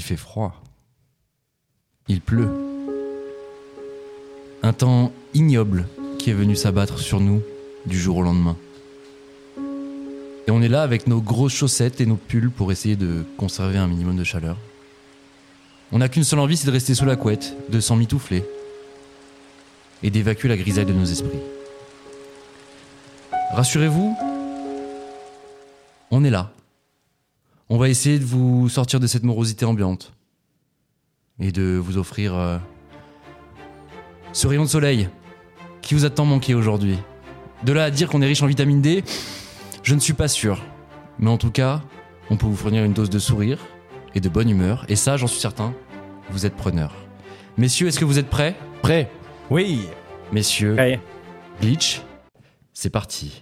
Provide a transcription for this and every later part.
fait froid. Il pleut. Un temps ignoble qui est venu s'abattre sur nous du jour au lendemain. Et on est là avec nos grosses chaussettes et nos pulls pour essayer de conserver un minimum de chaleur. On n'a qu'une seule envie, c'est de rester sous la couette, de s'en mitoufler et d'évacuer la grisaille de nos esprits. Rassurez-vous, on est là. On va essayer de vous sortir de cette morosité ambiante et de vous offrir ce rayon de soleil qui vous a tant manqué aujourd'hui. De là à dire qu'on est riche en vitamine D, je ne suis pas sûr. Mais en tout cas, on peut vous fournir une dose de sourire et de bonne humeur. Et ça, j'en suis certain, vous êtes preneurs. Messieurs, est-ce que vous êtes prêts ? Prêt ? Oui. Messieurs, Allez. Glitch, c'est parti.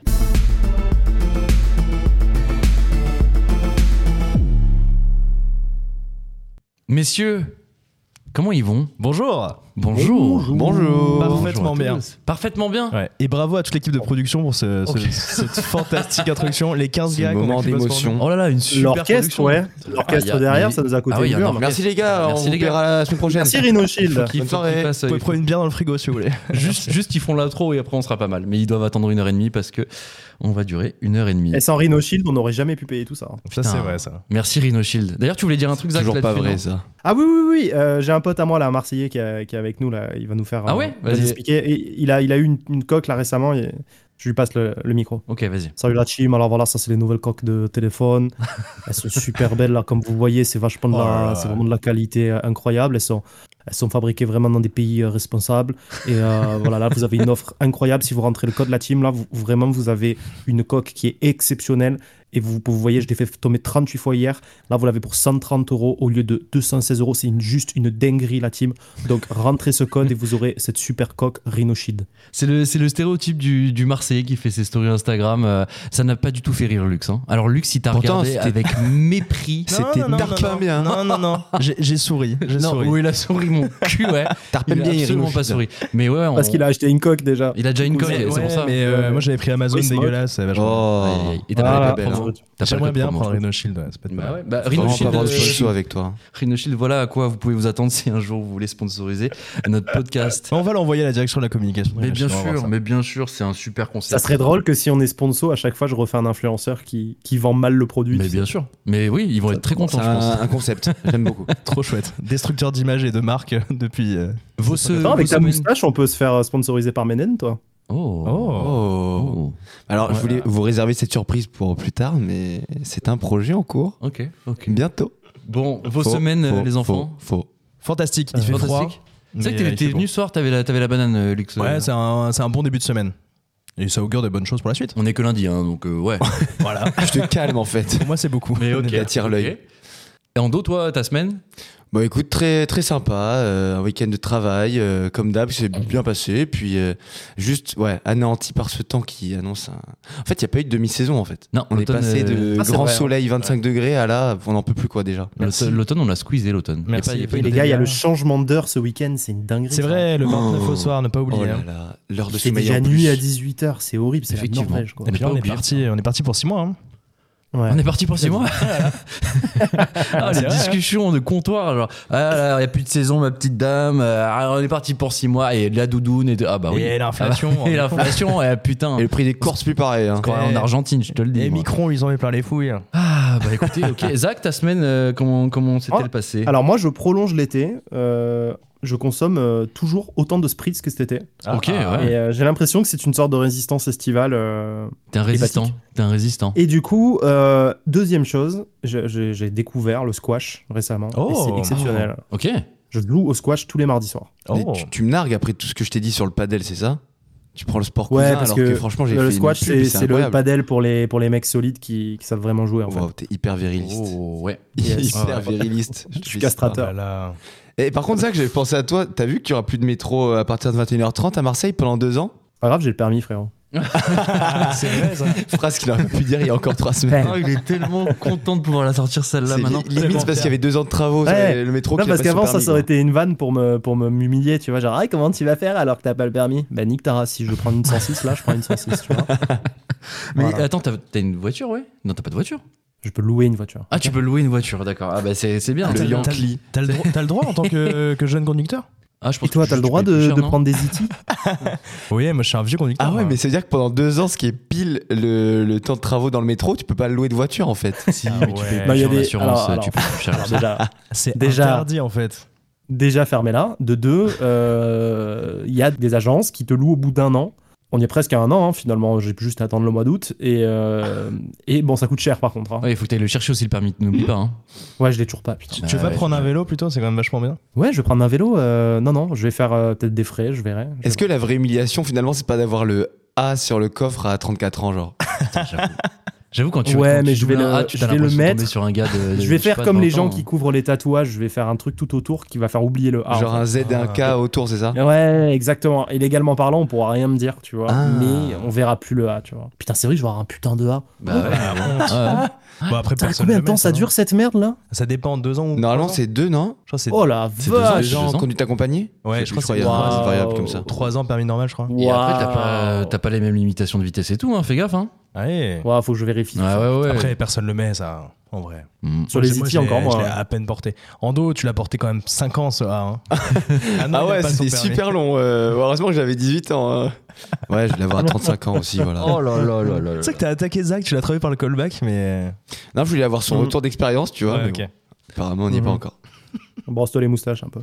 Messieurs, comment ils vont ? Bonjour. Bonjour. Bonjour. Parfaitement Bonjour à bien. tous. Parfaitement bien. Ouais. Et bravo à toute l'équipe de production pour cette fantastique introduction. Les 15 Ce gars qu'on a moment pu bosser d'émotion. Oh là là, une super L'orchestre, production. ouais. L'orchestre derrière, ça nous a coûté Ah oui, une il y a un beurre. orchestre. Merci les gars, Merci on les gars. verra la semaine prochaine. Merci Rhino Shield. Il Bonne faut soirée. qu'ils fassent, Vous pouvez prendre une bière dans le frigo si vous voulez. juste ils font l'intro et après on sera pas mal. Mais ils doivent attendre 1h30 parce que on va durer 1h30. Et sans Rhino Shield, on n'aurait jamais pu payer tout ça. Ça, c'est vrai, ça. Merci Rhino Shield. D'ailleurs, tu voulais dire un truc, Zach, Toujours pas là-dessus, vrai non ça. Ah oui. J'ai un pote à moi, là, un Marseillais, qui est avec nous. Là. Il va nous faire Ah ouais il va nous Vas-y. expliquer. Et il a eu une coque là récemment. Et je lui passe le micro. Ok, vas-y. Salut la team, alors voilà, ça c'est les nouvelles coques de téléphone. Elles sont super belles là, comme vous voyez, c'est vachement c'est vraiment de la qualité incroyable. Elles sont fabriquées vraiment dans des pays responsables. Et voilà, là vous avez une offre incroyable. Si vous rentrez le code la team, là vraiment vous avez une coque qui est exceptionnelle. Et vous voyez, je l'ai fait tomber 38 fois hier. Là, vous l'avez pour 130 € au lieu de 216 €. C'est juste une dinguerie, la team. Donc, rentrez ce code et vous aurez cette super coque Rhino Shield. C'est le stéréotype du Marseillais qui fait ses stories Instagram. Ça n'a pas du tout fait rire Lux. Hein. Alors Lux, il t'a Pourtant, regardé c'était- avec mépris. C'était tarpin bien. Non. J'ai souri. Non, oui, il a souri mon cul, ouais. Tarpin Il a bien, il absolument Rhino pas Shield. souri. Mais ouais, Parce qu'il a acheté une coque déjà. il a déjà une coque, Ouais, c'est pour ça. Mais moi, j'avais pris Amazon Oui, c'est dégueulasse. c'est vachement- Oh. Aïe, aïe, aïe. Et t'as Voilà, pas le belle, promo. hein. T'as pas J'aimerais le bien promo. prendre Rhino Shield. Ouais, c'est pas de Bah mal. ouais, bah, Vraiment Rhino pas Shield, avoir de sponsor avec toi. Rhino Shield, voilà à quoi vous pouvez vous attendre si un jour vous voulez sponsoriser notre podcast. On va l'envoyer à la direction de la communication. Mais bien On va voir sûr, ça. mais bien sûr, c'est un super concept. Ça serait drôle que si on est sponsor, à chaque fois, je refais un influenceur qui vend mal le produit. Mais tu sais. bien sûr. Mais oui, ils vont être très C'est contents, je pense. un concept, j'aime beaucoup. Trop chouette. Destructeur d'image et de marque depuis. Attends, avec ta moustache, on peut se faire sponsoriser par Menen, toi. Oh. Oh. Alors, je voulais vous réserver cette surprise pour plus tard, mais c'est un projet en cours. Ok. Bientôt. Bon, vos Faux, semaines, faux, les enfants. Faux. Fantastique. Il fait froid. Fantastique. C'est vrai que mais t'es il fait venu ce soir, t'avais la banane, Lux. Ouais, c'est un bon début de semaine. Et ça augure de bonnes choses pour la suite. On est que lundi, hein, donc ouais. Voilà. Je te calme en fait. Pour moi, c'est beaucoup. Mais ok. Attire l'œil. Ok. Et Ando, toi, ta semaine ? Bon, écoute, très, très sympa. Un week-end de travail, comme d'hab, c'est bien passé. Puis, juste, anéanti par ce temps qui annonce un. En fait, il n'y a pas eu de demi-saison, en fait. Non, On est l'automne, passé de c'est grand vrai, hein. soleil, 25 degrés, à là, on n'en peut plus, quoi, déjà. L'automne, on l'a squeezé, l'automne. Merci. Y a pas Et eu les de- gars, il y a déjà. le changement d'heure ce week-end, c'est une dinguerie. C'est ça. vrai, le 29 au soir, ne pas oublier. Oh là hein. là, l'heure de C'est sommeil déjà en nuit plus. à 18h, c'est horrible, c'est la Effectivement. Norvège, quoi. Et puis là, pas on est oublié. parti pour 6 mois. Hein. Ouais. On est parti pour 6 mois. Ah, les C'est vrai, discussions de comptoir, genre, il n'y a plus de saison, ma petite dame, on est parti pour 6 mois, et de la doudoune, et de. Ah bah oui. Et l'inflation. Et l'inflation, putain. Et le prix des courses, plus pareil. Hein. En Argentine, je te le dis. Et moi. Micron, ils en ont plein les fouilles. Ah bah écoutez, ok. Zach, ta semaine, comment s'est-elle passée ? Alors moi, je prolonge l'été. Je consomme toujours autant de spritz que cet été. Ok, ouais. Et j'ai l'impression que c'est une sorte de résistance estivale. T'es un résistant. hépatique. T'es un résistant. Et du coup, deuxième chose, j'ai découvert le squash récemment. Oh. Et c'est exceptionnel. Ok. Je joue au squash tous les mardis soirs. Mais Oh. tu me nargues après tout ce que je t'ai dit sur le padel, c'est ça? Tu prends le sport Ouais, cousin, parce alors que, que franchement, j'ai fait le une squash, pub et c'est le incroyable. padel pour les mecs solides qui savent vraiment jouer en fait. Wow, t'es hyper viriliste. Oh, ouais. Yes. Hyper Ah ouais. viriliste. Je suis Ah castrateur. bah là. Et par contre, Zach, j'avais pensé à toi. T'as vu qu'il y aura plus de métro à partir de 21h30 à Marseille pendant 2 ans? Pas grave, j'ai le permis, frérot. C'est vrai, ça. Phrase qu'il aurait pu dire il y a encore 3 semaines. Oh, il est tellement content de pouvoir la sortir celle-là C'est maintenant. limite parce qu'il y avait 2 ans de travaux, Ouais. le métro Non, qui a parce pas son qu'avant, ça permis, aurait quoi. été une vanne pour m'humilier, tu vois. Genre, ah, comment tu vas faire alors que t'as pas le permis? Bah, nique ta race. Si je veux prendre une 106, là, je prends une 106, tu vois. Mais Voilà. attends, t'as une voiture, ouais? Non, t'as pas de voiture. Je peux louer une voiture. Ah, tu peux louer une voiture, d'accord. Ah, bah c'est bien. T'as- Le t'as- Yankee. T'as le droit en tant que jeune conducteur? Ah, je pense Et toi, que t'as le tu droit payes plus de cher, non prendre des E.T. Oui, moi je suis un vieux conducteur. Ah ouais, moi. mais ça veut dire que pendant 2 ans, ce qui est pile le temps de travaux dans le métro, tu peux pas louer de voiture en fait. Si, Ah mais tu ouais. payes Non, plus il y a cher des- d'assurance, alors, tu payes plus cher. Alors déjà, C'est Déjà- interdit en fait. déjà fermez-la. De deux, il y a des agences qui te louent au bout d'un an. On y est presque à un an, hein, finalement. J'ai juste à attendre le mois d'août. Et bon, ça coûte cher par contre. Hein. Ouais, il faut que tu ailles le chercher aussi le permis, n'oublie pas. Hein. Ouais, je l'ai toujours pas, putain. Tu veux pas ouais, prendre c'est un vélo plutôt? C'est quand même vachement bien. Ouais, je vais prendre un vélo. Non, je vais faire peut-être des frais, je verrai. Est-ce que la vraie humiliation finalement, c'est pas d'avoir le A sur le coffre à 34 ans, genre? J'avoue, quand tu Ouais, quand mais tu je vais doubles un le- A, tu je as vais le l'impression de tomber mettre. sur un gars de. Je vais je sais faire pas, comme de les 20 gens ans. qui couvrent les tatouages. Je vais faire un truc tout autour qui va faire oublier le A. Genre en un fait. Z et un K autour, c'est ça? Ouais, exactement. Et légalement parlant, on pourra rien me dire, tu vois. Ah. Mais on verra plus le A, tu vois. Putain, c'est vrai, je vais avoir un putain de A. Bah ouais. Ouais. Bon, après, Putain, personne combien le de temps met, ça non dure cette merde là? Ça dépend, 2 ans ou Normalement, 3 ans. c'est 2, non? Je crois que c'est Oh la C'est 2 ans, vache! Les gens en 2 ans. conduite accompagnée? Ouais, je crois que c'est qu'il y a Waouh. une variable comme ça. 3 ans permis normal, je crois. Et après, Waouh. t'as pas les mêmes limitations de vitesse et tout, hein, fais gaffe. Hein. Ouais. Ouais, faut que je vérifie. Ouais. Après, personne le met, ça, en vrai. Mm. Sur les Moi, E.T. je l'ai- encore, Je l'ai moi. à peine porté. Endo, tu l'as porté quand même 5 ans, ce A. Hein. Ah, non, Ah il a ouais, pas son c'était permis. super long. Heureusement que j'avais 18 ans. Ouais, je vais l'avoir à 35 ans aussi, voilà. Oh là là là là. C'est vrai que t'as attaqué Zach, tu l'as trouvé par le callback, mais. Non, je voulais avoir son Mhm. retour d'expérience, tu vois. Ouais, mais ok. bon, apparemment, on n'y est pas Mhm. encore. Brosse-toi les moustaches un peu.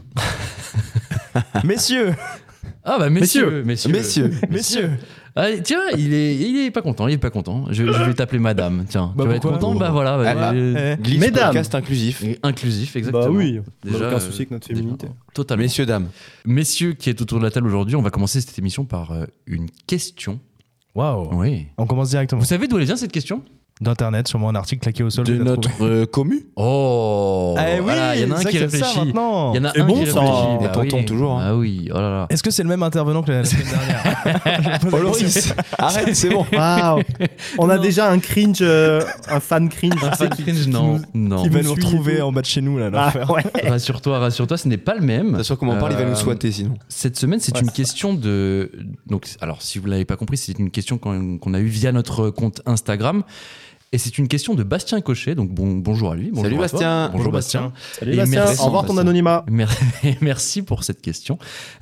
Messieurs, Ah bah messieurs. Messieurs. Ah, tiens, il est pas content, il est pas content. Je vais t'appeler madame, tiens. Bah tu vas être pourquoi content? Bah voilà. Ah bah, Glisse Mesdames. podcast inclusif. Inclusif, exactement. Bah oui, Déjà, aucun souci avec notre féminité. Totalement. Messieurs, dames. Messieurs qui est autour de la table aujourd'hui, on va commencer cette émission par une question. waouh. Oui. On commence directement. Vous savez d'où elle vient cette question? D'internet, sûrement un article claqué au sol. De que t'as trouvé. notre commu. Oh Eh oui, voilà, il y en a un c'est qui vrai que c'est ça, réfléchit. maintenant. Il y en a C'est un bon, qui ça. réfléchit. Des Bah tontons, oui. toujours, hein. Ah oui, oh là là. Est-ce que c'est le même intervenant que la semaine dernière? Oh Loris, arrête, c'est bon. Waouh! On a Non. déjà un cringe, un fan cringe. tu sais, qui non, nous- non. Qui va nous nous suit et retrouver tout. en bas de chez nous, là, Ah, l'enfer. ouais. Rassure-toi, ce n'est pas le même. De toute façon, comment on parle, il va nous Euh, swatter sinon. Cette semaine, c'est Ouais, une ça. question de. Donc, alors, si vous ne l'avez pas compris, c'est une question qu'on a eue via notre compte Instagram. Et c'est une question de Bastien Cochet. Donc, bonjour à lui. Bonjour Salut à toi. Bastien. Bonjour Bastien. Salut Et Bastien, merci, au revoir ton Bastien. anonymat. Merci pour cette question.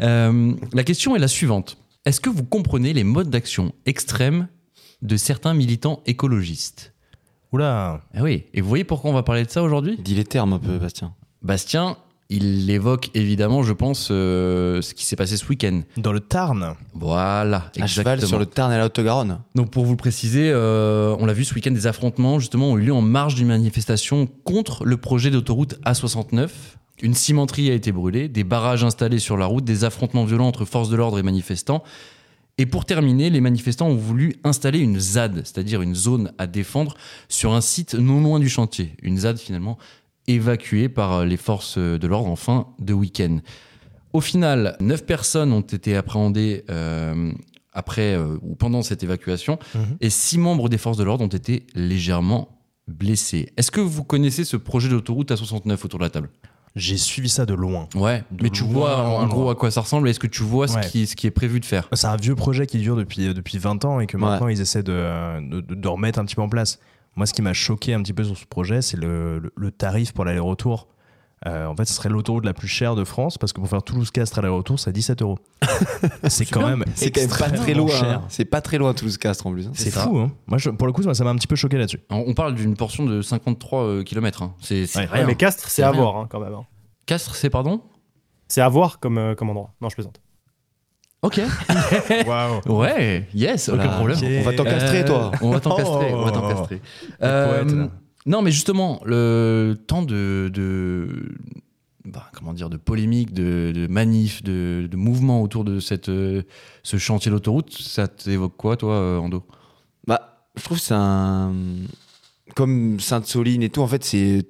La question est la suivante. Est-ce que vous comprenez les modes d'action extrêmes de certains militants écologistes? Oula. Ah oui. Et vous voyez pourquoi on va parler de ça aujourd'hui? Dis les termes un peu, Bastien. Bastien, il évoque évidemment, je pense, ce qui s'est passé ce week-end. Dans le Tarn. Voilà, À cheval sur le Tarn et la Haute-Garonne. Donc pour vous le préciser, on l'a vu ce week-end, des affrontements justement ont eu lieu en marge d'une manifestation contre le projet d'autoroute A69. Une cimenterie a été brûlée, des barrages installés sur la route, des affrontements violents entre forces de l'ordre et manifestants. Et pour terminer, les manifestants ont voulu installer une ZAD, c'est-à-dire une zone à défendre sur un site non loin du chantier. Une ZAD finalement évacuée par les forces de l'ordre en fin de week-end. Au final, 9 personnes ont été appréhendées après ou pendant cette évacuation et 6 membres des forces de l'ordre ont été légèrement blessés. Est-ce que vous connaissez ce projet d'autoroute A69 autour de la table? J'ai suivi ça de loin. Ouais, De mais tu loin, vois en loin. gros à quoi ça ressemble? Est-ce que tu vois Ouais. ce qui est prévu de faire? C'est un vieux projet qui dure depuis 20 ans et que maintenant ils essaient de remettre un petit peu en place. Moi, ce qui m'a choqué un petit peu sur ce projet, c'est le tarif pour l'aller-retour. En fait, ce serait l'autoroute la plus chère de France parce que pour faire Toulouse-Castres aller-retour, c'est 17 €. C'est quand même C'est quand même pas très extrêmement loin. cher. hein. C'est pas très loin Toulouse-Castres en plus. hein. C'est ça. fou, hein. Moi, pour le coup, ça m'a un petit peu choqué là-dessus. On parle d'une portion de 53 km. C'est Ouais. rien. Mais Castres, c'est C'est à rien. voir hein, quand même. hein. Castres, c'est pardon? C'est à voir comme endroit. Non, je plaisante. Ok. Waouh. Ouais, yes, aucun Voilà. problème. Ok. On va t'encastrer, toi. On va t'encastrer, Oh. on va t'encastrer. poète, là. Non, mais justement, le temps de comment dire, de polémique, de manif, de mouvement autour de ce chantier d'autoroute, ça t'évoque quoi, toi, Ando? Bah, je trouve que c'est un. Comme Sainte-Soline et tout, en fait, c'est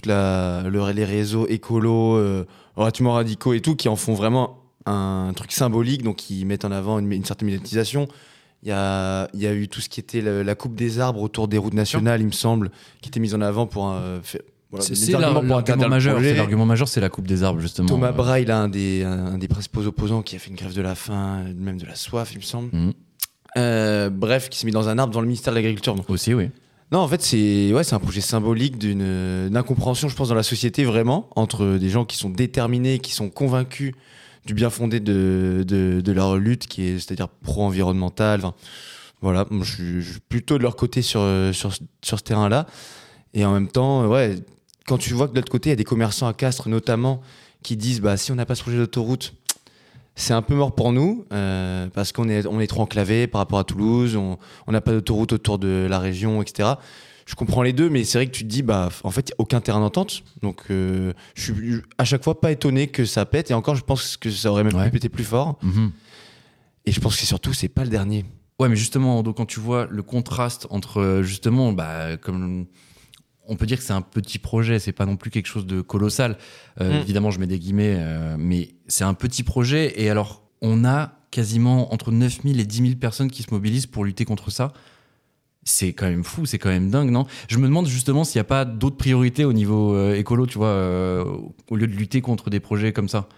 les réseaux écolos, relativement radicaux et tout, qui en font vraiment un truc symbolique, donc qui mettent en avant une certaine médiatisation. Il y a eu tout ce qui était la coupe des arbres autour des routes nationales, il me semble, qui était mise en avant pour faire. Voilà, C'est des arguments pour interdire le majeur. projet. L'argument majeur, c'est la coupe des arbres, justement. Thomas Braille, un des principaux opposants, qui a fait une grève de la faim, même de la soif, il me semble. Mhm. Bref, qui s'est mis dans un arbre dans le ministère de l'Agriculture. Aussi, oui. Non, en fait, c'est un projet symbolique d'une incompréhension, je pense, dans la société, vraiment, entre des gens qui sont déterminés, qui sont convaincus du bien fondé de leur lutte, c'est-à-dire pro-environnementale. Enfin, voilà, moi, je suis plutôt de leur côté sur ce terrain-là. Et en même temps, quand tu vois que de l'autre côté, il y a des commerçants à Castres, notamment, qui disent si on n'a pas ce projet d'autoroute, c'est un peu mort pour nous, parce qu'on est trop enclavé par rapport à Toulouse, on n'a pas d'autoroute autour de la région, etc. Je comprends les deux, mais c'est vrai que tu te dis, en fait, il n'y a aucun terrain d'entente. Donc, je suis à chaque fois pas étonné que ça pète. Et encore, je pense que ça aurait même pu péter plus fort. Mhm. Et je pense que surtout, c'est pas le dernier. Ouais, mais justement, donc, quand tu vois le contraste entre, justement, comme on peut dire que c'est un petit projet, c'est pas non plus quelque chose de colossal. Évidemment, je mets des guillemets, mais c'est un petit projet. Et alors, on a quasiment entre 9000 et 10 000 personnes qui se mobilisent pour lutter contre ça. C'est quand même fou, c'est quand même dingue, non ? Je me demande justement s'il n'y a pas d'autres priorités au niveau écolo, tu vois, au lieu de lutter contre des projets comme ça.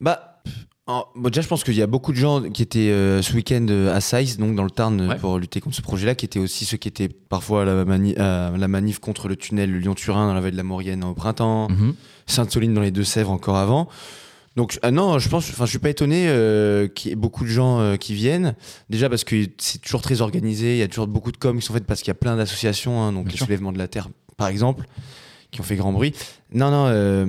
Déjà, je pense qu'il y a beaucoup de gens qui étaient ce week-end à Saïs, donc dans le Tarn, pour lutter contre ce projet-là, qui étaient aussi ceux qui étaient parfois à la manif contre le tunnel Lyon-Turin dans la vallée de la Maurienne au printemps, Sainte-Soline dans les Deux-Sèvres encore avant. Donc non, je suis pas étonné qu'il y ait beaucoup de gens qui viennent. Déjà parce que c'est toujours très organisé, il y a toujours beaucoup de com qui sont faites parce qu'il y a plein d'associations, donc les Soulèvements de la Terre par exemple, qui ont fait grand bruit. Non,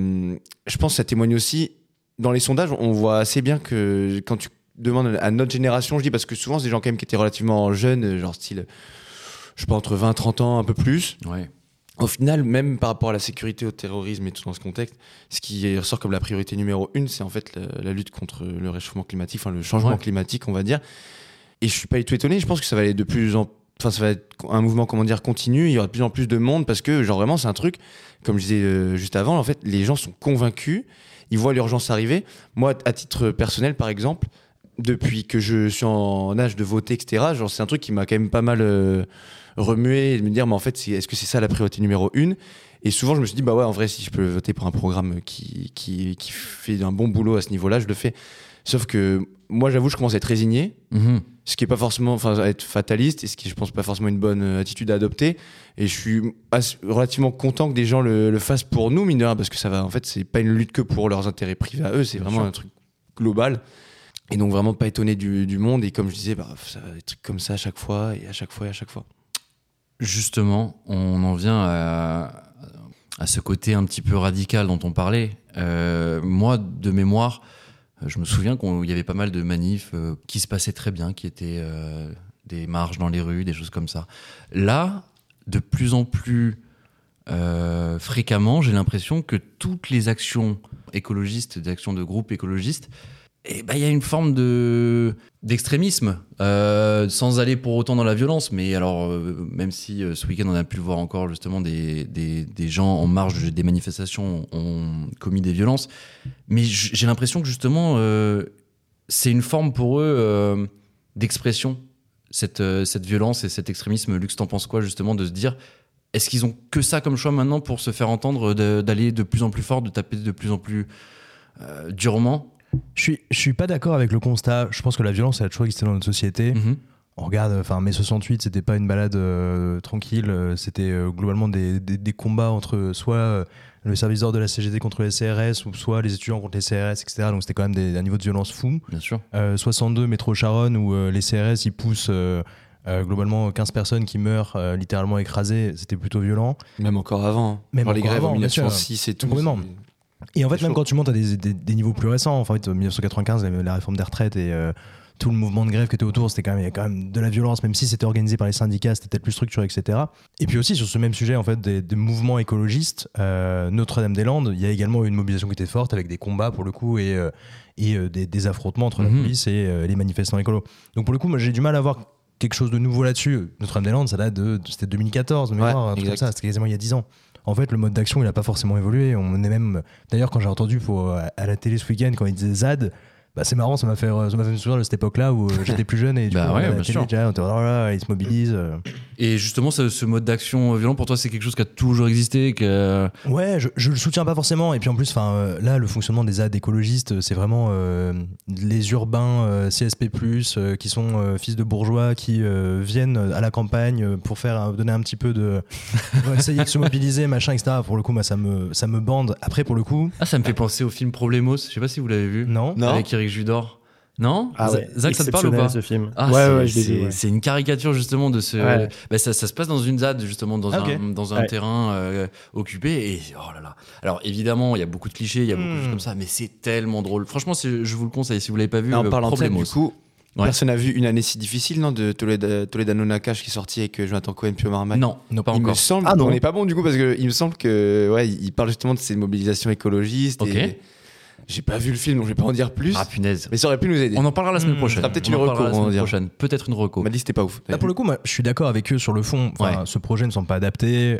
je pense que ça témoigne aussi. Dans les sondages, on voit assez bien que quand tu demandes à notre génération, je dis parce que souvent c'est des gens quand même qui étaient relativement jeunes, genre style, je sais pas, entre 20 30 ans, un peu plus. Ouais. Au final, même par rapport à la sécurité, au terrorisme et tout dans ce contexte, ce qui ressort comme la priorité numéro 1, c'est en fait la lutte contre le réchauffement climatique, enfin le changement climatique, on va dire. Et je suis pas du tout étonné, je pense que ça va aller ça va être un mouvement, continu, il y aura de plus en plus de monde parce que, genre vraiment, c'est un truc, comme je disais juste avant, en fait, les gens sont convaincus, ils voient l'urgence arriver. Moi, à titre personnel, par exemple, depuis que je suis en âge de voter, etc., genre, c'est un truc qui m'a quand même pas mal remué et de me dire, mais en fait, est-ce que c'est ça la priorité numéro 1 ? Et souvent, je me suis dit, en vrai, si je peux voter pour un programme qui fait un bon boulot à ce niveau-là, je le fais. Sauf que moi, j'avoue, je commence à être résigné, ce qui est pas forcément, à être fataliste, et ce qui, je pense, pas forcément une bonne attitude à adopter. Et je suis relativement content que des gens le fassent pour nous, mine de rien, parce que ça va, en fait, c'est pas une lutte que pour leurs intérêts privés à eux, c'est vraiment un truc global. Et donc, vraiment pas étonné du monde. Et comme je disais, ça va être des trucs comme ça à chaque fois, et à chaque fois, et à chaque fois. Justement, on en vient à ce côté un petit peu radical dont on parlait. Moi, de mémoire, je me souviens qu'il y avait pas mal de manifs qui se passaient très bien, qui étaient des marches dans les rues, des choses comme ça. Là, de plus en plus fréquemment, j'ai l'impression que toutes les actions écologistes, des actions de groupes écologistes, il y a une forme d'extrémisme, sans aller pour autant dans la violence. Mais alors, même si ce week-end on a pu voir encore justement des gens en marge des manifestations ont commis des violences, mais j'ai l'impression que justement c'est une forme pour eux d'expression, cette violence et cet extrémisme. Lux, t'en penses quoi justement de se dire, est-ce qu'ils ont que ça comme choix maintenant pour se faire entendre, d'aller de plus en plus fort, de taper de plus en plus durement? Je suis pas d'accord avec le constat. Je pense que la violence, elle a toujours existé dans notre société. On regarde, mai 68, c'était pas une balade tranquille. C'était globalement des combats entre soit le service d'ordre de la CGT contre les CRS, ou soit les étudiants contre les CRS, etc. Donc c'était quand même un niveau de violence fou. Bien sûr. 62, métro Charonne, où les CRS, ils poussent globalement 15 personnes qui meurent littéralement écrasées. C'était plutôt violent. Même encore avant. Même les grèves en avant, 1906 et tout. Et en fait, même quand tu montes à des niveaux plus récents, en fait, 1995, la réforme des retraites et tout le mouvement de grève qui était autour, il y a quand même de la violence, même si c'était organisé par les syndicats, c'était peut-être plus structuré, etc. Et puis aussi, sur ce même sujet, en fait, des mouvements écologistes, Notre-Dame-des-Landes, il y a également une mobilisation qui était forte, avec des combats, pour le coup, et des affrontements entre la police et les manifestants écolos. Donc, pour le coup, moi, j'ai du mal à voir quelque chose de nouveau là-dessus. Notre-Dame-des-Landes, ça date c'était 2014, un truc comme ça, c'était quasiment il y a 10 ans. En fait, le mode d'action, il n'a pas forcément évolué. On est même, d'ailleurs, quand j'ai entendu à la télé ce week-end, quand ils disaient ZAD, Bah, c'est marrant, ça m'a fait me souvenir de cette époque-là où j'étais plus jeune et du Bah coup, ouais, à la bien télé, sûr. déjà, on était, oh là, il se mobilise. Et justement, ce mode d'action violent, pour toi, c'est quelque chose qui a toujours existé Ouais, je le soutiens pas forcément. Et puis en plus, là, le fonctionnement des ZAD écologistes, c'est vraiment les urbains CSP+, qui sont fils de bourgeois, qui viennent à la campagne pour donner un petit peu de... essayer de se mobiliser, machin, etc. Pour le coup, moi, ça me bande. Après, pour le coup... Ah, ça me fait penser au film Problemos, je sais pas si vous l'avez vu. Non. Avec Eric Judor. Non, Ah ouais, Zach, ça te parle ou pas? exceptionnel, ce film. Ah, ouais, je l'ai vu. Ouais. c'est une caricature justement de ce. Ouais. Bah, ça se passe dans une ZAD justement dans Ah, ok. dans un Ouais. terrain occupé et oh là là. Alors évidemment il y a beaucoup de clichés, il y a beaucoup de choses comme ça, mais c'est tellement drôle. Franchement je vous le conseille si vous l'avez pas vu. En parlant de ça, Problemos. du coup, Ouais. personne n'a vu Une année si difficile, non, de Toledano Nakash qui est sorti avec Jonathan Cohen puis Omar Mac. Non, pas Il me encore. semble, Ah non. on n'est pas bon du coup parce que il me semble que ouais, il parle justement de ces mobilisations écologistes. Ok. Et j'ai pas vu le film donc je vais pas en dire plus. Ah punaise. Mais ça aurait pu nous aider. On en parlera la semaine prochaine. Ça sera peut-être On une en parlera reco, la on va semaine dire. prochaine. Peut-être une reco. On m'a dit que c'était pas ouf. Là, pour le coup, moi, je suis d'accord avec eux sur le fond. Enfin, Ouais. ce projet ne semble pas adapté.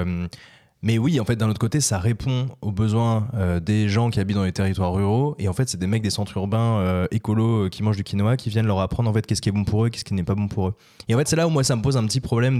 Mais oui, en fait, d'un autre côté, ça répond aux besoins des gens qui habitent dans les territoires ruraux. Et en fait, c'est des mecs des centres urbains écolos qui mangent du quinoa qui viennent leur apprendre en fait qu'est-ce qui est bon pour eux, qu'est-ce qui n'est pas bon pour eux. Et en fait, c'est là où moi, ça me pose un petit problème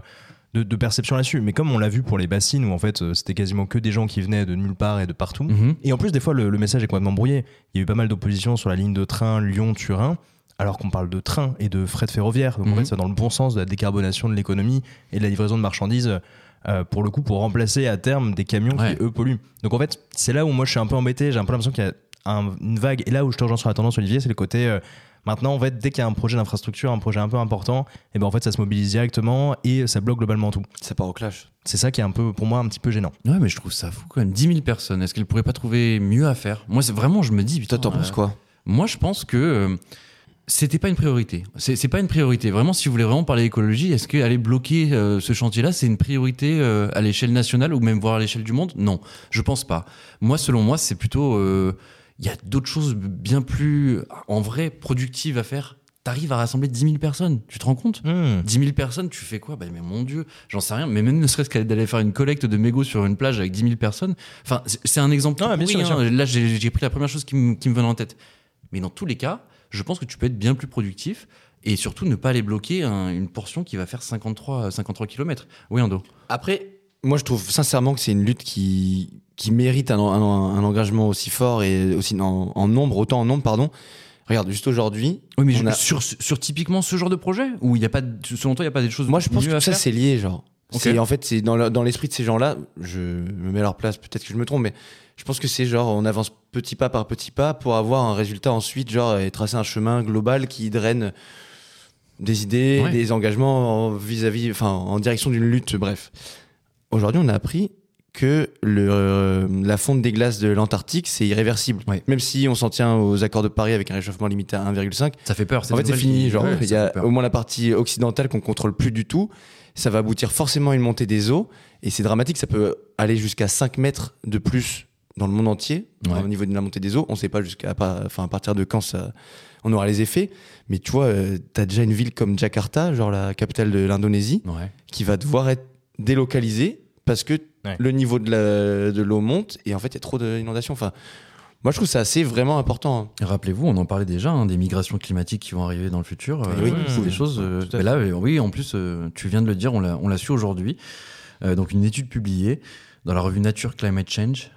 de perception là-dessus. Mais comme on l'a vu pour les bassines, où en fait, c'était quasiment que des gens qui venaient de nulle part et de partout. Mhm. Et en plus, des fois, le message est complètement brouillé. Il y a eu pas mal d'opposition sur la ligne de train Lyon-Turin, alors qu'on parle de train et de fret ferroviaire. Donc en Mhm. fait, c'est dans le bon sens de la décarbonation de l'économie et de la livraison de marchandises, pour le coup, pour remplacer à terme des camions Ouais. qui, eux, polluent. Donc en fait, c'est là où moi, je suis un peu embêté. J'ai un peu l'impression qu'il y a une vague. Et là où je te rejoins sur la tendance, Olivier, c'est le côté... maintenant, en fait, dès qu'il y a un projet d'infrastructure, un projet un peu important, et ben en fait, ça se mobilise directement et ça bloque globalement tout. Ça part au clash. C'est ça qui est un peu, pour moi, un petit peu gênant. Ouais, mais je trouve ça fou quand même. 10 000 personnes. Est-ce qu'elles pourraient pas trouver mieux à faire? Moi, c'est vraiment, je me dis. Toi, putain, t'en penses quoi? Moi, je pense que c'était pas une priorité. C'est pas une priorité. Vraiment, si vous voulez vraiment parler écologie, est-ce qu'aller bloquer ce chantier-là, c'est une priorité à l'échelle nationale ou même voire à l'échelle du monde? Non, je pense pas. Moi, selon moi, c'est plutôt. Il y a d'autres choses bien plus, en vrai, productives à faire. T'arrives à rassembler 10 000 personnes. Tu te rends compte? 10 000 personnes, tu fais quoi? Bah, mais mon Dieu, j'en sais rien. Mais même ne serait-ce qu'aller faire une collecte de mégots sur une plage avec 10 000 personnes. Enfin, c'est un exemple. Ouais, bien pourri, sûr, hein. bien sûr. Là, j'ai pris la première chose qui me venait en tête. Mais dans tous les cas, je pense que tu peux être bien plus productif et surtout ne pas aller bloquer une portion qui va faire 53 km. Oui, Ando. Après, moi, je trouve sincèrement que c'est une lutte qui mérite un engagement aussi fort et aussi en nombre, autant en nombre, pardon. Regarde, juste aujourd'hui. Oui, mais on a- sur typiquement ce genre de projet où il y a pas, selon toi, il n'y a pas des choses Moi, je pense mieux que à tout ça, faire. c'est lié, genre. Ok. C'est en fait, c'est dans l'esprit de ces gens-là. Je me mets à leur place, peut-être que je me trompe, mais je pense que c'est genre, on avance petit pas par petit pas pour avoir un résultat ensuite, genre, et tracer un chemin global qui draine des idées, Ouais. des engagements vis-à-vis, enfin, en direction d'une lutte, bref. Aujourd'hui, on a appris que la fonte des glaces de l'Antarctique, c'est irréversible. Ouais. Même si on s'en tient aux accords de Paris avec un réchauffement limité à 1,5, Ça fait peur. en fait, c'est fini. Genre, il y ça a fait peur. au moins la partie occidentale qu'on contrôle plus du tout. Ça va aboutir forcément à une montée des eaux. Et c'est dramatique. Ça peut aller jusqu'à 5 mètres de plus dans le monde entier Ouais. au niveau de la montée des eaux. On ne sait pas à partir de quand on aura les effets. Mais tu vois, tu as déjà une ville comme Jakarta, genre la capitale de l'Indonésie, Ouais. qui va devoir être délocalisée parce que Ouais. le niveau de l'eau monte. Et en fait, il y a trop d'inondations. Enfin, moi, je trouve ça assez vraiment important. Rappelez-vous, on en parlait déjà, hein, des migrations climatiques qui vont arriver dans le futur. Oui, c'est des oui, choses. tout à Mais là, oui, en plus, tu viens de le dire, on l'a su aujourd'hui. Donc, une étude publiée dans la revue Nature Climate Change,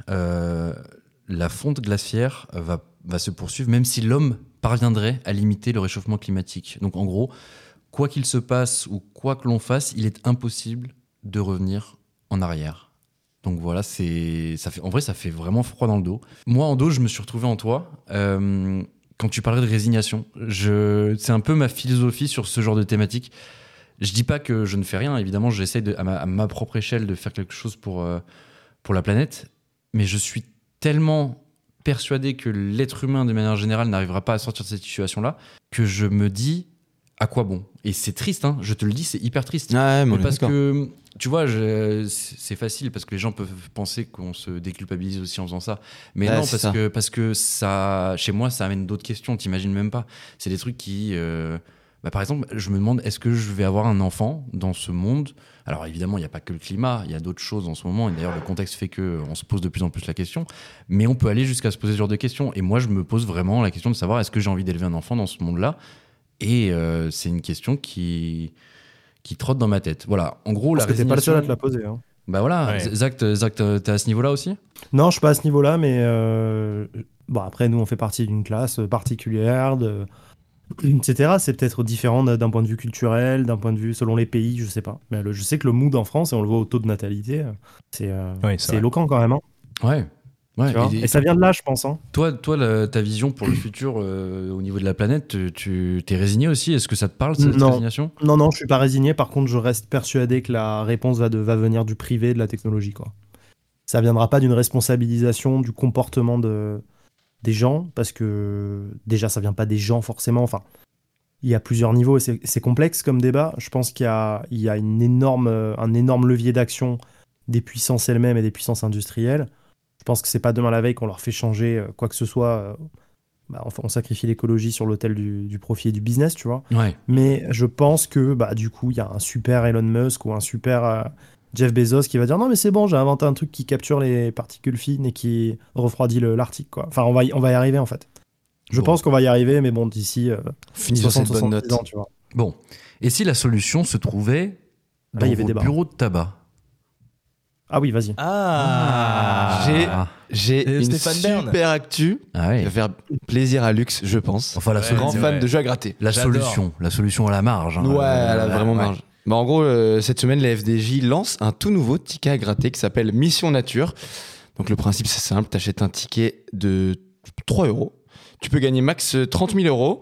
la fonte glaciaire va se poursuivre, même si l'homme parviendrait à limiter le réchauffement climatique. Donc, en gros, quoi qu'il se passe ou quoi que l'on fasse, il est impossible de revenir en arrière. Donc voilà, en vrai, ça fait vraiment froid dans le dos. Moi, en dos, je me suis retrouvé en toi. Quand tu parlais de résignation, c'est un peu ma philosophie sur ce genre de thématique. Je dis pas que je ne fais rien, évidemment, j'essaie à ma propre échelle de faire quelque chose pour la planète, mais je suis tellement persuadé que l'être humain, de manière générale, n'arrivera pas à sortir de cette situation-là, que je me dis, à quoi bon? Et c'est triste, hein, je te le dis, c'est hyper triste. Ouais, Mais parce que, tu vois, c'est facile parce que les gens peuvent penser qu'on se déculpabilise aussi en faisant ça. Mais Ouais, non, c'est ça. parce que ça, chez moi, ça amène d'autres questions, t'imagines même pas. C'est des trucs qui... Bah, par exemple, je me demande, est-ce que je vais avoir un enfant dans ce monde? Alors évidemment, il n'y a pas que le climat, il y a d'autres choses en ce moment, et d'ailleurs le contexte fait qu'on se pose de plus en plus la question, mais on peut aller jusqu'à se poser ce genre de questions. Et moi, je me pose vraiment la question de savoir, est-ce que j'ai envie d'élever un enfant dans ce monde-là? Et c'est une question qui trotte dans ma tête. Voilà, en gros, Parce que t'es pas le seul à te la poser. Hein. Bah voilà, Ouais. Zach, t'es à ce niveau-là aussi? Non, je suis pas à ce niveau-là, mais bon, après, nous, on fait partie d'une classe particulière, etc. C'est peut-être différent d'un point de vue culturel, d'un point de vue selon les pays, je sais pas. Mais je sais que le mood en France, et on le voit au taux de natalité, c'est vrai. éloquent quand même. Hein, Ouais. tu vois. Et ça vient de là, je pense. Hein. Toi, ta vision pour le futur au niveau de la planète, tu t'es résigné aussi? Est-ce que ça te parle, cette Non. résignation? Non, je suis pas résigné. Par contre, je reste persuadé que la réponse va venir du privé, de la technologie, quoi. Ça viendra pas d'une responsabilisation du comportement des gens, parce que déjà, ça vient pas des gens forcément. Enfin, il y a plusieurs niveaux et c'est complexe comme débat. Je pense qu'il y a un énorme levier d'action des puissances elles-mêmes et des puissances industrielles. Je pense que c'est pas demain la veille qu'on leur fait changer quoi que ce soit. Enfin, on sacrifie l'écologie sur l'autel du profit et du business, tu vois. Ouais. Mais je pense que du coup, il y a un super Elon Musk ou un super Jeff Bezos qui va dire non mais c'est bon, j'ai inventé un truc qui capture les particules fines et qui refroidit l'Arctique, quoi. Enfin, on va y arriver en fait. Je Bon. pense qu'on va y arriver, mais bon, d'ici Finissons cette bonne 60-70 note. ans, tu vois. Bon. Et si la solution se trouvait dans il y avait vos débat. bureaux de tabac? Ah oui, vas-y. J'ai une Stéphane Bern. super actu Ah qui ouais. va faire plaisir à Lux, je pense. Enfin, la, Ouais, solution, Grand c'est fan vrai. de jeux à gratter. J'adore. la solution à la marge. hein. Ouais, elle a vraiment ouais. marge. Bah, en gros, cette semaine, la FDJ lance un tout nouveau ticket à gratter qui s'appelle Mission Nature. Donc le principe, c'est simple, t'achètes un ticket de 3 euros. Tu peux gagner max 30 000 euros.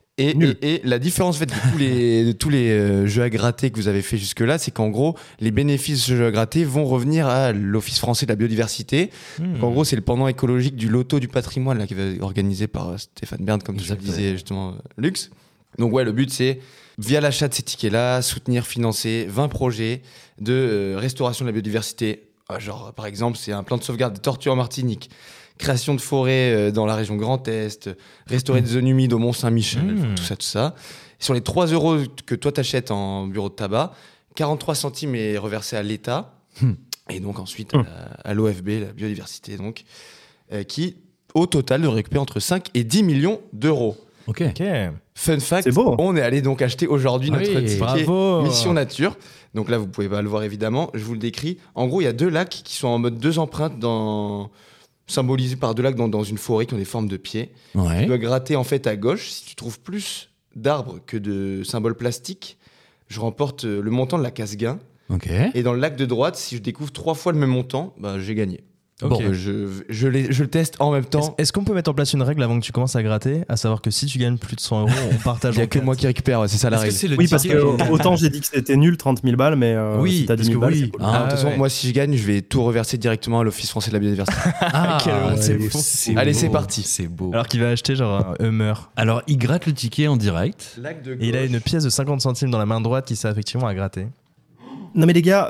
Et la différence en fait, de tous les jeux à gratter que vous avez fait jusque-là, c'est qu'en gros, les bénéfices de ce jeu à gratter vont revenir à l'Office français de la biodiversité. Donc, en gros, c'est le pendant écologique du loto du patrimoine là, qui va être organisé par Stéphane Bern, comme tu le Exactement. disais justement, Lux. Donc ouais, le but c'est, via l'achat de ces tickets-là, soutenir, financer 20 projets de restauration de la biodiversité. Genre, par exemple, c'est un plan de sauvegarde des tortues en Martinique, création de forêts dans la région Grand Est, restaurer des zones humides au Mont-Saint-Michel, tout ça. Sur les 3 euros que toi t'achètes en bureau de tabac, 43 centimes est reversé à l'État, et donc ensuite à l'OFB, la biodiversité, donc, qui, au total, devrait récupérer entre 5 et 10 millions d'euros. Ok. Ok. Fun fact, C'est beau. on est allé donc acheter aujourd'hui notre Oui, ticket bravo. Mission Nature. Donc là, vous pouvez pas le voir évidemment, je vous le décris. En gros, il y a 2 lacs qui sont en mode 2 empreintes symbolisées par 2 lacs dans une forêt qui ont des formes de pieds. Ouais. Tu dois gratter en fait à gauche. Si tu trouves plus d'arbres que de symboles plastiques, je remporte le montant de la casse-gain. Ok. Et dans le lac de droite, si je découvre 3 fois le même montant, bah, j'ai gagné. Ok. Bon, je le teste en même temps. Est-ce qu'on peut mettre en place une règle avant que tu commences à gratter, à savoir que si tu gagnes plus de 100 euros, on partage Il n'y a en que quatre. moi qui récupère, ouais, c'est ça la Est-ce que règle. c'est le Oui, parce ticket que autant j'ai dit que c'était nul, 30 000 balles, mais Oui, si t'as parce 10 000 que balles, oui. c'est cool. Ah, De toute façon, ouais. moi, si je gagne, je vais tout reverser directement à l'Office français de la biodiversité. Ah, Quel heureux, c'est c'est beau. fou. Allez, beau. c'est parti. C'est beau. Alors qu'il va acheter genre un Hummer. Alors, il gratte le ticket en direct. Et il a une pièce de 50 centimes dans la main droite qui sert effectivement à gratter. Non, mais les gars,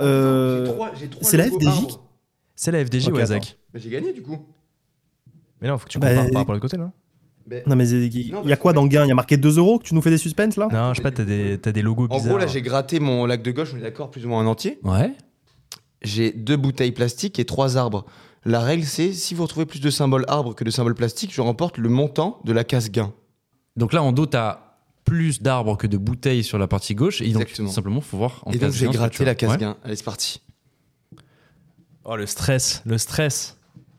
c'est la FDJ qui- C'est la FDJ Ok, ou Zach? Mais Bah, j'ai gagné du coup. Mais non, faut que tu Bah, compares par rapport à l'autre côté, là. Non, mais il y a quoi dans le gain? Il y a marqué 2 euros que tu nous fais des suspens là? Non, je sais pas, t'as des logos En bizarres. gros, là, j'ai gratté mon lac de gauche, on est d'accord, plus ou moins en entier. Ouais. J'ai 2 bouteilles plastiques et 3 arbres. La règle, c'est si vous retrouvez plus de symboles arbres que de symboles plastiques, je remporte le montant de la casse-gain. Donc là, en dos, t'as plus d'arbres que de bouteilles sur la partie gauche. Et donc, Exactement. simplement, faut voir en Et donc, casse-gain j'ai ce que gratté tu as. la Ouais. casse-gain. Allez, c'est parti. Oh, le stress, le stress.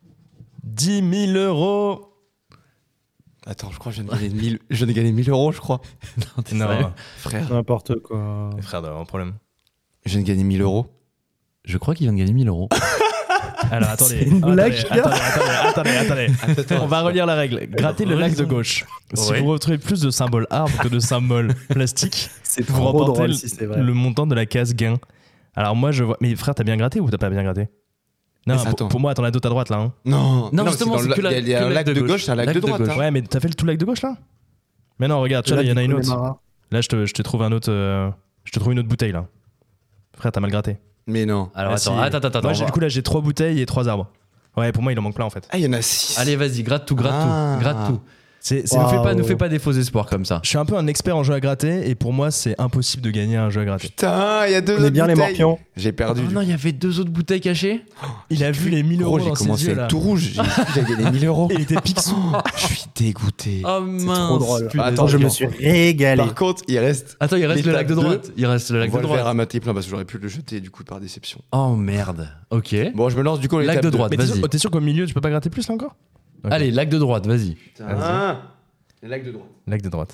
10 000 euros. Attends, je crois que je viens de gagner 1000 euros, je crois. Non, t'es sérieux? Non, Frère, N'importe quoi. les frères, un problème. je viens de gagner 1000 euros. Je crois qu'il vient de gagner 1000 euros. Alors attendez, C'est une blague, attendez. On va relire la règle. Grattez le lac de gauche. Si Ouais. vous retrouvez plus de symboles arbres que de symboles plastiques, C'est vous trop remportez drôle si c'est vrai. le montant de la case gain. Alors moi je vois. Mais frère, t'as bien gratté ou t'as pas bien gratté? Non, Mais attends. pour moi, t'en as d'autres à droite là. Hein. Non, Non, mais justement, dans c'est le que il y a que un lac de gauche, c'est un lac de droite. hein. Ouais, mais t'as fait tout le lac de gauche là? Mais non, regarde, tu vois, là, il y en a une autre. Là, je te trouve un autre. Je te trouve une autre bouteille là. Frère, t'as mal gratté. Mais non. Alors, Ah, attends, si. attends. Moi, on va- du coup, là, j'ai 3 bouteilles et 3 arbres. Ouais, pour moi, il en manque plein en fait. Ah, il y en a 6. Allez, vas-y, gratte tout, gratte Ah. tout, gratte tout. Nous fais pas des faux espoirs comme ça. Je suis un peu un expert en jeu à gratter et pour moi, c'est impossible de gagner un jeu à gratter. Putain, il y a 2 On est bien les morpions. J'ai perdu. Oh non, il y avait 2 autres bouteilles cachées. Il a vu les 1000 Gros, euros j'ai dans ses commencé yeux à là. être tout rouge. J'ai gagné 1000 euros. Et il était pixou. Je suis dégoûté. Oh mince. trop drôle. punaise. Attends, Je me suis régalé. Par contre, il reste. Attends, il reste le lac de l'étape droite. Il reste le lac On va de le faire droite. à mater plein parce que j'aurais pu le jeter du coup par déception. Oh merde. Ok. Bon, je me lance du coup à Lac l'étape de deux. droite. Mais Vas-y. t'es sûr qu'au milieu, tu peux pas gratter plus là encore? Ok. Allez, lac de droite, vas-y. Putain. Le lac de droite. Lac de droite.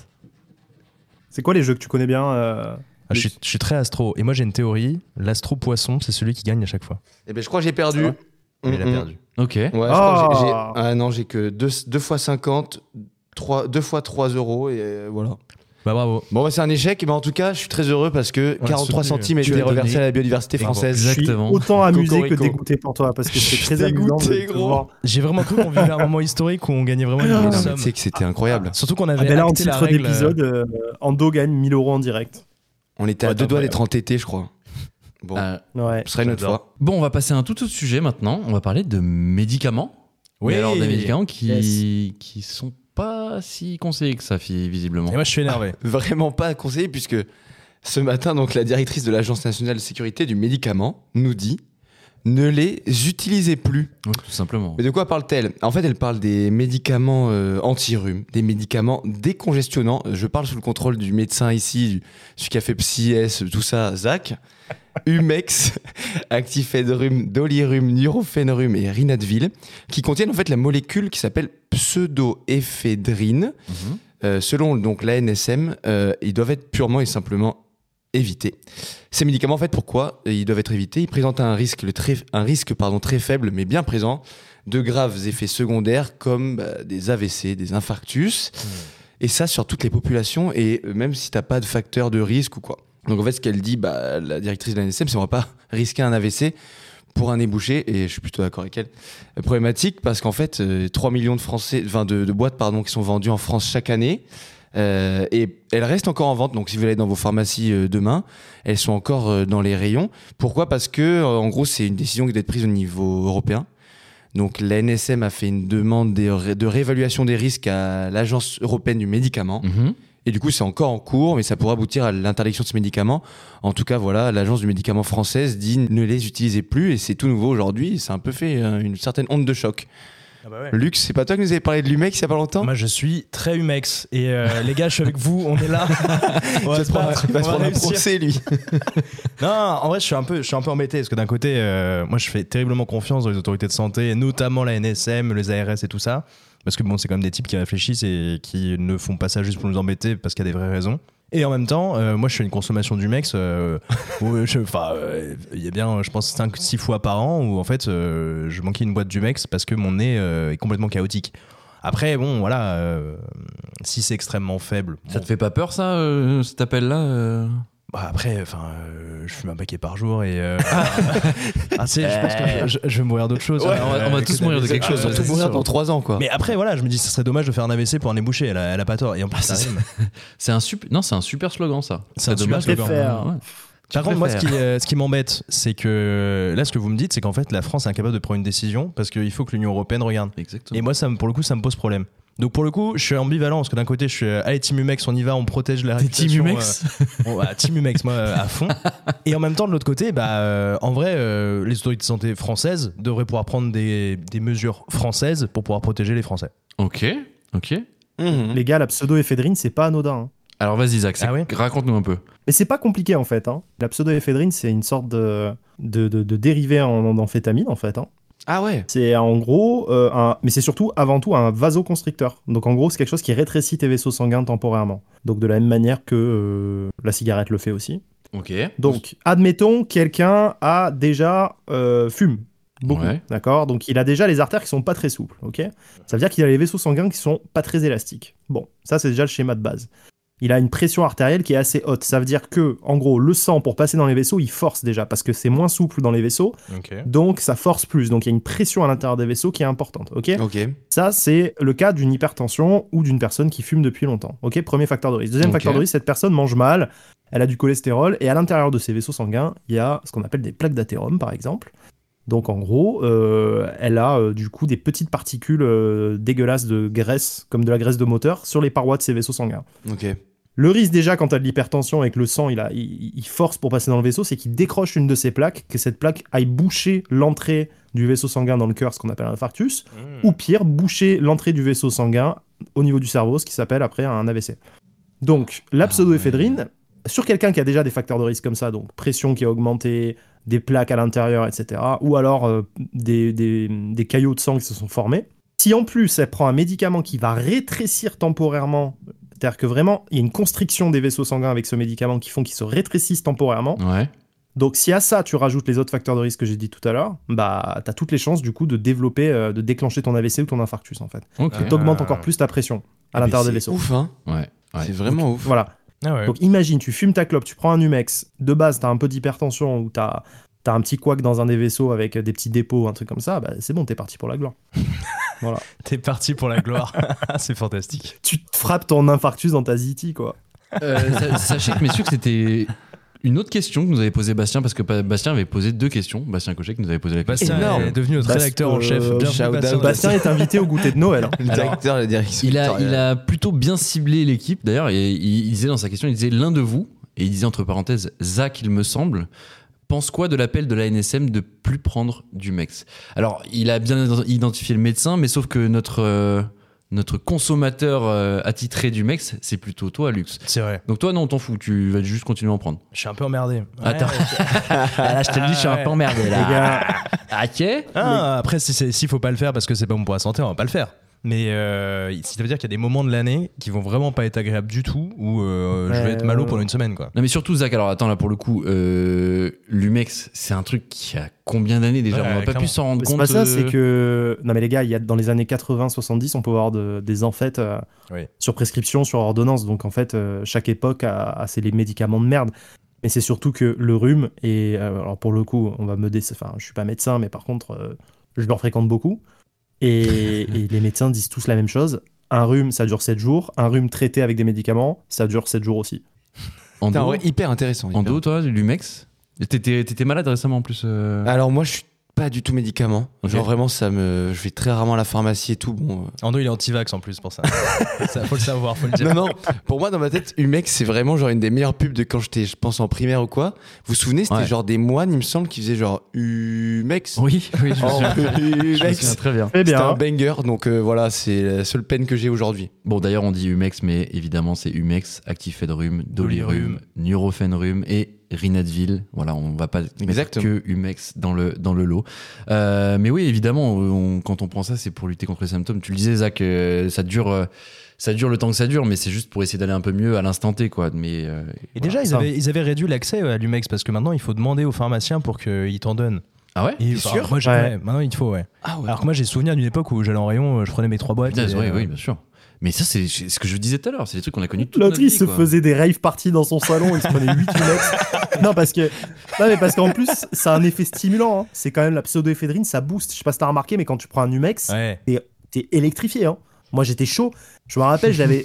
C'est quoi les jeux que tu connais bien Je suis très astro et moi j'ai une théorie. L'astro poisson, c'est celui qui gagne à chaque fois. Eh ben, je crois que j'ai perdu. Mais il a perdu. Ok. Ouais, je crois que j'ai. Ah non, j'ai que 2 fois 50, 2 fois 3 euros et voilà. Bah bravo. Bon, bah, c'est un échec, mais en tout cas, je suis très heureux parce que On a 43 soutenu. centimes Tu étaient as reversés donné. à la biodiversité Bravo. française. Je suis Exactement. autant amusé que Cocorico. dégoûté pour toi parce que c'est Je suis très amusant de dégoûté, te gros. voir. J'ai vraiment cru qu'on vivait un moment historique où on gagnait vraiment une Non, grosse mais somme. tu sais que c'était incroyable. Surtout qu'on Ah avait ben là, en acté la titre règle. d'épisode, Ando gagne 1000 euros en direct. On était à Ouais, 2 doigts incroyable. d'être entêtés, je crois. Bon, Ouais. ce sera une autre j'adore. fois. Bon, on va passer à un tout autre sujet maintenant. On va parler de médicaments. Oui. Mais alors des médicaments qui sont pas si conseillés que ça, visiblement. Et moi je suis énervé. Vraiment pas à conseiller puisque ce matin, donc, la directrice de l'Agence nationale de sécurité du médicament nous dit ne les utilisez plus. Oui, tout simplement. Mais de quoi parle-t-elle? En fait, elle parle des médicaments anti-rhume, des médicaments décongestionnants. Je parle sous le contrôle du médecin ici, celui qui a fait Psy-S, tout ça, Zach. Humex, Actifed-Rhume, Dolirum, Nurofen-Rhume et Rinadvil, qui contiennent en fait la molécule qui s'appelle pseudoéphédrine. Selon donc l'ANSM, ils doivent être purement et simplement évités. Ces médicaments, en fait, pourquoi ils doivent être évités? Ils présentent un risque très faible, mais bien présent, de graves effets secondaires comme des AVC, des infarctus, et ça sur toutes les populations, et même si t'as pas de facteur de risque ou quoi. Donc en fait, ce qu'elle dit, la directrice de l'ANSM, c'est qu'on va pas risquer un AVC pour un nez bouché, et je suis plutôt d'accord avec elle. Problématique parce qu'en fait, 3 millions de boîtes qui sont vendues en France chaque année, et elles restent encore en vente. Donc si vous allez dans vos pharmacies demain, elles sont encore dans les rayons. Pourquoi? Parce que en gros, c'est une décision qui doit être prise au niveau européen. Donc l'ANSM a fait une demande de réévaluation des risques à l'Agence européenne du médicament. Et du coup, c'est encore en cours, mais ça pourrait aboutir à l'interdiction de ces médicaments. En tout cas, voilà, l'Agence du médicament française dit ne les utilisez plus, et c'est tout nouveau aujourd'hui. C'est un peu fait une certaine onde de choc. Ah bah ouais. Lux, c'est pas toi qui nous avais parlé de l'Humex il y a pas longtemps? Moi je suis très humex et les gars je suis avec vous, on est là. On va se battre, Il va on se va prendre un réussir. procès, lui. Non, en vrai je suis un peu embêté parce que d'un côté moi je fais terriblement confiance dans les autorités de santé, notamment la NSM, les ARS et tout ça, parce que bon c'est quand même des types qui réfléchissent et qui ne font pas ça juste pour nous embêter parce qu'il y a des vraies raisons. Et en même temps, moi je fais une consommation d'Humex, il y a bien, je pense, 5-6 fois par an où en fait je manquais une boîte d'Humex parce que mon nez est complètement chaotique. Après, bon, voilà, si c'est extrêmement faible. Ça bon, te fait pas peur, ça, cet appel-là bah après, je fume un paquet par jour et. Je pense que je vais mourir d'autre chose. Ouais, on va tous mourir de quelque chose. Surtout c'est mourir sûr. dans 3 ans, quoi. Mais après, voilà, je me dis, ça serait dommage de faire un AVC pour un nez bouché. Elle a pas tort. Et en plus, ça rime. C'est un super slogan, ça. C'est un super dommage. slogan. Ouais. Par contre, moi, ce qui m'embête, c'est que là, ce que vous me dites, c'est qu'en fait, la France est incapable de prendre une décision parce qu'il faut que l'Union européenne regarde. Exactement. Et moi, pour le coup, ça me pose problème. Donc, pour le coup, je suis ambivalent parce que d'un côté, je suis allez, Team Humex, on y va, on protège la T'es réputation. Team Humex Team Humex, moi, à fond. Et en même temps, de l'autre côté, en vrai, les autorités de santé françaises devraient pouvoir prendre des mesures françaises pour pouvoir protéger les Français. Ok. Les gars, la pseudoéphédrine, c'est pas anodin. Hein. Alors vas-y, Zach, Ah oui raconte-nous un peu. Mais c'est pas compliqué en fait. Hein. La pseudoéphédrine, c'est une sorte de dérivé en amphétamine en fait. Hein. Ah ouais. C'est en gros, mais c'est surtout avant tout un vasoconstricteur. Donc en gros, c'est quelque chose qui rétrécit tes vaisseaux sanguins temporairement. Donc de la même manière que la cigarette le fait aussi. Ok. Donc admettons, quelqu'un a déjà fume. Beaucoup, Ouais. d'accord. Donc il a déjà les artères qui sont pas très souples, ok. Ça veut dire qu'il a les vaisseaux sanguins qui sont pas très élastiques. Bon, ça c'est déjà le schéma de base. Il a une pression artérielle qui est assez haute. Ça veut dire que, en gros, le sang pour passer dans les vaisseaux, il force déjà parce que c'est moins souple dans les vaisseaux, donc ça force plus. Donc il y a une pression à l'intérieur des vaisseaux qui est importante, ok. Ok. Ça c'est le cas d'une hypertension ou d'une personne qui fume depuis longtemps, ok. Premier facteur de risque. Deuxième Ok. facteur de risque, cette personne mange mal, elle a du cholestérol et à l'intérieur de ses vaisseaux sanguins, il y a ce qu'on appelle des plaques d'athérome, par exemple. Donc en gros, elle a du coup des petites particules dégueulasses de graisse, comme de la graisse de moteur, sur les parois de ses vaisseaux sanguins. Ok. Le risque déjà quand tu as de l'hypertension et que le sang il force pour passer dans le vaisseau, c'est qu'il décroche une de ces plaques, que cette plaque aille boucher l'entrée du vaisseau sanguin dans le cœur, ce qu'on appelle un infarctus, ou pire, boucher l'entrée du vaisseau sanguin au niveau du cerveau, ce qui s'appelle après un AVC. Donc la pseudoéphédrine, sur quelqu'un qui a déjà des facteurs de risque comme ça, donc pression qui a augmenté, des plaques à l'intérieur, etc., ou alors des caillots de sang qui se sont formés, si en plus elle prend un médicament qui va rétrécir temporairement, c'est-à-dire que vraiment, il y a une constriction des vaisseaux sanguins avec ce médicament qui font qu'ils se rétrécissent temporairement. Ouais. Donc, si à ça, tu rajoutes les autres facteurs de risque que j'ai dit tout à l'heure, bah, t'as toutes les chances, du coup, de développer, de déclencher ton AVC ou ton infarctus, en fait. Ok. T'augmentes encore plus ta pression à l'intérieur des vaisseaux. C'est ouf, hein. Ouais. C'est vraiment ouf. Voilà. Ah ouais. Donc, imagine, tu fumes ta clope, tu prends un Numex, de base, t'as un peu d'hypertension ou t'as un petit couac dans un des vaisseaux avec des petits dépôts, un truc comme ça, bah, c'est bon, t'es parti pour la gloire. Voilà. T'es parti pour la gloire. C'est fantastique. Tu te frappes ton infarctus dans ta ZT, quoi. Sachez que, messieurs, que c'était une autre question que nous avait posée Bastien, parce que Bastien avait posé 2 questions. Bastien Cochet qui nous avait posé la question. Bastien Énorme. est devenu notre rédacteur en chef. Bienvenue, shout Bastien. out. Bastien est invité au goûter de Noël. Hein. Le directeur de la direction. Il a plutôt bien ciblé l'équipe, d'ailleurs, et il disait dans sa question, il disait l'un de vous, et il disait entre parenthèses, Zach, il me semble, pense quoi de l'appel de la NSM de plus prendre du MEX? Alors, il a bien identifié le médecin, mais sauf que notre consommateur attitré du MEX, c'est plutôt toi, Lux. C'est vrai. Donc toi, non, on t'en fout, tu vas juste continuer à en prendre. Je suis un peu emmerdé. Attends. Là, je te le dis, je suis un peu emmerdé, Les là. gars, Ok. Après, s'il faut pas le faire parce que c'est pas bon pour la santé, on va pas le faire. Mais ça veut dire qu'il y a des moments de l'année qui vont vraiment pas être agréables du tout, où je vais être malo pendant une semaine, quoi. Non mais surtout Zach, alors attends là pour le coup, l'Umex c'est un truc qui a combien d'années déjà? Ouais, On n'a pas clairement. pu s'en rendre c'est compte. pas ça, c'est que. Non, mais les gars, il y a, dans les années 80-70, on peut avoir des enfêtes Oui. sur prescription, sur ordonnance. Donc en fait, chaque époque a ses les médicaments de merde. Mais c'est surtout que le rhume, et alors pour le coup, on va me enfin, je suis pas médecin, mais par contre, je le fréquente beaucoup. Et les médecins disent tous la même chose. Un rhume, ça dure 7 jours. Un rhume traité avec des médicaments, ça dure 7 jours aussi. En Putain, dos, ouais, hyper intéressant. en hyper. dos, toi, l'Umex? T'étais malade récemment en plus. Alors moi, je suis pas du tout médicament. Ok. Genre vraiment, je vais très rarement à la pharmacie et tout. Bon. Ando, il est anti-vax en plus pour ça. Ça, faut le savoir, faut le dire. Non, non. Pour moi, dans ma tête, Umex, c'est vraiment genre une des meilleures pubs de quand j'étais, je pense, en primaire ou quoi. Vous vous souvenez, c'était Ouais. genre des moines, il me semble, qui faisaient genre Umex. Oui, je me Oh, souviens. Je me Umex. souviens très bien. Eh C'était un bien, banger, donc voilà, c'est la seule peine que j'ai aujourd'hui. Bon d'ailleurs on dit Umex, mais évidemment c'est Umex, Actifed Rhume, Dolirum, Nurofen Rhume et Rinadvil. Voilà, on va pas mettre Exactement. que Umex dans le lot. Mais oui, évidemment, quand on prend ça, c'est pour lutter contre les symptômes. Tu le disais, Zach, ça dure le temps que ça dure, mais c'est juste pour essayer d'aller un peu mieux à l'instant T, quoi. Mais Et déjà, ils avaient réduit l'accès à l'Umex parce que maintenant, il faut demander au pharmacien pour qu'il t'en donne. ah ouais. Et, T'es sûr moi, Ouais. maintenant, il te faut, ouais. Ah ouais. Alors que moi, j'ai souvenir d'une époque où j'allais en rayon, je prenais mes 3 boîtes. Punaise, et, oui, bien sûr. Mais ça, c'est ce que je disais tout à l'heure. C'est des trucs qu'on a connus toute l'autre, notre il vie, se quoi. faisait des rave parties dans son salon, il se prenait 8 Umex. Non, parce qu'en plus, ça a un effet stimulant. Hein. C'est quand même la pseudoéphédrine, ça booste. Je sais pas si t'as remarqué, mais quand tu prends un Umex, Ouais. t'es électrifié. Hein. Moi, j'étais chaud. Je me rappelle, j'avais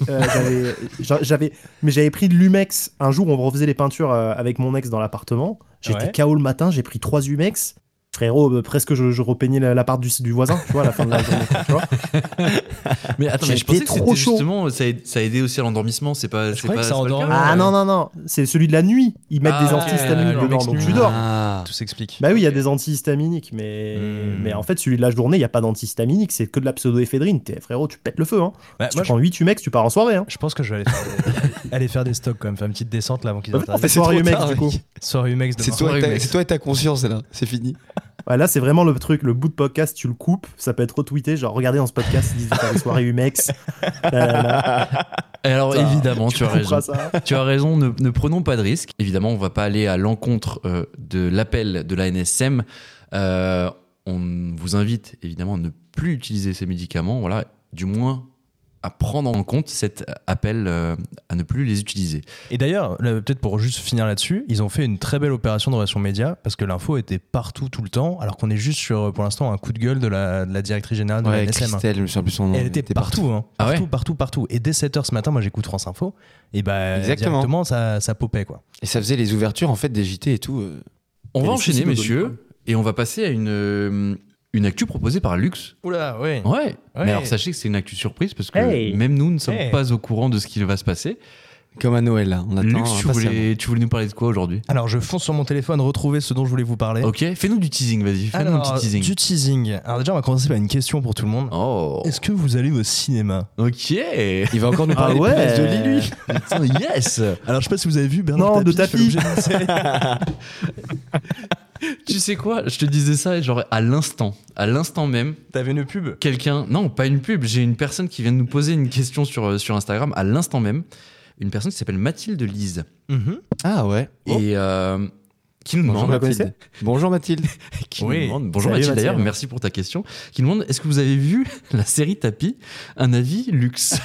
pris de l'Umex un jour, on refaisait les peintures avec mon ex dans l'appartement. J'étais Ouais. KO le matin, j'ai pris 3 Umex. Frérot, presque je repeignais l'appart du voisin, tu vois, à la fin de la journée. Tu vois. Mais attends, mais je J'étais pensais que trop c'était chaud. justement ça aidait aussi à l'endormissement. C'est pas. Je croyais que ça pas le cas. endormait. Ah Ouais. non, c'est celui de la nuit. Ils mettent Ah, des ok, antihistaminiques le dedans, Umex donc nuit. tu dors. Ah. Tout s'explique. Bah oui, il y a des antihistaminiques, mais en fait, celui de la journée, il n'y a pas d'antihistaminique, c'est que de la pseudoéphédrine. Frérot, tu pètes le feu. Hein. Ouais, Tu moi, prends 8 Umex, tu pars en soirée. Hein. je pense que je vais aller faire des stocks quand même, faire une petite descente là avant qu'ils On fait interdisent. soirée trop Umex, tard, du coup. mec. Soirée Umex demain. C'est toi et ta conscience, là. C'est fini. Ouais, là, c'est vraiment le truc, le bout de podcast, tu le coupes, ça peut être retweeté, genre, regardez dans ce podcast, ils disent de faire des soirées Umex. Et alors Ça, évidemment, tu as raison. couperas ça. Tu as raison, ne prenons pas de risques. Évidemment, on va pas aller à l'encontre de l'appel de la NSM. On vous invite évidemment à ne plus utiliser ces médicaments, voilà, du moins à prendre en compte cet appel à ne plus les utiliser. Et d'ailleurs, peut-être pour juste finir là-dessus, ils ont fait une très belle opération de relations médias parce que l'info était partout tout le temps, alors qu'on est juste sur, pour l'instant, un coup de gueule de la directrice générale de la Ouais, NSM. Christelle, je me souviens plus son nom. Et elle était partout, hein. Ah ouais partout. Et dès 7h ce matin, moi j'écoute France Info, et bah Exactement. directement ça popait, quoi. Et ça faisait les ouvertures en fait des JT et tout. On Et va les enchaîner, soucis de messieurs. Et on va passer à une actu proposée par Lux. Oula, ouais. Ouais. Ouais. Mais alors sachez que c'est une actu surprise parce que Hey. même nous ne sommes Hey. pas au courant de ce qui va se passer. Comme à Noël, là. On attend. Lux, tu impatiemment. voulais nous parler de quoi aujourd'hui? Alors, je fonce sur mon téléphone, retrouver ce dont je voulais vous parler. Ok, fais-nous du teasing, vas-y. Fais-nous un Alors, petit teasing. du teasing. Alors déjà, on va commencer par une question pour tout le monde. Oh. Est-ce que vous allez au cinéma? Ok. Il va encore nous parler ouais. des places de lit, lui. Putain, yes. Alors, je sais pas si vous avez vu Bernard Non, de Tapie fait Tapie. l'objet d'une série. Tu sais quoi? Je te disais ça, genre à l'instant même. T'avais une pub? Quelqu'un, non, pas une pub, j'ai une personne qui vient de nous poser une question sur Instagram à l'instant même. Une personne qui s'appelle Mathilde Lise. Ah ouais. Et qui nous Bonjour, demande. Mathilde. Bonjour Mathilde. Qui Oui. nous demande bonjour Salut, Mathilde d'ailleurs, Mathilde. merci pour ta question. Qui nous demande est-ce que vous avez vu la série Tapis? Un avis luxe.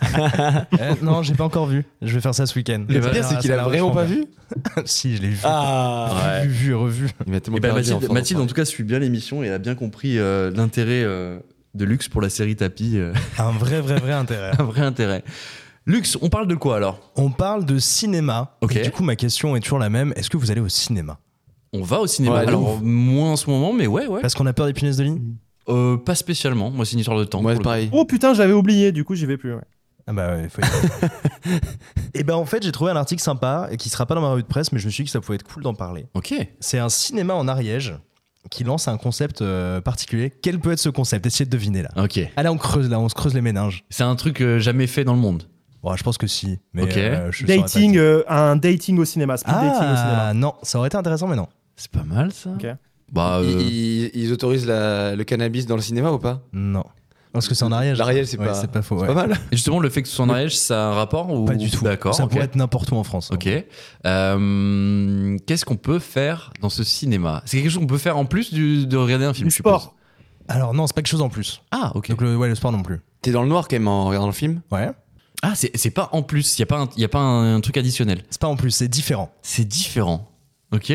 Non, j'ai pas encore vu. Je vais faire ça ce week-end. Le pire, c'est qu'il a vraiment pas vu. Si, je l'ai vu. Ah. Vu et revu. Il m'a tellement Et ben perdu, Mathilde, enfin, Mathilde, en tout cas, suit bien l'émission et a bien compris l'intérêt de luxe pour la série Tapis. Un vrai intérêt. Un vrai intérêt. Luxe, on parle de quoi alors? On parle de cinéma. Ok. Et du coup, ma question est toujours la même. Est-ce que vous allez au cinéma? On va au cinéma. Ouais, de Alors, ouf. moins en ce moment, mais ouais. Parce qu'on a peur des punaises de lit? Pas spécialement. Moi, c'est une histoire de temps. Moi, pour c'est le pareil. Oh putain, j'avais oublié, du coup, j'y vais plus. Ouais. Ah bah ouais, faut y aller. Et ben en fait, j'ai trouvé un article sympa et qui sera pas dans ma revue de presse, mais je me suis dit que ça pouvait être cool d'en parler. coup. Ok. C'est un cinéma en Ariège qui lance un concept particulier. Quel peut être ce concept? Essayez de deviner là. Ok. Allez, on creuse là, on se creuse les méninges. C'est un truc jamais fait dans le monde. Bon, je pense que si. Mais Ok. je saurais pas Dating, dire. un dating au cinéma, speed dating au cinéma. Ah non, ça aurait été intéressant, mais non. C'est pas mal ça. Ok. Bah, Ils autorisent le cannabis dans le cinéma ou pas? Non. Parce que c'est en Ariège. L'Ariège, c'est Ouais, pas. c'est pas faux. C'est Ouais. pas mal. et justement, le fait que ce soit en Ariège, ça a un rapport ou Pas du tout. D'accord. Ça ok. pourrait être n'importe où en France. Ok. Qu'est-ce qu'on peut faire dans ce cinéma? C'est quelque chose qu'on peut faire en plus de regarder un film. Du je suppose. sport. Alors non, c'est pas quelque chose en plus. Ah, ok. Donc le sport non plus. T'es dans le noir quand même en regardant le film. Ouais. Ah, c'est pas en plus. Il y a pas un truc additionnel. C'est pas en plus, c'est différent. C'est différent. Ok.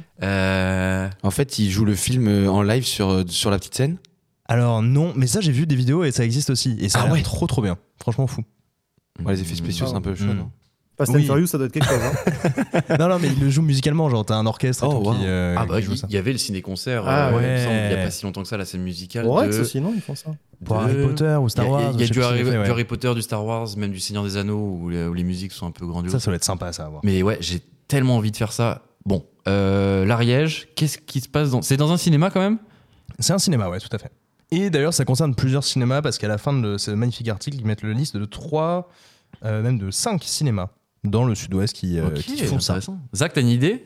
En fait, ils jouent le film en live sur la petite scène. Alors non, mais ça j'ai vu des vidéos et ça existe aussi. Et ça a Ah l'air ouais. trop bien. Franchement fou. Ouais, les effets spéciaux, c'est un peu chaud, non? Fast Oui. and Furious, ça doit être quelque chose. Hein. non, mais il le joue musicalement, genre t'as un orchestre et Oh, tout wow. Ah bah qui joue ça. il y avait le ciné-concert. Ah il me ouais. semble, il y a pas si longtemps que ça, la scène musicale. Au Rex de- aussi, non? Ils font ça. Pour de- Harry Potter ou Star Wars. Il y a je sais du plus ce qu'il Harry, fait, ouais. du Harry Potter, du Star Wars, même du Seigneur des Anneaux où les musiques sont un peu grandioses. Ça doit être sympa ça à voir. Mais ouais, j'ai tellement envie de faire ça. Bon, l'Ariège, qu'est-ce qui se passe C'est dans un cinéma quand même? C'est un cinéma, ouais, tout à fait. Et d'ailleurs, ça concerne plusieurs cinémas parce qu'à la fin de ce magnifique article, ils mettent le liste de 3, même de 5 cinémas dans le sud-ouest qui font ça. intéressant. Zach, t'as une idée?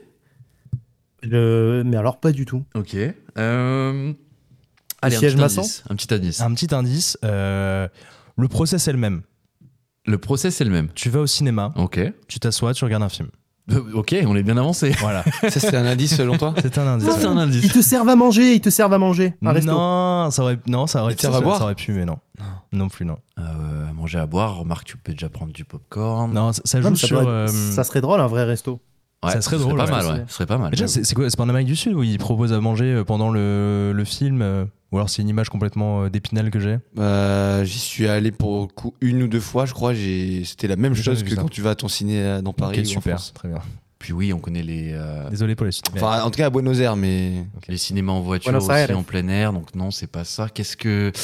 Mais alors, pas du tout. Ok. Allez, un siège petit maçon indice. Un petit indice. Un petit indice, le process est le même. Le procès, c'est le même. Tu vas au cinéma, Ok. tu t'assois, tu regardes un film. Ok, on est bien avancé. Voilà, Ça, c'est un indice selon toi? c'est un indice. Ça, c'est un Ils indice. te servent à manger, Un resto. Non, ça aurait Ils te servent à boire ça aurait pu, mais non. Non plus, non. À manger, à boire. Remarque, tu peux déjà prendre du popcorn. Non, ça Non, joue mais ça, sur. ça serait drôle, un vrai resto. Ouais, ça serait ce drôle, pas ouais. mal, ouais. Ce serait pas mal. Déjà, c'est quoi? C'est pas en Amérique du Sud où ils proposent à manger pendant le film ou alors c'est une image complètement d'épinal que j'ai? J'y suis allé pour le coup 1 ou 2 fois, je crois. C'était la même J'ai chose jamais que vu ça. quand tu vas à ton ciné dans Paris. Ok, ou en super, France. très bien. Puis oui, on connaît les Désolé pour les Sud. Enfin, en tout cas à Buenos Aires, mais. cinémas en voiture Buenos aussi, Aires. en plein air. Donc non, c'est pas ça. Qu'est-ce que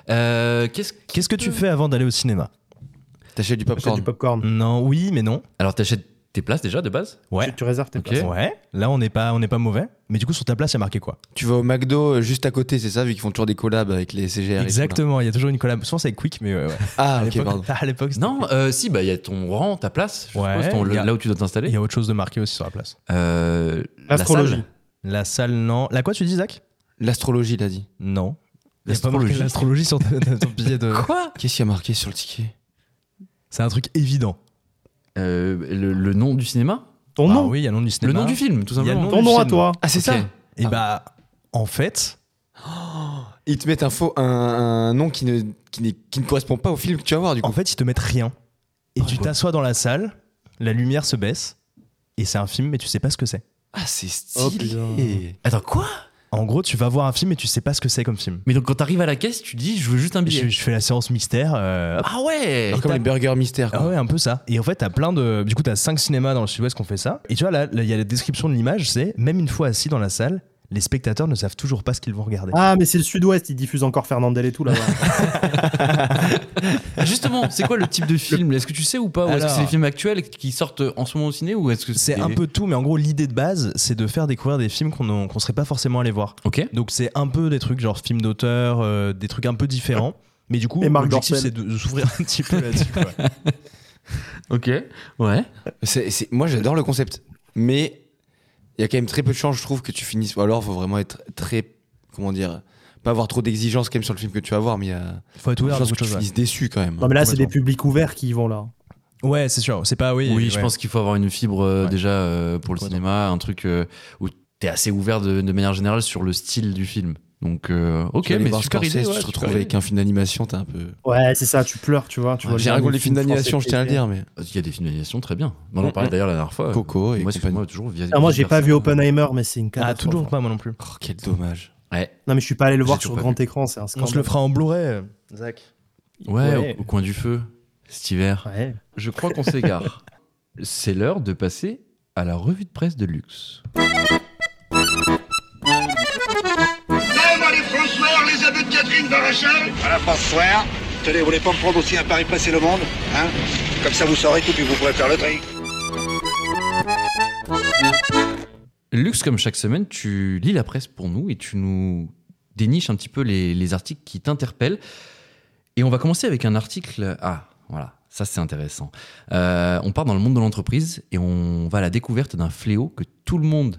tu fais avant d'aller au cinéma? T'achètes du Achète popcorn. du popcorn. Non, oui, mais non. Alors t'achètes tes places déjà de base? Ouais. Tu réserves tes Ok. places. Ouais. Là, on n'est pas mauvais. Mais du coup, sur ta place, il y a marqué quoi? Tu vas au McDo juste à côté, c'est ça, vu qu'ils font toujours des collabs avec les CGR. et tout, là. Exactement. Il y a toujours une collab. Souvent, c'est avec Quick, mais ouais. Ah, À ok, l'époque- pardon. À l'époque, c'était Non, Quick. si, bah il y a ton rang, ta place. Je Ouais, suppose, il y a- là où tu dois Il t'installer. y a autre chose de marqué aussi sur la place. La L'astrologie. salle. La salle, non. La quoi, tu dis, Zach? L'astrologie, il a dit. Non. Il y a pas marqué l'astrologie sur ton billet de. Quoi? Qu'est-ce qu'il y a marqué sur le ticket? C'est un truc évident. Le nom du cinéma? Ton Ah nom. oui, il y a le nom du Le cinéma. nom du film, tout Il y a le simplement. nom Ton du nom à film. toi. Ah, c'est Ok. ça. Et bah, en fait, Ils te mettent un nom qui ne correspond pas au film que tu vas voir, du coup. en fait, ils te mettent rien. Et tu t'assois dans la salle, la lumière se baisse, et c'est un film, mais tu sais pas ce que c'est. Ah, c'est Oh, stylé. Attends, quoi? En gros, tu vas voir un film et tu sais pas ce que c'est comme film. Mais donc quand t'arrives à la caisse, tu dis je veux juste un billet. Je fais la séance mystère. hop. Ah ouais. Alors, comme les burgers mystères, Ah quoi. ouais, un peu ça. Et en fait, t'as plein de. Du coup, t'as 5 cinémas dans le sud-ouest qui ont fait ça. Et tu vois, là, il y a la description de l'image, c'est même une fois assis dans la salle, les spectateurs ne savent toujours pas ce qu'ils vont regarder. Ah, mais c'est le Sud-Ouest, ils diffusent encore Fernandel et tout là-bas. Justement, c'est quoi le type de film? Est-ce que tu sais ou pas? Ou est-ce que Alors- c'est les films actuels qui sortent en ce moment au ciné, ou est-ce que C'est un peu tout, mais en gros, l'idée de base, c'est de faire découvrir des films qu'on serait pas forcément allé voir. Ok. Donc c'est un peu des trucs genre films d'auteur, des trucs un peu différents. Mais du coup, Et Marc l'objectif, Dorcel. c'est de s'ouvrir un petit peu là-dessus. Quoi. Ok. Ouais. Moi, j'adore le concept. Mais il y a quand même très peu de chances, je trouve, que tu finisses. Ou alors, il faut vraiment être très. Comment dire? Pas avoir trop d'exigences quand même sur le film que tu vas voir, mais il y a. Faut être Je ouvert à pense que beaucoup de tu choses. finisses déçu quand même. Non, mais là, c'est des Complètement. publics ouverts qui y vont là. Ouais, c'est sûr. C'est pas, oui. Je ouais. pense qu'il faut avoir une fibre Ouais. déjà pour le Complètement. cinéma, un truc où t'es assez ouvert de manière générale sur le style du film. Donc, ok, Tu vas aller mais voir super Scorsese, idée. Ouais, tu te super retrouves idée. avec un film d'animation, t'es un peu. Ouais, c'est ça, tu pleures, tu vois. J'ai rien contre les films d'animation, je tiens à le dire, mais. Il y a des films d'animation très bien. On en parlait d'ailleurs la dernière fois. Coco et Moi, compagnie. moi toujours. Moi, j'ai pas vu Oppenheimer, mais c'est une Ah, catastrophe. toujours pas, moi non plus. Oh, quel dommage. Ouais. Non, mais je suis pas allé le voir J'ai sur toujours pas grand vu. écran, c'est un On scandale. se le fera en Blu-ray, Zach. Ouais, Ouais. Au coin du feu, cet hiver. Ouais. Je crois qu'on s'égare. C'est l'heure de passer à la revue de presse de luxe. Moi, les François, les abus de Catherine Barachal. Voilà, François. Tenez, vous voulez pas me prendre aussi un pari passer le monde, hein? Comme ça, vous saurez tout, puis vous pourrez faire le tri. Luxe, comme chaque semaine, tu lis la presse pour nous et tu nous déniches un petit peu les articles qui t'interpellent. Et on va commencer avec un article... Ah, voilà, ça c'est intéressant. On part dans le monde de l'entreprise et on va à la découverte d'un fléau que tout le monde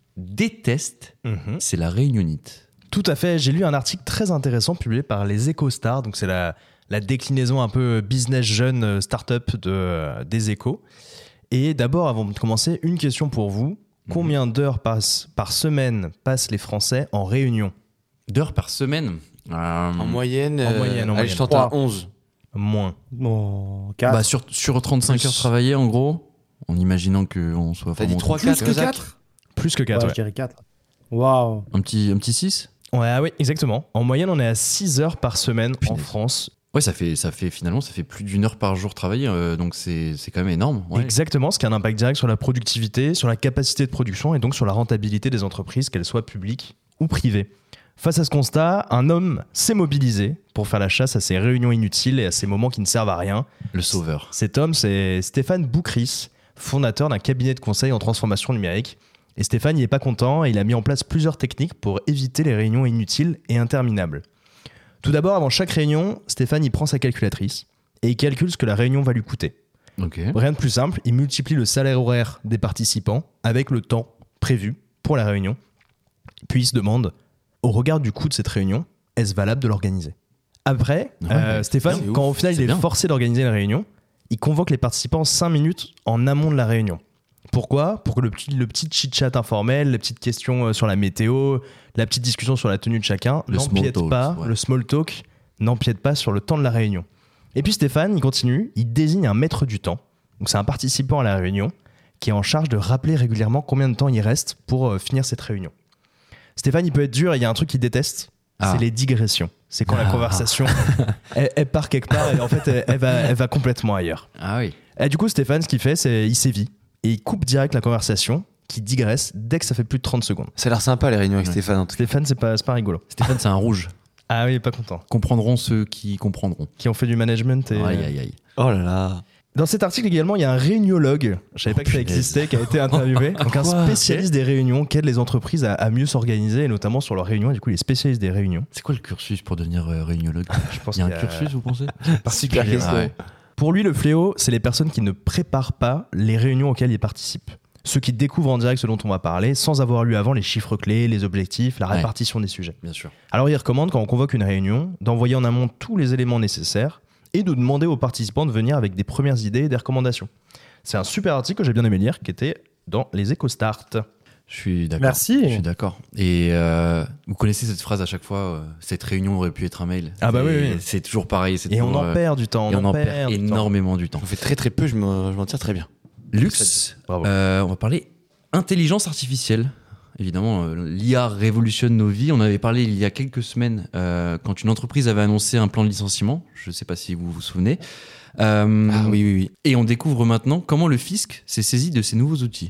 déteste, c'est la réunionite. Tout à fait. J'ai lu un article très intéressant publié par les EcoStars. Donc, c'est la déclinaison un peu business jeune start-up des Échos. Et d'abord, avant de commencer, une question pour vous. Combien d'heures par semaine passent les Français en réunion? D'heures par semaine. En moyenne, En moyenne, allez, je tente un 11. Moins. Bon, 4. Bah, sur 35 heures travaillées, en gros, en imaginant qu'on soit T'as dit vraiment- 3, plus 4, que Zach 4 Plus que 4, Ouais, ouais. je dirais 4. Waouh. Un petit 6. Ouais, ah oui, exactement. En moyenne, on est à 6 heures par semaine en Punaise. France. Ouais, ça fait finalement, ça fait plus d'1 heure par jour travaillée, donc c'est quand même énorme. Ouais. Exactement, ce qui a un impact direct sur la productivité, sur la capacité de production et donc sur la rentabilité des entreprises, qu'elles soient publiques ou privées. Face à ce constat, un homme s'est mobilisé pour faire la chasse à ces réunions inutiles et à ces moments qui ne servent à rien. Le sauveur. Cet homme, c'est Stéphane Boucris, fondateur d'un cabinet de conseil en transformation numérique. Et Stéphane, il n'est pas content et il a mis en place plusieurs techniques pour éviter les réunions inutiles et interminables. Tout d'abord, avant chaque réunion, Stéphane il prend sa calculatrice et il calcule ce que la réunion va lui coûter. Ok. Rien de plus simple, il multiplie le salaire horaire des participants avec le temps prévu pour la réunion. Puis il se demande, au regard du coût de cette réunion, est-ce valable de l'organiser? Après, Ouais, Stéphane, c'est quand ouf, au final il c'est est bien. forcé d'organiser la réunion, il convoque les participants 5 minutes en amont de la réunion. Pourquoi? Pour que le petit chit-chat informel, les petites questions sur la météo, la petite discussion sur la tenue de chacun Le small n'empiète talk, pas, ouais. le small talk n'empiète pas sur le temps de la réunion. Et puis Stéphane, il continue, il désigne un maître du temps. Donc c'est un participant à la réunion qui est en charge de rappeler régulièrement combien de temps il reste pour finir cette réunion. Stéphane, il peut être dur et il y a un truc qu'il déteste, c'est les digressions. C'est quand la conversation, elle part quelque part et en fait, elle va complètement ailleurs. Ah oui. Et du coup, Stéphane, ce qu'il fait, c'est il sévit et il coupe direct la conversation qui digresse dès que ça fait plus de 30 secondes. Ça a l'air sympa les réunions avec Ouais. Stéphane en tout cas. Stéphane, c'est pas rigolo. Stéphane, c'est un rouge. Ah oui, pas content. Comprendront ceux qui comprendront. Qui ont fait du management et... Aïe, aïe, aïe. Oh là là. Dans cet article également, il y a un réuniologue, je savais pas que ça punaise. existait, qui a été interviewé. Donc un Quoi spécialiste des réunions qui aide les entreprises à mieux s'organiser, et notamment sur leurs réunions. Et du coup, il est spécialiste des réunions. C'est quoi le cursus pour devenir réuniologue? Je pense Il y a un qu'il cursus, vous pensez? particulier. question. Ah ouais. Pour lui, le fléau, c'est les personnes qui ne préparent pas les réunions auxquelles ils participent. Ceux qui découvrent en direct ce dont on va parler sans avoir lu avant les chiffres clés, les objectifs, la Ouais. répartition des sujets. Bien sûr. Alors il recommande, quand on convoque une réunion, d'envoyer en amont tous les éléments nécessaires et de demander aux participants de venir avec des premières idées et des recommandations. C'est un super article que j'ai bien aimé lire, qui était dans les EcoStart. Je suis d'accord. Merci. Je suis d'accord. Et vous connaissez cette phrase à chaque fois, cette réunion aurait pu être un mail. Ah bah Et oui, oui. C'est toujours pareil. C'est Et on toujours, en perd du temps. et on en perd du temps. énormément du temps. On fait très très peu, je m'en tire très bien. Luxe, Bravo. on va parler intelligence artificielle. Évidemment, l'IA révolutionne nos vies. On avait parlé il y a quelques semaines quand une entreprise avait annoncé un plan de licenciement. Je ne sais pas si vous vous souvenez. Ah oui, oui, oui. Et on découvre maintenant comment le fisc s'est saisi de ces nouveaux outils.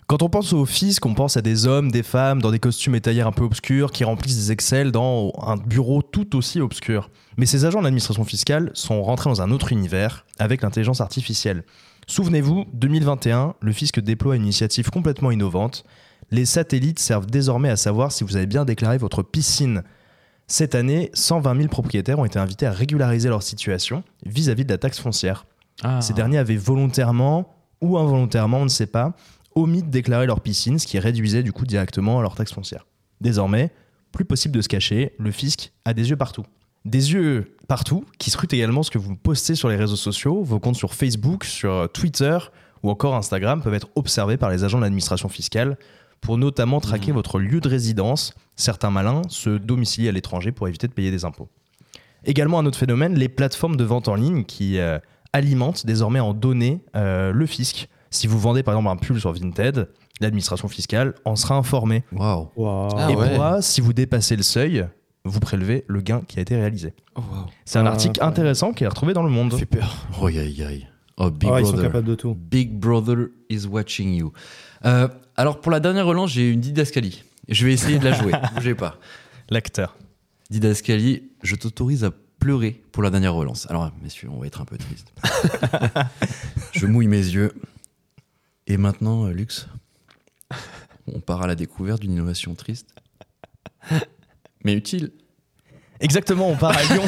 Quand on pense au fisc, on pense à des hommes, des femmes dans des costumes et taillères un peu obscurs qui remplissent des Excel dans un bureau tout aussi obscur. Mais ces agents de l'administration fiscale sont rentrés dans un autre univers avec l'intelligence artificielle. Souvenez-vous, 2021, le fisc déploie une initiative complètement innovante. Les satellites servent désormais à savoir si vous avez bien déclaré votre piscine. Cette année, 120 000 propriétaires ont été invités à régulariser leur situation vis-à-vis de la taxe foncière. Ces derniers avaient volontairement ou involontairement, on ne sait pas, omis de déclarer leur piscine, ce qui réduisait du coup directement leur taxe foncière. Désormais, plus possible de se cacher, le fisc a des yeux partout. Des yeux partout qui scrutent également ce que vous postez sur les réseaux sociaux, vos comptes sur Facebook, sur Twitter ou encore Instagram peuvent être observés par les agents de l'administration fiscale pour notamment traquer votre lieu de résidence. Certains malins se domicilient à l'étranger pour éviter de payer des impôts. Également un autre phénomène, les plateformes de vente en ligne qui alimentent désormais en données le fisc. Si vous vendez par exemple un pull sur Vinted, l'administration fiscale en sera informée. Waouh. Ah Et ouais. pourra, si vous dépassez le seuil, vous prélevez le gain qui a été réalisé. C'est un article intéressant qui est retrouvé dans Le Monde. Ça fait peur. Oh, aïe, aïe. Oh, Big Ils sont Brother. capables de tout. Big Brother is watching you. Alors, pour la dernière relance, j'ai une didascalie. Je vais essayer de la jouer. Bougez pas. L'acteur. Didascalie, je t'autorise à pleurer pour la dernière relance. Alors, messieurs, on va être un peu triste. Je mouille mes yeux. Et maintenant, Lux, on part à la découverte d'une innovation triste, mais utile. Exactement, on part à Lyon.